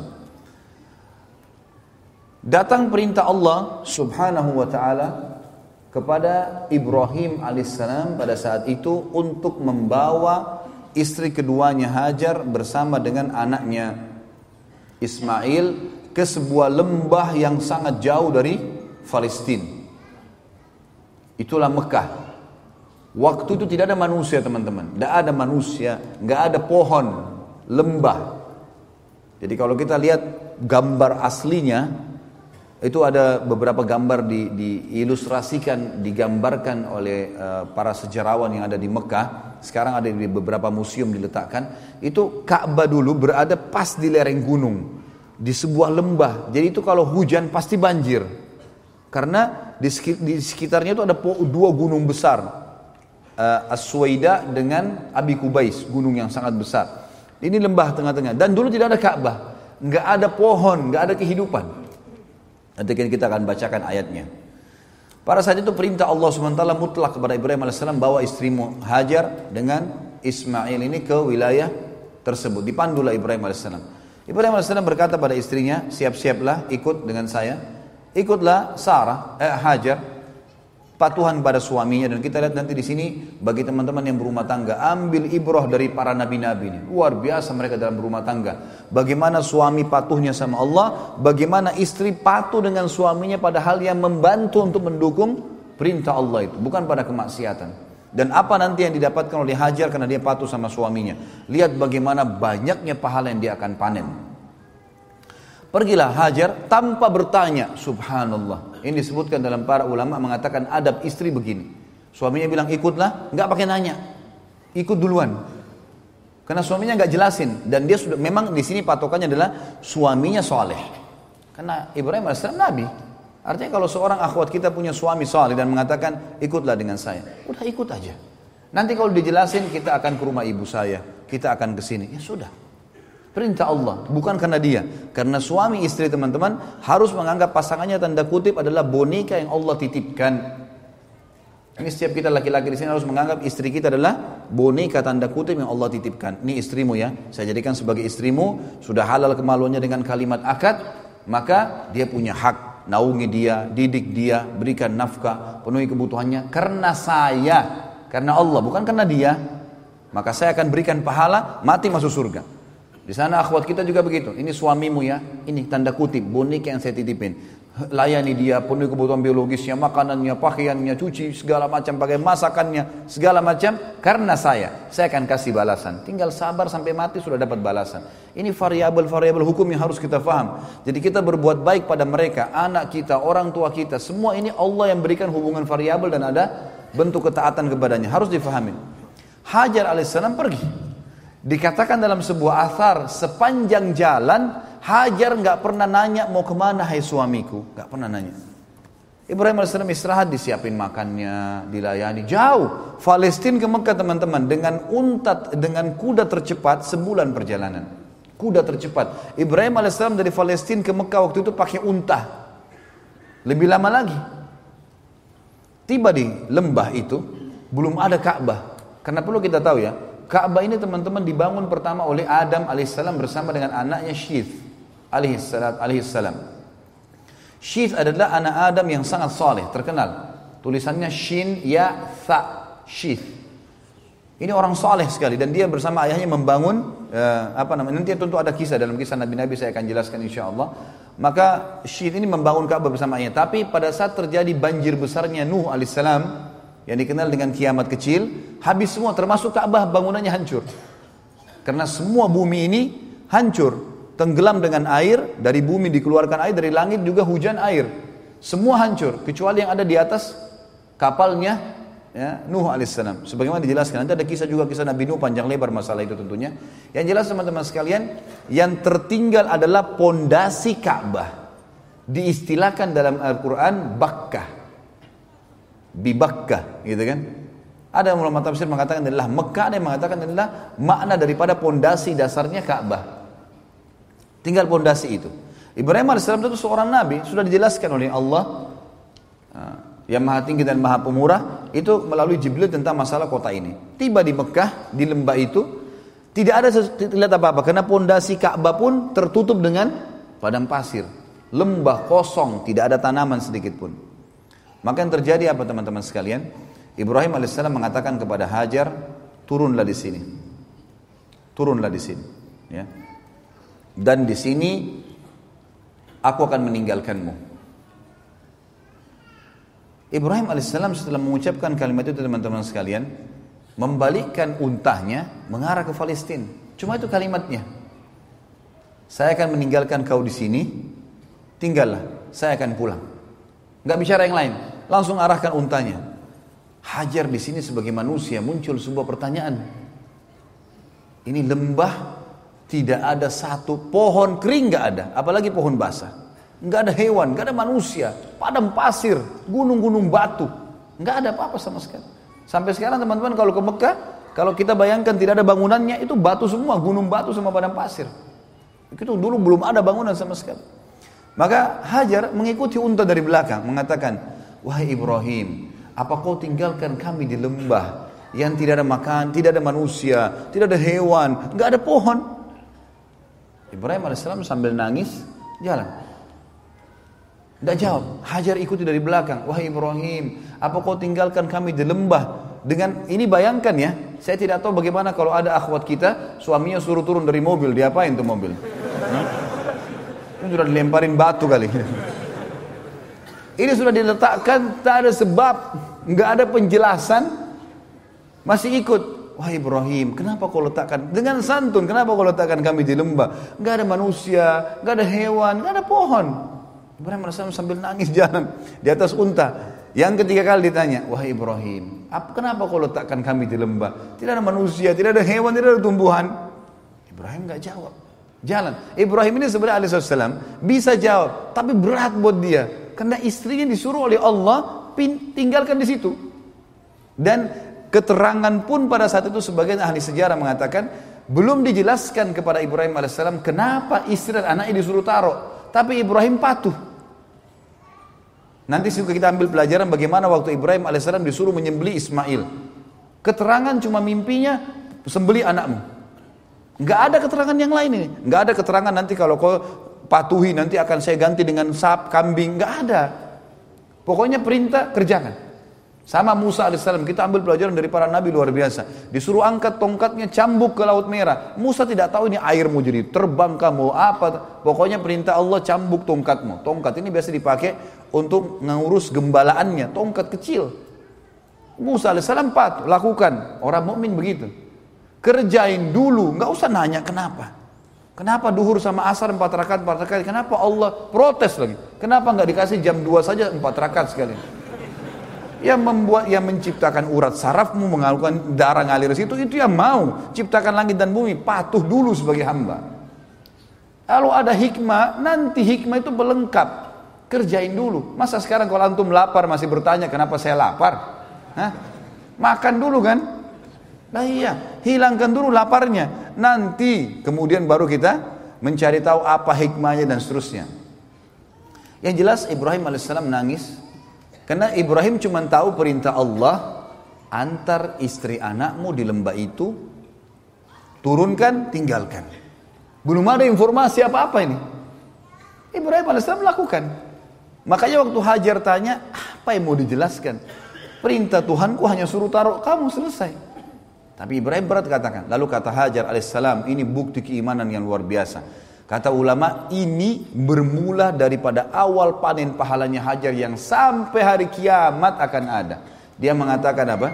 Datang perintah Allah subhanahu wa ta'ala kepada Ibrahim alaihissalam pada saat itu untuk membawa istri keduanya Hajar bersama dengan anaknya Ismail ke sebuah lembah yang sangat jauh dari Palestina. Itulah Mekah. Waktu itu tidak ada manusia teman-teman, tidak ada manusia, nggak ada pohon, lembah. Jadi kalau kita lihat gambar aslinya, itu ada beberapa gambar diilustrasikan, digambarkan oleh para sejarawan yang ada di Mekah. Sekarang ada di beberapa museum diletakkan. Itu Ka'bah dulu berada pas di lereng gunung, di sebuah lembah. Jadi itu kalau hujan pasti banjir, karena di sekitarnya itu ada dua gunung besar. As-Suwaida dengan Abi Kubais, gunung yang sangat besar. Ini lembah tengah-tengah dan dulu tidak ada Ka'bah, nggak ada pohon, nggak ada kehidupan. Nanti kita akan bacakan ayatnya. Pada saat itu perintah Allah SWT mutlak kepada Ibrahim AS, bawa istrimu Hajar dengan Ismail ini ke wilayah tersebut. Dipandulah Ibrahim AS. Ibrahim AS berkata pada istrinya, siap-siaplah ikut dengan saya. Ikutlah Hajar, patuhan pada suaminya. Dan kita lihat nanti di sini bagi teman-teman yang berumah tangga, ambil ibrah dari para nabi-nabi ini. Luar biasa mereka dalam berumah tangga. Bagaimana suami patuhnya sama Allah, bagaimana istri patuh dengan suaminya pada hal yang membantu untuk mendukung perintah Allah itu, bukan pada kemaksiatan. Dan apa nanti yang didapatkan oleh Hajar karena dia patuh sama suaminya. Lihat bagaimana banyaknya pahala yang dia akan panen. Pergilah Hajar tanpa bertanya, subhanallah. Ini disebutkan dalam para ulama mengatakan adab istri begini. Suaminya bilang ikutlah, nggak pakai nanya, ikut duluan. Karena suaminya nggak jelasin dan dia sudah memang di sini patokannya adalah suaminya soleh. Karena Ibrahim AS Nabi. Artinya kalau seorang akhwat kita punya suami soleh dan mengatakan ikutlah dengan saya, udah ikut aja. Nanti kalau dijelasin kita akan ke rumah ibu saya, kita akan ke sini, ya sudah. Perintah Allah, bukan karena dia. Karena suami istri teman-teman harus menganggap pasangannya tanda kutip adalah boneka yang Allah titipkan. Ini setiap kita laki-laki di sini harus menganggap istri kita adalah boneka tanda kutip yang Allah titipkan. Ini istrimu ya, saya jadikan sebagai istrimu, sudah halal kemaluannya dengan kalimat akad, maka dia punya hak, naungi dia, didik dia, berikan nafkah, penuhi kebutuhannya. Karena saya, karena Allah, bukan karena dia, maka saya akan berikan pahala, mati masuk surga. Di sana akhwat kita juga begitu. Ini suamimu ya, ini tanda kutip boneka yang saya titipin. Layani dia, penuhi kebutuhan biologisnya, makanannya, pakaiannya, cuci segala macam, pakai masakannya, segala macam. Karena saya akan kasih balasan. Tinggal sabar sampai mati sudah dapat balasan. Ini variabel-variabel hukum yang harus kita paham. Jadi kita berbuat baik pada mereka, anak kita, orang tua kita, semua ini Allah yang berikan hubungan variabel dan ada bentuk ketaatan kepadanya. Harus difahami. Hajar alaihissalam pergi. Dikatakan dalam sebuah athar, sepanjang jalan Hajar nggak pernah nanya mau kemana hai suamiku, nggak pernah nanya. Ibrahim AS istirahat, disiapin makannya, dilayani jauh. Palestina ke Mekah teman-teman dengan dengan kuda tercepat sebulan perjalanan. Kuda tercepat. Ibrahim AS dari Palestina ke Mekah waktu itu pakai unta. Lebih lama lagi. Tiba di lembah itu belum ada Ka'bah. Karena perlu kita tahu ya. Ka'bah ini teman-teman dibangun pertama oleh Adam alaihissalam bersama dengan anaknya Syith alaihissalam. Syith adalah anak Adam yang sangat saleh, terkenal. Tulisannya Shin Ya Tha, Syith. Ini orang saleh sekali dan dia bersama ayahnya membangun nanti tentu ada kisah dalam kisah Nabi-Nabi saya akan jelaskan insyaallah. Maka Syith ini membangun Ka'bah bersama ayahnya. Tapi pada saat terjadi banjir besarnya Nuh alaihissalam yang dikenal dengan kiamat kecil, habis semua termasuk Ka'bah bangunannya hancur. Karena semua bumi ini hancur, tenggelam dengan air, dari bumi dikeluarkan air, dari langit juga hujan air. Semua hancur, kecuali yang ada di atas kapalnya ya, Nuh alaihissalam. Sebagaimana dijelaskan, nanti ada kisah juga kisah Nabi Nuh panjang lebar masalah itu tentunya. Yang jelas teman-teman sekalian, yang tertinggal adalah pondasi Ka'bah. Diistilahkan dalam Al-Quran Bakkah. Bibakkah gitu kan. Ada ulama tafsir mengatakan adalah Mekah, ada yang mengatakan adalah makna daripada pondasi dasarnya Ka'bah. Tinggal pondasi itu. Ibrahim AS itu seorang nabi, sudah dijelaskan oleh Allah yang maha tinggi dan maha pemurah itu melalui Jibril tentang masalah kota ini. Tiba di Mekah, di lembah itu, Tidak ada lihat apa-apa, karena pondasi Ka'bah pun tertutup dengan padang pasir, lembah kosong, tidak ada tanaman sedikit pun. Maka yang terjadi apa teman-teman sekalian? Ibrahim alaihissalam mengatakan kepada Hajar, turunlah di sini, turunlah di sini, ya. Dan di sini aku akan meninggalkanmu. Ibrahim alaihissalam setelah mengucapkan kalimat itu teman-teman sekalian, membalikkan untahnya mengarah ke Palestina. Cuma itu kalimatnya. Saya akan meninggalkan kau di sini, tinggallah, saya akan pulang. Enggak bicara yang lain, langsung arahkan untahnya. Hajar di sini sebagai manusia muncul sebuah pertanyaan. Ini lembah, tidak ada satu pohon kering, enggak ada, apalagi pohon basah. Enggak ada hewan, enggak ada manusia, padang pasir, gunung-gunung batu, enggak ada apa-apa sama sekali. Sampai sekarang teman-teman kalau ke Mekah, kalau kita bayangkan tidak ada bangunannya, itu batu semua, gunung batu sama padang pasir. Itu dulu belum ada bangunan sama sekali. Maka Hajar mengikuti unta dari belakang, mengatakan, wahai Ibrahim, apa kau tinggalkan kami di lembah yang tidak ada makan, tidak ada manusia, tidak ada hewan, enggak ada pohon? Ibrahim alaihissalam sambil nangis jalan. Tidak jawab. Hajar ikuti dari belakang. Wahai Ibrahim, apa kau tinggalkan kami di lembah? Dengan ini bayangkan ya, saya tidak tahu bagaimana kalau ada akhwat kita, suaminya suruh turun dari mobil, diapain tuh mobil? Ini sudah dilemparin batu kali. Ini sudah diletakkan, tak ada sebab, nggak ada penjelasan, masih ikut. Wahai Ibrahim, kenapa kau letakkan dengan santun? Kenapa kau letakkan kami di lembah? Nggak ada manusia, nggak ada hewan, nggak ada pohon. Ibrahim AS sambil nangis jalan di atas unta. Yang ketiga kali ditanya, wahai Ibrahim, kenapa kau letakkan kami di lembah? Tidak ada manusia, tidak ada hewan, tidak ada tumbuhan. Ibrahim nggak jawab. Jalan. Ibrahim ini sebenarnya alaihissalam bisa jawab, tapi berat buat dia. Karena istrinya disuruh oleh Allah tinggalkan di situ. Dan keterangan pun pada saat itu sebagian ahli sejarah mengatakan belum dijelaskan kepada Ibrahim alaihissalam kenapa istri dan anaknya disuruh taruh, tapi Ibrahim patuh. Nanti kita ambil pelajaran bagaimana waktu Ibrahim alaihissalam disuruh menyembelih Ismail. Keterangan cuma mimpinya sembelih anakmu. Nggak ada keterangan yang lain ini. Nggak ada keterangan nanti kalau kau patuhi nanti akan saya ganti dengan kambing. Nggak ada. Pokoknya perintah kerjakan. Sama Musa alaihissalam, kita ambil pelajaran dari para nabi luar biasa. Disuruh angkat tongkatnya, cambuk ke Laut Merah. Musa tidak tahu ini air mau jadi terbang kamu apa. Pokoknya perintah Allah, cambuk tongkatmu. Tongkat ini biasa dipakai untuk mengurus gembalaannya, tongkat kecil. Musa alaihissalam patuh, lakukan. Orang mukmin begitu. Kerjain dulu, nggak usah nanya kenapa. Kenapa duhur sama asar 4 rakaat? Kenapa Allah protes lagi? Kenapa nggak dikasih jam 2 saja 4 rakaat sekali? Yang membuat, yang menciptakan urat sarafmu, mengalirkan darah ngalir situ, itu yang mau. Ciptakan langit dan bumi, patuh dulu sebagai hamba. Kalau ada hikmah, nanti hikmah itu pelengkap. Kerjain dulu. Masa sekarang kalau antum lapar masih bertanya kenapa saya lapar? Hah? Makan dulu kan? Nah iya, hilangkan dulu laparnya. Nanti kemudian baru kita mencari tahu apa hikmahnya dan seterusnya. Yang jelas Ibrahim alaihissalam nangis. Karena Ibrahim cuma tahu perintah Allah, antar istri anakmu di lembah itu, turunkan, tinggalkan. Belum ada informasi apa-apa ini. Ibrahim alaihissalam lakukan. Makanya waktu Hajar tanya, apa yang mau dijelaskan? Perintah Tuhanku hanya suruh taruh kamu, selesai. Tapi Ibrahim berat katakan. Lalu kata Hajar alaihissalam, ini bukti keimanan yang luar biasa. Kata ulama, ini bermula daripada awal panen pahalanya Hajar yang sampai hari kiamat akan ada. Dia mengatakan apa?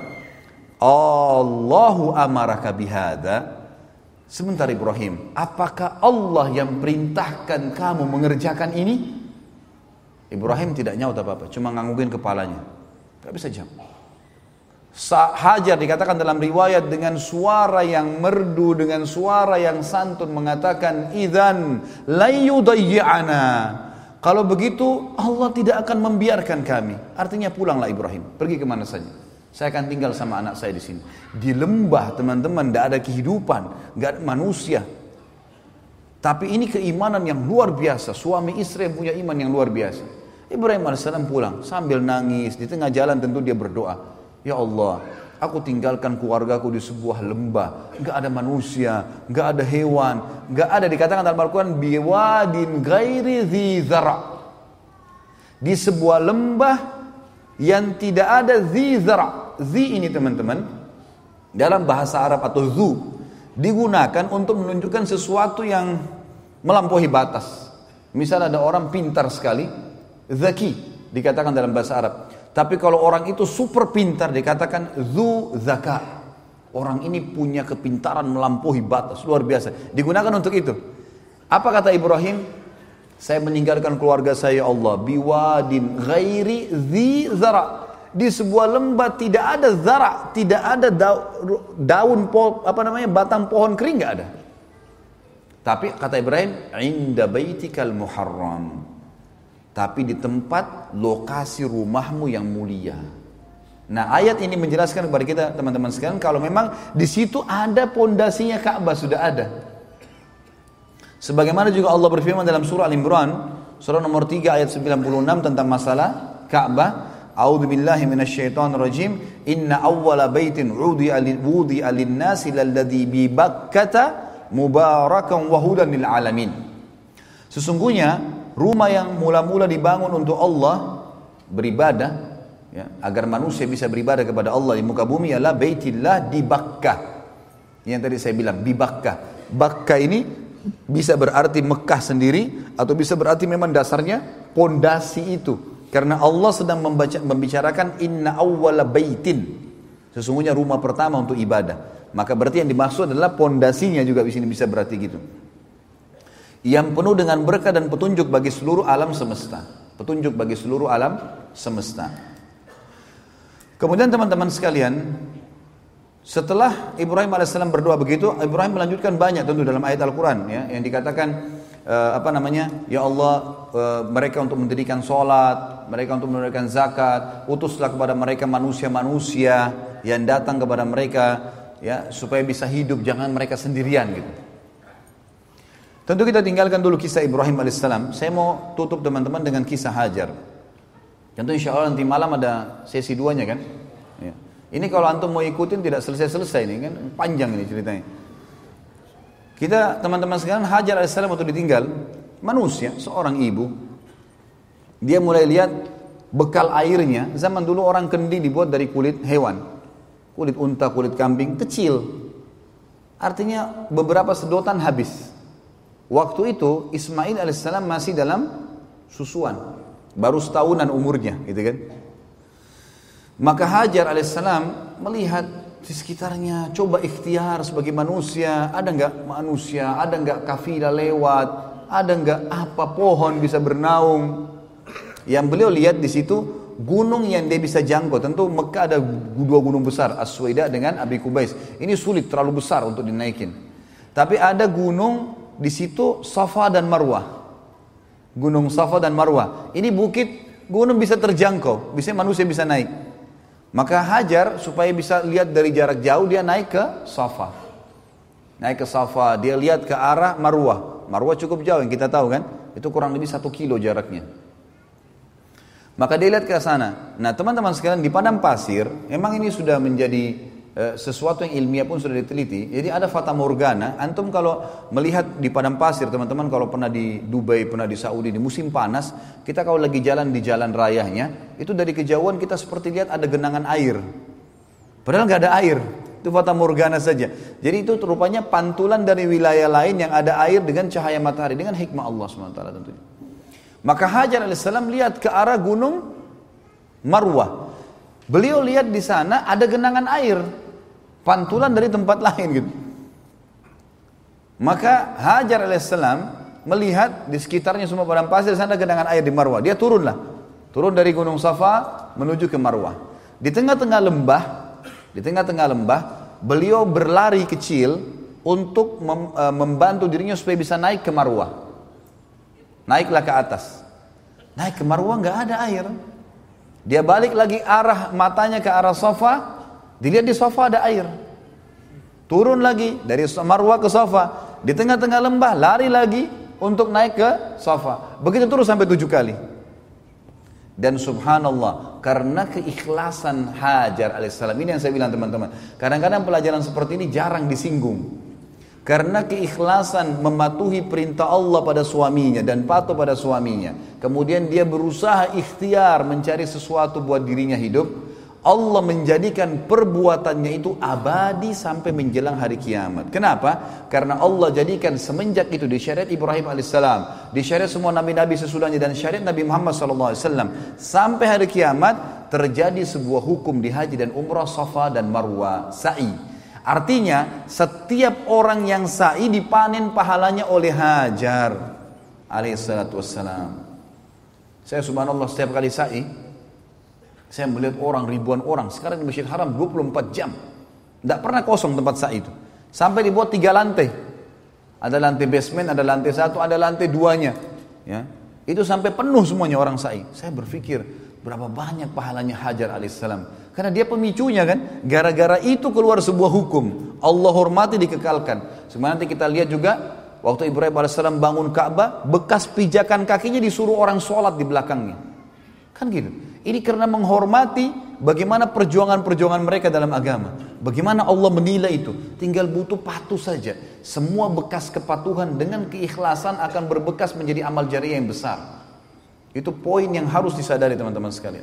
Allahu amaraka bihada. Sebentar Ibrahim, apakah Allah yang perintahkan kamu mengerjakan ini? Ibrahim tidak nyaut apa-apa, cuma nganggungin kepalanya. Gak bisa jawab. Hajar dikatakan dalam riwayat dengan suara yang merdu, dengan suara yang santun mengatakan, idzan la yudayyi'ana. Kalau begitu Allah tidak akan membiarkan kami. Artinya pulanglah Ibrahim, pergi kemana saja. Saya akan tinggal sama anak saya di sini. Di lembah teman-teman, tidak ada kehidupan, tidak ada manusia. Tapi ini keimanan yang luar biasa. Suami istri yang punya iman yang luar biasa. Ibrahim AS pulang sambil nangis. Di tengah jalan tentu dia berdoa. Ya Allah, Aku tinggalkan keluargaku di sebuah lembah, nggak ada manusia, nggak ada hewan, nggak ada, dikatakan dalam Al-Quran biwadin ghairi dzi zara', di sebuah lembah yang tidak ada dzi zara'. Dzi ini teman-teman dalam bahasa Arab atau zu digunakan untuk menunjukkan sesuatu yang melampaui batas. Misal ada orang pintar sekali, zaki dikatakan dalam bahasa Arab. Tapi kalau orang itu super pintar dikatakan zu zaka. Orang ini punya kepintaran melampaui batas, luar biasa. Digunakan untuk itu. Apa kata Ibrahim? Saya meninggalkan keluarga saya, Allah, biwadin ghairi dzi zara'. Di sebuah lembah tidak ada zara', tidak ada daun batang pohon kering, enggak ada. Tapi kata Ibrahim, inda baitikal muharram. Tapi di tempat lokasi rumahmu yang mulia. Nah, ayat ini menjelaskan kepada kita teman-teman sekalian kalau memang di situ ada pondasinya Ka'bah, sudah ada. Sebagaimana juga Allah berfirman dalam surah Al-Imran, surah nomor 3 ayat 96 tentang masalah Ka'bah. A'udzubillahi minasyaitonirrajim. Inna awwala baitin wudi'a lin-nasi lalladzi bi Bakkata mubarakan wa hudan lil alamin. Sesungguhnya rumah yang mula-mula dibangun untuk Allah beribadah, ya, agar manusia bisa beribadah kepada Allah di muka bumi adalah Baitillah di Bakkah. Yang tadi saya bilang di Bakkah. Bakkah ini bisa berarti Mekah sendiri atau bisa berarti memang dasarnya pondasi itu. Karena Allah sedang membicarakan inna awwala baitin. Sesungguhnya rumah pertama untuk ibadah. Maka berarti yang dimaksud adalah pondasinya juga di sini bisa berarti gitu. Yang penuh dengan berkah dan petunjuk bagi seluruh alam semesta. Petunjuk bagi seluruh alam semesta. Kemudian teman-teman sekalian, setelah Ibrahim AS berdoa begitu, Ibrahim melanjutkan banyak tentu dalam ayat Al-Quran, ya, yang dikatakan ya Allah, mereka untuk mendirikan sholat, mereka untuk menunaikan zakat, utuslah kepada mereka manusia-manusia yang datang kepada mereka, ya, supaya bisa hidup, jangan mereka sendirian gitu. Tentu kita tinggalkan dulu kisah Ibrahim alaihissalam. Saya mau tutup teman-teman dengan kisah Hajar. Tentu insya Allah nanti malam ada sesi 2-nya kan. Ya. Ini kalau antum mau ikutin tidak selesai-selesai ini kan, panjang ini ceritanya. Kita teman-teman sekalian, Hajar alaihissalam waktu ditinggal, manusia, seorang ibu, dia mulai lihat bekal airnya. Zaman dulu orang kendi dibuat dari kulit hewan, kulit unta, kulit kambing, kecil. Artinya beberapa sedotan habis. Waktu itu Ismail alaihissalam masih dalam susuan, baru setahunan umurnya, gitu kan. Maka Hajar alaihissalam melihat di sekitarnya, coba ikhtiar sebagai manusia, ada enggak kafilah lewat, ada enggak apa pohon bisa bernaung. Yang beliau lihat di situ gunung yang dia bisa jangkau. Tentu Mekah ada 2 gunung besar, As-Suwaida dengan Abi Kubais. Ini sulit, terlalu besar untuk dinaikin. Tapi ada gunung di situ, Safa dan Marwah. Gunung Safa dan Marwah. Ini bukit, gunung bisa terjangkau, bisa manusia bisa naik. Maka Hajar supaya bisa lihat dari jarak jauh, dia naik ke Safa. Naik ke Safa, dia lihat ke arah Marwah. Marwah cukup jauh yang kita tahu kan, itu kurang lebih 1 kilo jaraknya. Maka dia lihat ke sana. Nah teman-teman sekalian, di padang pasir, memang ini sudah menjadi sesuatu yang ilmiah pun sudah diteliti. Jadi ada fata morgana. Antum kalau melihat di padang pasir, teman-teman kalau pernah di Dubai, pernah di Saudi, di musim panas, kita kalau lagi jalan di jalan rayanya, itu dari kejauhan kita seperti lihat ada genangan air. Padahal nggak ada air. Itu fata morgana saja. Jadi itu rupanya pantulan dari wilayah lain yang ada air dengan cahaya matahari, dengan hikmah Allah SWT tentunya. Maka Hajar alaihissalam lihat ke arah gunung Marwah. Beliau lihat di sana ada genangan air, pantulan dari tempat lain gitu. Maka Hajar alaihissalam melihat di sekitarnya semua padang pasir, di sana ada genangan air di Marwah. Dia turun dari gunung Safa menuju ke Marwah. Di tengah-tengah lembah, beliau berlari kecil untuk membantu dirinya supaya bisa naik ke Marwah. Naiklah ke atas. Naik ke Marwah nggak ada air. Dia balik lagi arah matanya ke arah Safa, dilihat di Safa ada air. Turun lagi dari Marwah ke Safa, di tengah-tengah lembah lari lagi untuk naik ke Safa. Begitu terus sampai 7 kali. Dan subhanallah, karena keikhlasan Hajar alaihissalam, ini yang saya bilang teman-teman, kadang-kadang pelajaran seperti ini jarang disinggung. Karena keikhlasan mematuhi perintah Allah pada suaminya dan patuh pada suaminya, kemudian dia berusaha ikhtiar mencari sesuatu buat dirinya hidup, Allah menjadikan perbuatannya itu abadi sampai menjelang hari kiamat. Kenapa? Karena Allah jadikan semenjak itu di syariat Ibrahim alaihissalam, di syariat semua nabi-nabi sesudahnya, dan syariat Nabi Muhammad SAW, sampai hari kiamat terjadi sebuah hukum di haji dan umrah, Safa dan Marwah, sa'i. Artinya setiap orang yang sa'i dipanen pahalanya oleh Hajar alaihissalatu wassalam. Saya subhanallah setiap kali sa'i, saya melihat orang, ribuan orang. Sekarang di Masjid Haram 24 jam. Tidak pernah kosong tempat sa'i itu. Sampai dibuat 3 lantai. Ada lantai basement, ada lantai 1, ada lantai 2-nya. Ya. Itu sampai penuh semuanya orang sa'i. Saya berpikir, berapa banyak pahalanya Hajar alaihissalam. Karena dia pemicunya kan. Gara-gara itu keluar sebuah hukum. Allah hormati, dikekalkan. Sebenarnya nanti kita lihat juga, waktu Ibrahim alaihissalam bangun Ka'bah, bekas pijakan kakinya disuruh orang sholat di belakangnya. Kan gitu. Ini karena menghormati bagaimana perjuangan-perjuangan mereka dalam agama. Bagaimana Allah menilai itu. Tinggal butuh patuh saja. Semua bekas kepatuhan dengan keikhlasan akan berbekas menjadi amal jariah yang besar. Itu poin yang harus disadari teman-teman sekalian.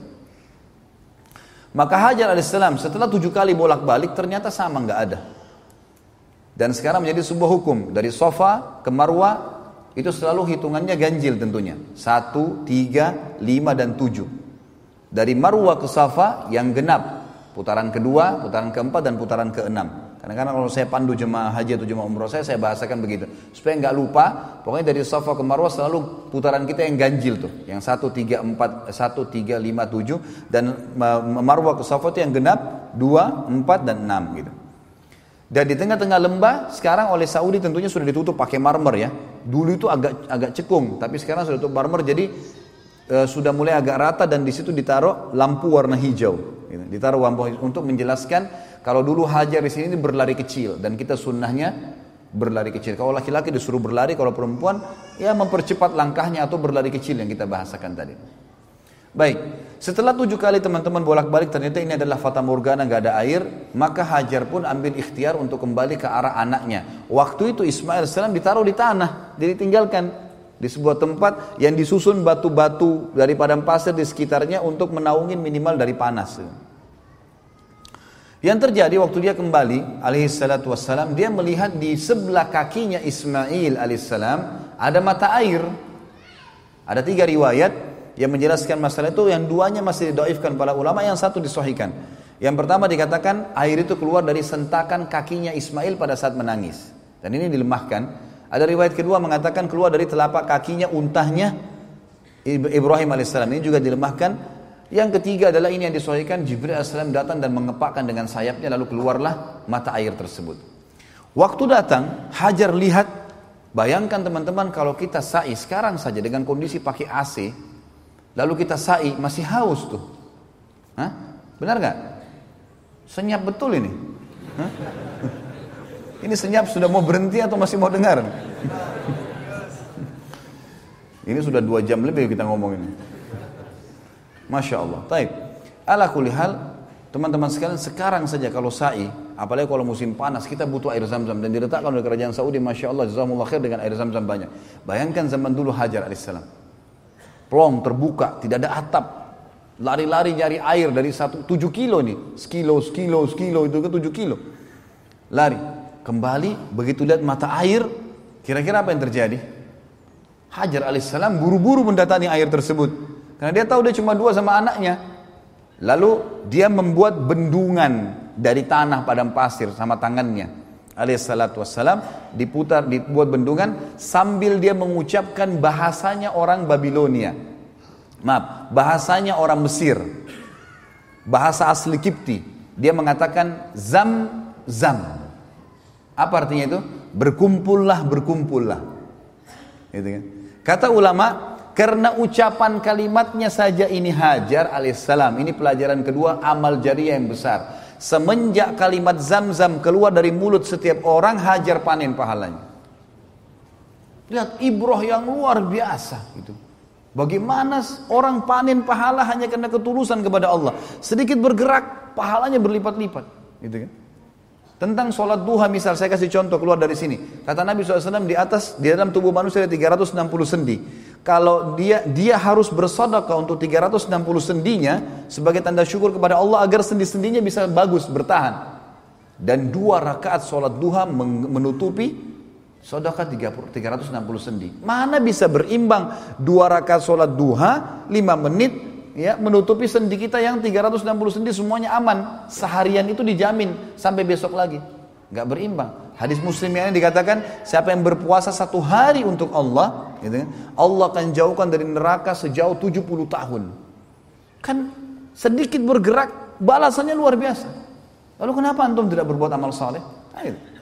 Maka Hajar alaihissalam setelah 7 kali bolak-balik ternyata sama nggak ada. Dan sekarang menjadi sebuah hukum. Dari Safa ke Marwah itu selalu hitungannya ganjil tentunya. 1, 3, 5 dan 7. Dari Marwah ke Safa yang genap, putaran kedua, putaran keempat dan putaran keenam. Kadang-kadang kalau saya pandu jemaah haji atau jemaah umroh saya bahasakan begitu supaya nggak lupa. Pokoknya dari Safa ke Marwah selalu putaran kita yang ganjil tuh, yang 1, 3, 4, 1, 3, 5, 7, dan Marwah ke Safa itu yang genap 2, 4 dan 6 gitu. Dan di tengah-tengah lembah sekarang oleh Saudi tentunya sudah ditutup pakai marmer ya. Dulu itu agak cekung, tapi sekarang sudah tutup marmer, jadi sudah mulai agak rata, dan di situ ditaruh lampu warna hijau. Gitu. Ditaruh lampu hijau untuk menjelaskan kalau dulu Hajar di sini berlari kecil dan kita sunnahnya berlari kecil. Kalau laki-laki disuruh berlari, kalau perempuan ya mempercepat langkahnya atau berlari kecil yang kita bahasakan tadi. Baik, setelah 7 kali teman-teman bolak-balik ternyata ini adalah fata morgana, gak ada air, maka Hajar pun ambil ikhtiar untuk kembali ke arah anaknya. Waktu itu Ismail AS ditaruh di tanah, jadi tinggalkan di sebuah tempat yang disusun batu-batu dari padang pasir di sekitarnya untuk menaungin minimal dari panas. Yang terjadi waktu dia kembali alaihissalatu wassalam, dia melihat di sebelah kakinya Ismail alaihissalam ada mata air. Ada 3 riwayat yang menjelaskan masalah itu, yang 2-nya masih didoifkan para ulama, yang 1 disahihkan. Yang pertama dikatakan air itu keluar dari sentakan kakinya Ismail pada saat menangis, dan ini dilemahkan. Ada riwayat kedua mengatakan keluar dari telapak kakinya untahnya Ibrahim alaihissalam, ini juga dilemahkan. Yang ketiga adalah ini yang disahihkan, Jibril alaihissalam datang dan mengepakkan dengan sayapnya, lalu keluarlah mata air tersebut. Waktu datang Hajar lihat, bayangkan teman-teman kalau kita sa'i sekarang saja dengan kondisi pakai AC, lalu kita sa'i masih haus tuh. Hah? Benar gak? Senyap betul ini. Hah? Ini senyap sudah mau berhenti atau masih mau dengar? Ini sudah 2 jam lebih kita ngomong ini. Masya Allah. Taib. Ala kulli hal, teman-teman sekalian, sekarang saja kalau sa'i, apalagi kalau musim panas, kita butuh air zam-zam, dan diletakkan oleh kerajaan Saudi, Masya Allah, jazakumullah khair, dengan air zam-zam banyak. Bayangkan zaman dulu Hajar alaihissalam, plong terbuka, tidak ada atap, lari-lari nyari air dari 7 kilo nih, sekilo itu ke 7 kilo, lari. Kembali, begitu lihat mata air, kira-kira apa yang terjadi? Hajar alaihissalam buru-buru mendatangi air tersebut, karena dia tahu dia cuma 2 sama anaknya. Lalu dia membuat bendungan dari tanah padang pasir sama tangannya. Alaihissalatu wassalam, dibuat bendungan sambil dia mengucapkan bahasanya orang Babilonia. Bahasanya orang Mesir. Bahasa asli Kipti. Dia mengatakan zam. Apa artinya itu? Berkumpullah. Gitu kan? Kata ulama, karena ucapan kalimatnya saja ini Hajar alaihissalam, ini pelajaran kedua, amal jariah yang besar. Semenjak kalimat zam-zam keluar dari mulut setiap orang, Hajar panen pahalanya. Lihat ibrah yang luar biasa itu. Bagaimana orang panen pahala hanya karena ketulusan kepada Allah. Sedikit bergerak, pahalanya berlipat-lipat. Gitu kan? Tentang sholat duha misal, saya kasih contoh keluar dari sini. Kata Nabi SAW di dalam tubuh manusia ada 360 sendi. Kalau dia harus bersedekah untuk 360 sendinya sebagai tanda syukur kepada Allah agar sendi-sendinya bisa bagus, bertahan. Dan 2 rakaat sholat duha menutupi sedekah 360 sendi. Mana bisa berimbang 2 rakaat sholat duha 5 menit ya menutupi sendi kita yang 360 sendi semuanya aman. Seharian itu dijamin sampai besok lagi. Enggak berimbang. Hadis Muslim yang dikatakan siapa yang berpuasa 1 hari untuk Allah, gitu kan, Allah akan jauhkan dari neraka sejauh 70 tahun. Kan sedikit bergerak balasannya luar biasa. Lalu kenapa antum tidak berbuat amal saleh? Ayo.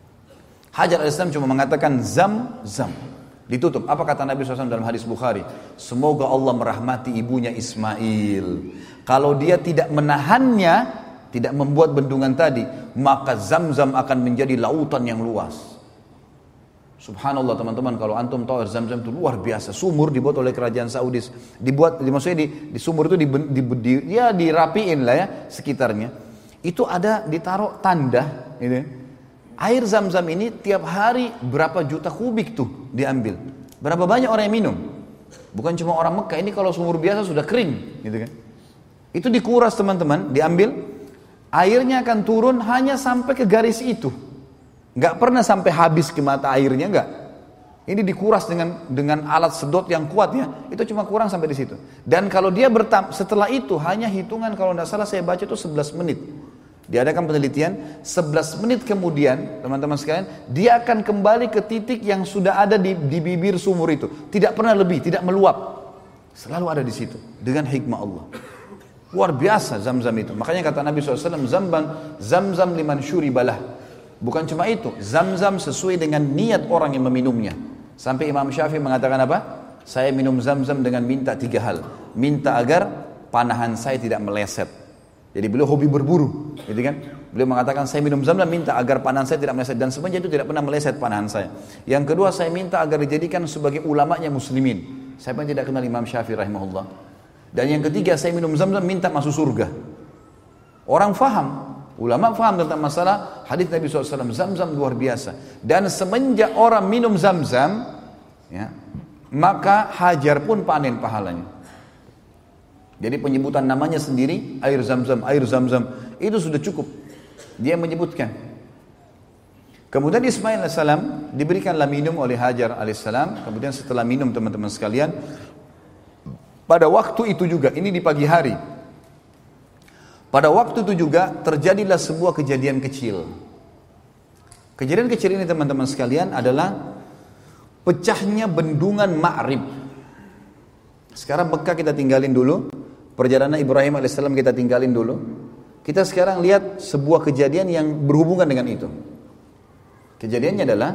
Hajar al-Islam cuma mengatakan zam-zam. Ditutup. Apa kata Nabi SAW dalam hadis Bukhari? Semoga Allah merahmati ibunya Ismail. Kalau dia tidak menahannya, tidak membuat bendungan tadi, maka zam-zam akan menjadi lautan yang luas. Subhanallah teman-teman, kalau antum tahu zam-zam itu luar biasa. Sumur dibuat oleh kerajaan Saudi. Maksudnya di sumur itu dirapiin lah ya sekitarnya. Itu ada ditaruh tanda gitu. Air zam-zam ini tiap hari berapa juta kubik tuh diambil. Berapa banyak orang yang minum. Bukan cuma orang Mekah, ini kalau sumur biasa sudah kering gitu kan. Itu dikuras teman-teman, diambil. Airnya akan turun hanya sampai ke garis itu. Gak pernah sampai habis ke mata airnya, enggak. Ini dikuras dengan alat sedot yang kuat ya. Itu cuma kurang sampai di situ. Dan kalau dia setelah itu hanya hitungan kalau tidak salah saya baca itu 11 menit. Diadakan penelitian 11 menit kemudian teman-teman sekalian dia akan kembali ke titik yang sudah ada di bibir sumur itu, tidak pernah lebih, tidak meluap, selalu ada di situ dengan hikmah Allah. Luar biasa zam-zam itu. Makanya kata Nabi SAW, zam-zam liman syuribalah. Bukan cuma itu, zam-zam sesuai dengan niat orang yang meminumnya. Sampai Imam Syafi'i mengatakan apa? Saya minum zam-zam dengan minta 3 hal. Minta agar panahan saya tidak meleset. Jadi beliau hobi berburu, gitu kan? Beliau mengatakan saya minum zam-zam minta agar panahan saya tidak meleset, dan semenjak itu tidak pernah meleset panahan saya. Yang kedua saya minta agar dijadikan sebagai ulamanya muslimin. Saya pun tidak kenal Imam Syafi'i rahimahullah. Dan yang ketiga saya minum zam-zam minta masuk surga. Orang faham, ulama faham tentang masalah hadis Nabi SAW, zam-zam luar biasa. Dan semenjak orang minum zam-zam, ya, maka Hajar pun panen pahalanya. Jadi penyebutan namanya sendiri, air zam-zam, itu sudah cukup. Dia menyebutkan. Kemudian Ismail AS diberikanlah minum oleh Hajar AS. Kemudian setelah minum teman-teman sekalian, pada waktu itu juga, ini di pagi hari. Pada waktu itu juga terjadilah sebuah kejadian kecil. Kejadian kecil ini teman-teman sekalian adalah pecahnya bendungan Ma'rib. Sekarang Mekah kita tinggalin dulu. Perjalanan Ibrahim AS kita tinggalin dulu. Kita sekarang lihat sebuah kejadian yang berhubungan dengan itu. Kejadiannya adalah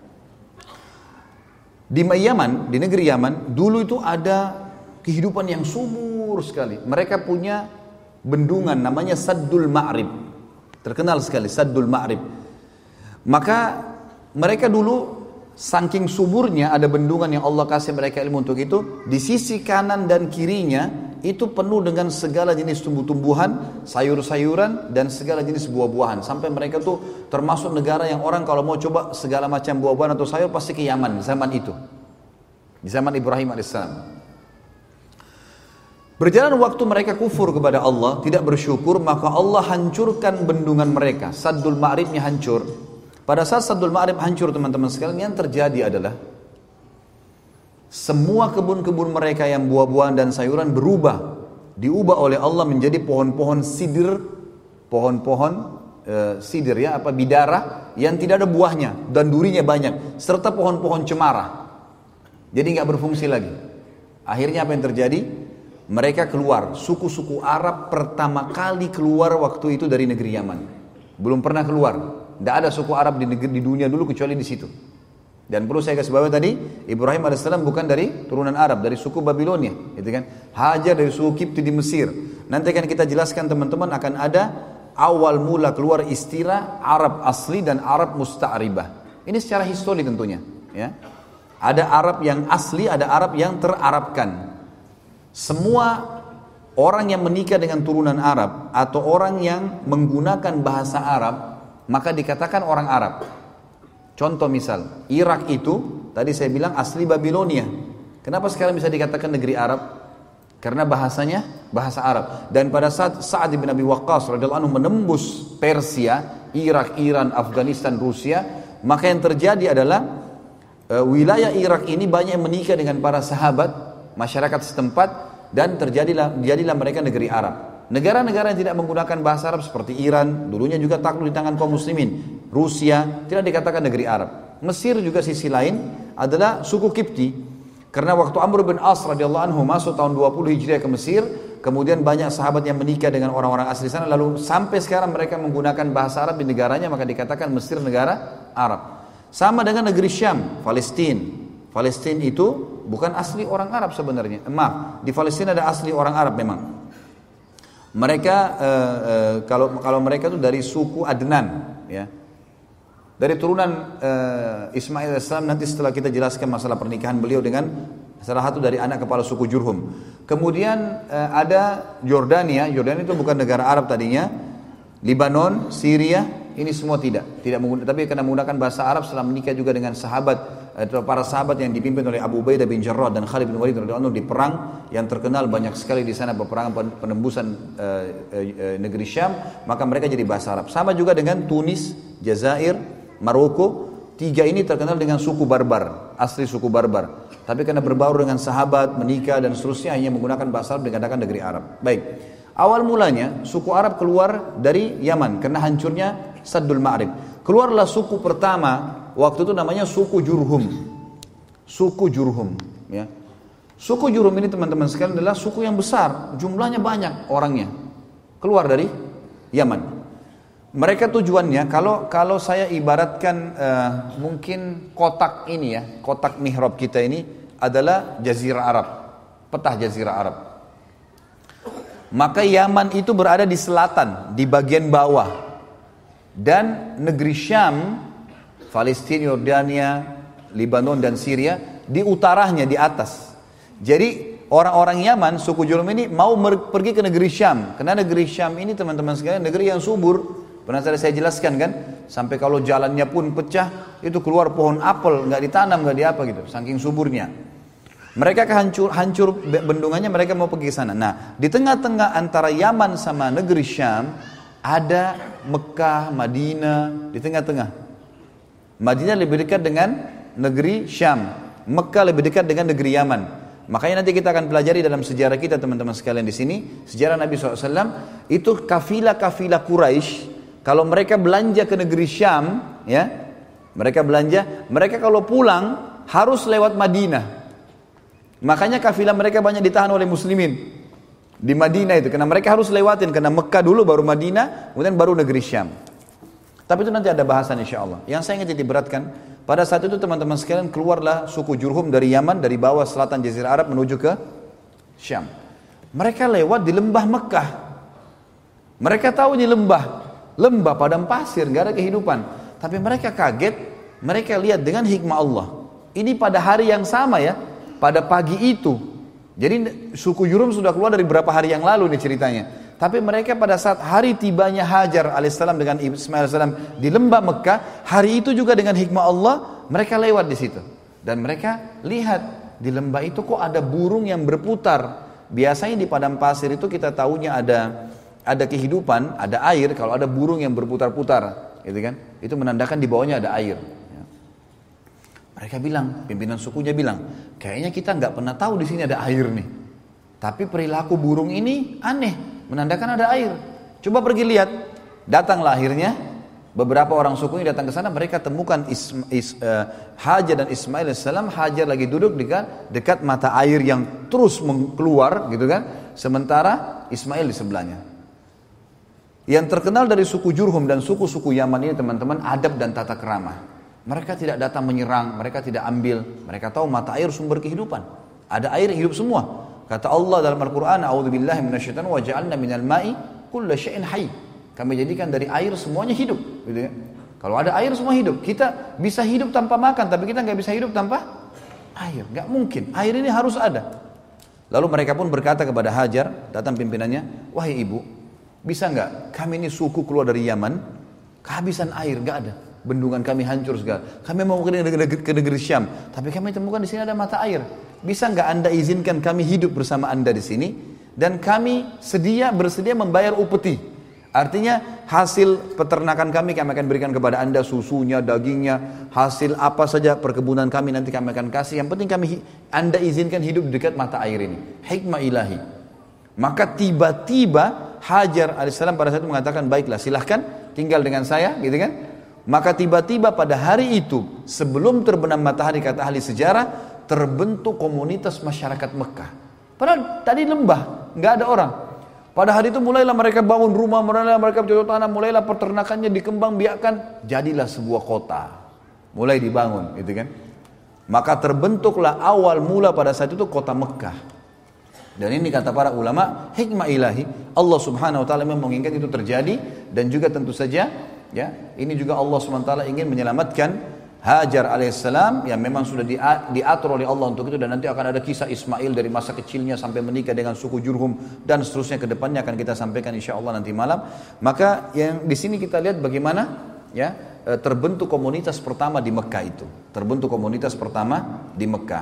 di Yaman, di negeri Yaman, dulu itu ada kehidupan yang subur sekali. Mereka punya bendungan namanya Saddul Ma'rib. Terkenal sekali Saddul Ma'rib. Maka mereka dulu saking suburnya ada bendungan yang Allah kasih mereka ilmu untuk itu. Di sisi kanan dan kirinya itu penuh dengan segala jenis tumbuh-tumbuhan, sayur-sayuran dan segala jenis buah-buahan. Sampai mereka tuh termasuk negara yang orang kalau mau coba segala macam buah-buahan atau sayur pasti ke Yaman zaman itu. Di zaman Ibrahim AS. Berjalan waktu mereka kufur kepada Allah, tidak bersyukur, maka Allah hancurkan bendungan mereka. Saddul Ma'ribnya hancur. Pada saat Saddul Ma'rib hancur teman-teman sekalian, yang terjadi adalah semua kebun-kebun mereka yang buah-buahan dan sayuran diubah oleh Allah menjadi pohon-pohon sidir, sidir ya, bidara yang tidak ada buahnya dan durinya banyak, serta pohon-pohon cemara. Jadi nggak berfungsi lagi. Akhirnya apa yang terjadi? Mereka keluar, suku-suku Arab pertama kali keluar waktu itu dari negeri Yaman. Belum pernah keluar. Tidak ada suku Arab di dunia dulu kecuali di situ. Dan perlu saya kasih bawahi tadi, Ibrahim AS bukan dari turunan Arab, dari suku Babilonia, gitu kan? Hajar dari suku Kipti di Mesir. Nanti akan kita jelaskan teman-teman, akan ada awal mula keluar istilah Arab asli dan Arab musta'ribah. Ini secara histori tentunya, ya. Ada Arab yang asli, ada Arab yang terarabkan. Semua orang yang menikah dengan turunan Arab atau orang yang menggunakan bahasa Arab, maka dikatakan orang Arab. Contoh misal, Irak itu tadi saya bilang asli Babilonia. Kenapa sekarang bisa dikatakan negeri Arab? Karena bahasanya bahasa Arab. Dan pada saat Sa'ad bin Abi Waqqas radhiyallahu anhu menembus Persia, Irak, Iran, Afghanistan, Rusia, maka yang terjadi adalah wilayah Irak ini banyak yang menikah dengan para sahabat, masyarakat setempat, dan jadilah mereka negeri Arab. Negara-negara yang tidak menggunakan bahasa Arab seperti Iran, dulunya juga takluk di tangan kaum muslimin. Rusia tidak dikatakan negeri Arab. Mesir juga sisi lain adalah suku Kipti. Karena waktu Amr bin As radhiyallahu anhu masuk tahun 20 Hijriah ke Mesir, kemudian banyak sahabat yang menikah dengan orang-orang asli sana, lalu sampai sekarang mereka menggunakan bahasa Arab di negaranya, maka dikatakan Mesir negara Arab. Sama dengan negeri Syam, Palestina. Palestina itu bukan asli orang Arab sebenarnya. Maaf, di Palestina ada asli orang Arab memang. Mereka kalau mereka itu dari suku Adnan, ya. Dari turunan Ismail AS, nanti setelah kita jelaskan masalah pernikahan beliau dengan salah satu dari anak kepala suku Jurhum. Kemudian ada Yordania. Yordania itu bukan negara Arab tadinya. Libanon, Syria, ini semua tidak menggunakan, tapi karena menggunakan bahasa Arab setelah menikah juga dengan para sahabat yang dipimpin oleh Abu Ubaidah bin Jarrah dan Khalid bin Walid radhiyallahu anhu di perang yang terkenal banyak sekali di sana, peperangan penembusan negeri Syam, maka mereka jadi bahasa Arab. Sama juga dengan Tunis, Jazair, Maroko, tiga ini terkenal dengan suku Barbar, asli suku Barbar. Tapi karena berbaur dengan sahabat, menikah dan seterusnya, hanya menggunakan bahasa Arab dikatakan negeri Arab. Baik. Awal mulanya suku Arab keluar dari Yaman karena hancurnya Saddul Ma'rib. Keluarlah suku pertama waktu itu namanya suku Jurhum. Suku Jurhum, ya. Suku Jurhum ini teman-teman sekalian adalah suku yang besar, jumlahnya banyak orangnya. Keluar dari Yaman. Mereka tujuannya kalau saya ibaratkan mungkin kotak ini ya, kotak mihrab kita ini adalah Jazirah Arab, peta Jazirah Arab. Maka Yaman itu berada di selatan, di bagian bawah. Dan negeri Syam, Palestina, Yordania, Libanon dan Syria di utaranya, di atas. Jadi orang-orang Yaman, suku Jurhum ini mau pergi ke negeri Syam. Karena negeri Syam ini teman-teman sekalian negeri yang subur. Pernah saya jelaskan kan, sampai kalau jalannya pun pecah, itu keluar pohon apel, nggak ditanam, nggak diapa gitu, saking suburnya. Mereka hancur bendungannya, mereka mau pergi ke sana. Nah, di tengah-tengah antara Yaman sama negeri Syam ada Mekah, Madinah di tengah-tengah. Madinah lebih dekat dengan negeri Syam, Mekah lebih dekat dengan negeri Yaman. Makanya nanti kita akan pelajari dalam sejarah kita teman-teman sekalian di sini, sejarah Nabi SAW itu kafilah-kafilah Quraisy. Kalau mereka belanja ke negeri Syam, ya, mereka kalau pulang harus lewat Madinah. Makanya kafilah mereka banyak ditahan oleh muslimin di Madinah itu, karena mereka harus lewatin, karena Mekah dulu baru Madinah, kemudian baru negeri Syam. Tapi itu nanti ada bahasan insyaAllah. Yang saya ingin diberatkan, pada saat itu teman-teman sekalian keluarlah suku Jurhum dari Yaman, dari bawah selatan Jazirah Arab menuju ke Syam. Mereka lewat di lembah Mekah. Mereka tahu ini lembah padang pasir, gak ada kehidupan. Tapi mereka kaget, mereka lihat dengan hikmah Allah. Ini pada hari yang sama ya, pada pagi itu. Jadi suku Jurhum sudah keluar dari berapa hari yang lalu nih ceritanya. Tapi mereka pada saat hari tibanya Hajar alaihissalam dengan Ismail alaihissalam di lembah Mekah, hari itu juga dengan hikmah Allah mereka lewat di situ. Dan mereka lihat di lembah itu kok ada burung yang berputar. Biasanya di padang pasir itu kita tahunya ada kehidupan, ada air. Kalau ada burung yang berputar-putar, gitu kan? Itu menandakan di bawahnya ada air. Mereka bilang, pimpinan sukunya bilang, kayaknya kita nggak pernah tahu di sini ada air nih. Tapi perilaku burung ini aneh, menandakan ada air. Coba pergi lihat. Datanglah akhirnya, beberapa orang sukunya datang ke sana, mereka temukan Hajar dan Ismail alaihissalam. Hajar lagi duduk dekat mata air yang terus keluar, gitu kan? Sementara Ismail di sebelahnya. Yang terkenal dari suku Jurhum dan suku-suku Yaman ini teman-teman, adab dan tata kerama. Mereka tidak datang menyerang, mereka tidak ambil. Mereka tahu mata air sumber kehidupan. Ada air hidup semua. Kata Allah dalam Al-Quran, A'udzubillahi minasyaitonir wa ja'alna minal ma'i kulla syai'in hayy. Kami jadikan dari air semuanya hidup. Gitu ya. Kalau ada air semua hidup. Kita bisa hidup tanpa makan, tapi kita nggak bisa hidup tanpa Air, nggak mungkin. Air ini harus ada. Lalu mereka pun berkata kepada Hajar, datang pimpinannya, wahai ibu, bisa nggak kami ini suku keluar dari Yaman, kehabisan air, nggak ada. Bendungan kami hancur segala. Kami mau ke negeri Syam, tapi kami temukan di sini ada mata air. Bisa nggak Anda izinkan kami hidup bersama Anda di sini, dan kami bersedia membayar upeti. Artinya hasil peternakan kami akan berikan kepada Anda, susunya, dagingnya, hasil apa saja perkebunan kami nanti kami akan kasih. Yang penting Anda izinkan hidup di dekat mata air ini. Hikmah ilahi. Maka tiba-tiba Hajar alaihissalam pada saat itu mengatakan, baiklah silahkan tinggal dengan saya, gitu kan? Maka tiba-tiba pada hari itu, sebelum terbenam matahari kata ahli sejarah, terbentuk komunitas masyarakat Mekah. Padahal tadi lembah, nggak ada orang. Pada hari itu mulailah mereka bangun rumah, mulailah mereka bercocok tanam, mulailah peternakannya dikembangbiakkan, jadilah sebuah kota. Mulai dibangun, gitu kan? Maka terbentuklah awal mula pada saat itu kota Mekah. Dan ini kata para ulama, hikmah ilahi, Allah Subhanahu wa taala memang menginginkan itu terjadi, dan juga tentu saja ya, ini juga Allah Subhanahu wa taala ingin menyelamatkan Hajar alaihissalam yang memang sudah diatur oleh Allah untuk itu, dan nanti akan ada kisah Ismail dari masa kecilnya sampai menikah dengan suku Jurhum dan seterusnya ke depannya akan kita sampaikan insyaallah nanti malam. Maka yang di sini kita lihat bagaimana ya terbentuk komunitas pertama di Mekah itu. Terbentuk komunitas pertama di Mekah.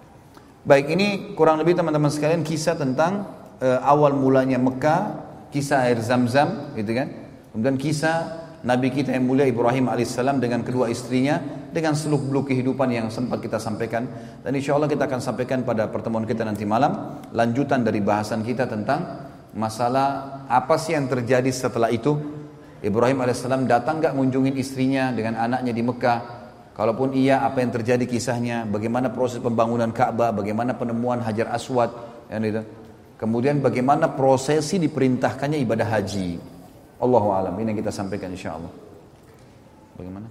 Baik, ini kurang lebih teman-teman sekalian kisah tentang awal mulanya Mekah, kisah air Zam-Zam gitu kan. Kemudian kisah Nabi kita yang mulia Ibrahim alaihissalam dengan kedua istrinya, dengan seluk-beluk kehidupan yang sempat kita sampaikan. Dan insya Allah kita akan sampaikan pada pertemuan kita nanti malam, lanjutan dari bahasan kita tentang masalah apa sih yang terjadi setelah itu. Ibrahim alaihissalam datang gak ngunjungin istrinya dengan anaknya di Mekah? Kalaupun iya, apa yang terjadi kisahnya? Bagaimana proses pembangunan Ka'bah? Bagaimana penemuan Hajar Aswad? Kemudian bagaimana prosesi diperintahkannya ibadah haji? Allahu a'lam. Ini yang kita sampaikan insyaallah. Bagaimana?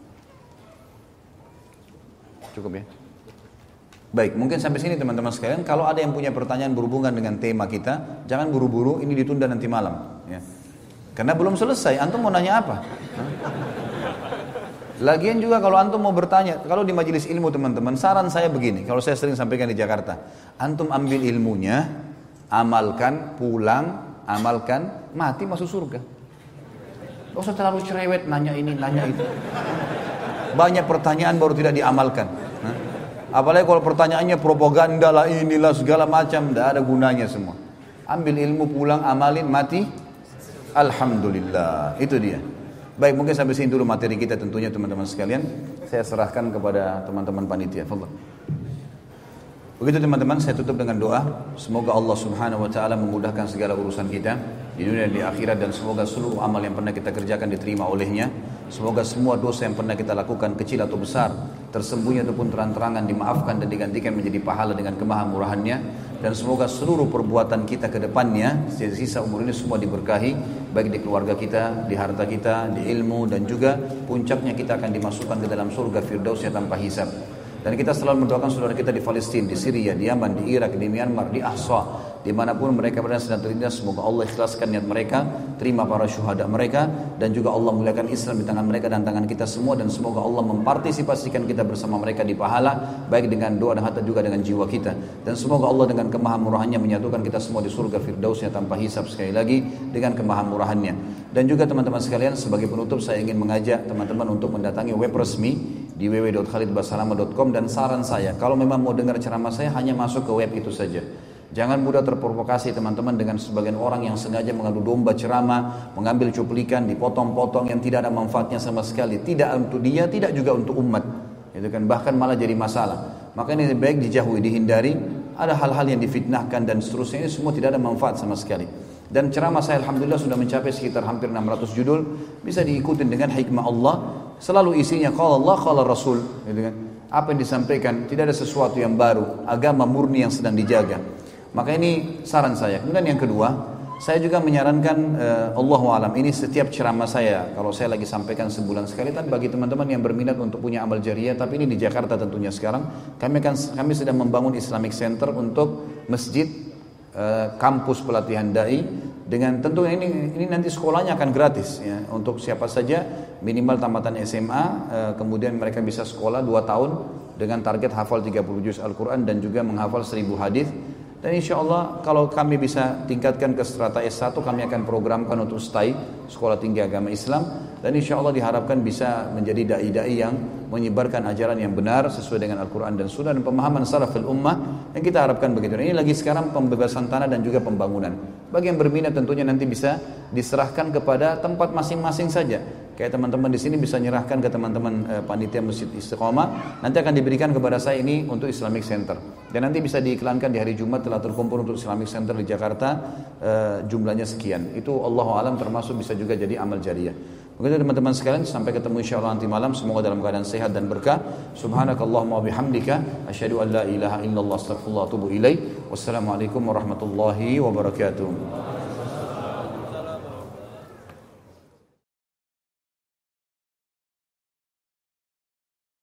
Cukup ya? Baik, mungkin sampai sini teman-teman sekalian. Kalau ada yang punya pertanyaan berhubungan dengan tema kita, jangan buru-buru, ini ditunda nanti malam ya. Karena belum selesai, antum mau nanya apa? Lagian juga kalau antum mau bertanya, kalau di majelis ilmu teman-teman, saran saya begini, kalau saya sering sampaikan di Jakarta, antum ambil ilmunya, amalkan, pulang, amalkan, mati masuk surga. Gak usah terlalu cerewet, nanya ini, nanya itu. Banyak pertanyaan baru tidak diamalkan. Apalagi kalau pertanyaannya propaganda lah, inilah segala macam, tidak ada gunanya semua. Ambil ilmu, pulang, amalin, mati, alhamdulillah. Itu dia. Baik, mungkin sampai sini dulu materi kita tentunya teman-teman sekalian. Saya serahkan kepada teman-teman panitia. Fadhal. Begitu teman-teman, saya tutup dengan doa. Semoga Allah Subhanahu wa taala memudahkan segala urusan kita di dunia dan di akhirat, dan semoga seluruh amal yang pernah kita kerjakan diterima olehnya. Semoga semua dosa yang pernah kita lakukan, kecil atau besar, tersembunyi ataupun terang-terangan, dimaafkan dan digantikan menjadi pahala dengan kemahamurahannya. Dan semoga seluruh perbuatan kita ke depannya, sisa umur ini semua diberkahi, baik di keluarga kita, di harta kita, di ilmu, dan juga puncaknya kita akan dimasukkan ke dalam surga Firdausnya tanpa hisab. Dan kita selalu mendoakan saudara kita di Palestina, di Syria, di Yaman, di Irak, di Myanmar, di Ahsa, dimanapun mereka berada sedang terlindas. Semoga Allah ikhlaskan niat mereka, terima para syuhada mereka, dan juga Allah muliakan Islam di tangan mereka dan tangan kita semua. Dan semoga Allah mempartisipasikan kita bersama mereka di pahala, baik dengan doa dan harta juga dengan jiwa kita. Dan semoga Allah dengan kemahamurahannya menyatukan kita semua di surga Firdausnya tanpa hisab, sekali lagi dengan kemahamurahannya. Dan juga teman-teman sekalian, sebagai penutup saya ingin mengajak teman-teman untuk mendatangi web resmi di www.khalidbasalamah.com. Dan saran saya, kalau memang mau dengar ceramah saya, hanya masuk ke web itu saja. Jangan mudah terprovokasi teman-teman dengan sebagian orang yang sengaja mengadu domba ceramah, mengambil cuplikan, dipotong-potong yang tidak ada manfaatnya sama sekali. Tidak untuk dia, tidak juga untuk umat. Itu kan bahkan malah jadi masalah. Maka ini baik dijauhi, dihindari. Ada hal-hal yang difitnahkan dan seterusnya, ini semua tidak ada manfaat sama sekali. Dan ceramah saya alhamdulillah sudah mencapai sekitar hampir 600 judul, bisa diikuti dengan hikmah Allah. Selalu isinya qala Allah, qala Rasul, gitu kan. Apa yang disampaikan, tidak ada sesuatu yang baru, agama murni yang sedang dijaga. Maka ini saran saya. Kemudian yang kedua, saya juga menyarankan Allahu a'lam, ini setiap ceramah saya, kalau saya lagi sampaikan sebulan sekali, tapi bagi teman-teman yang berminat untuk punya amal jariah, tapi ini di Jakarta tentunya sekarang, kami sedang membangun Islamic Center untuk masjid, kampus pelatihan dai, dengan tentu ini nanti sekolahnya akan gratis ya, untuk siapa saja minimal tamatan SMA, kemudian mereka bisa sekolah 2 tahun dengan target hafal 30 juz Al-Quran dan juga menghafal 1000 hadis. Dan insya Allah kalau kami bisa tingkatkan ke strata S1, kami akan programkan untuk STAI, Sekolah Tinggi Agama Islam. Dan insya Allah diharapkan bisa menjadi da'i-da'i yang menyebarkan ajaran yang benar sesuai dengan Al-Quran dan Sunnah dan pemahaman salafil ummah yang kita harapkan begitu. Ini lagi sekarang pembebasan tanah dan juga pembangunan. Bagi yang berminat tentunya nanti bisa diserahkan kepada tempat masing-masing saja. Kayak teman-teman di sini bisa nyerahkan ke teman-teman panitia Masjid Istiqomah. Nanti akan diberikan kepada saya ini untuk Islamic Center. Dan nanti bisa diiklankan di hari Jumat telah terkumpul untuk Islamic Center di Jakarta jumlahnya sekian. Itu Allahu a'lam termasuk bisa juga jadi amal jariah. Begitu teman-teman sekalian, sampai ketemu insyaallah nanti malam, semoga dalam keadaan sehat dan berkah. Subhanakallahumma wa bihamdika asyhadu an la ilaha illallah astaghfirullah wa atubu ilaik. Wassalamualaikum warahmatullahi wabarakatuh.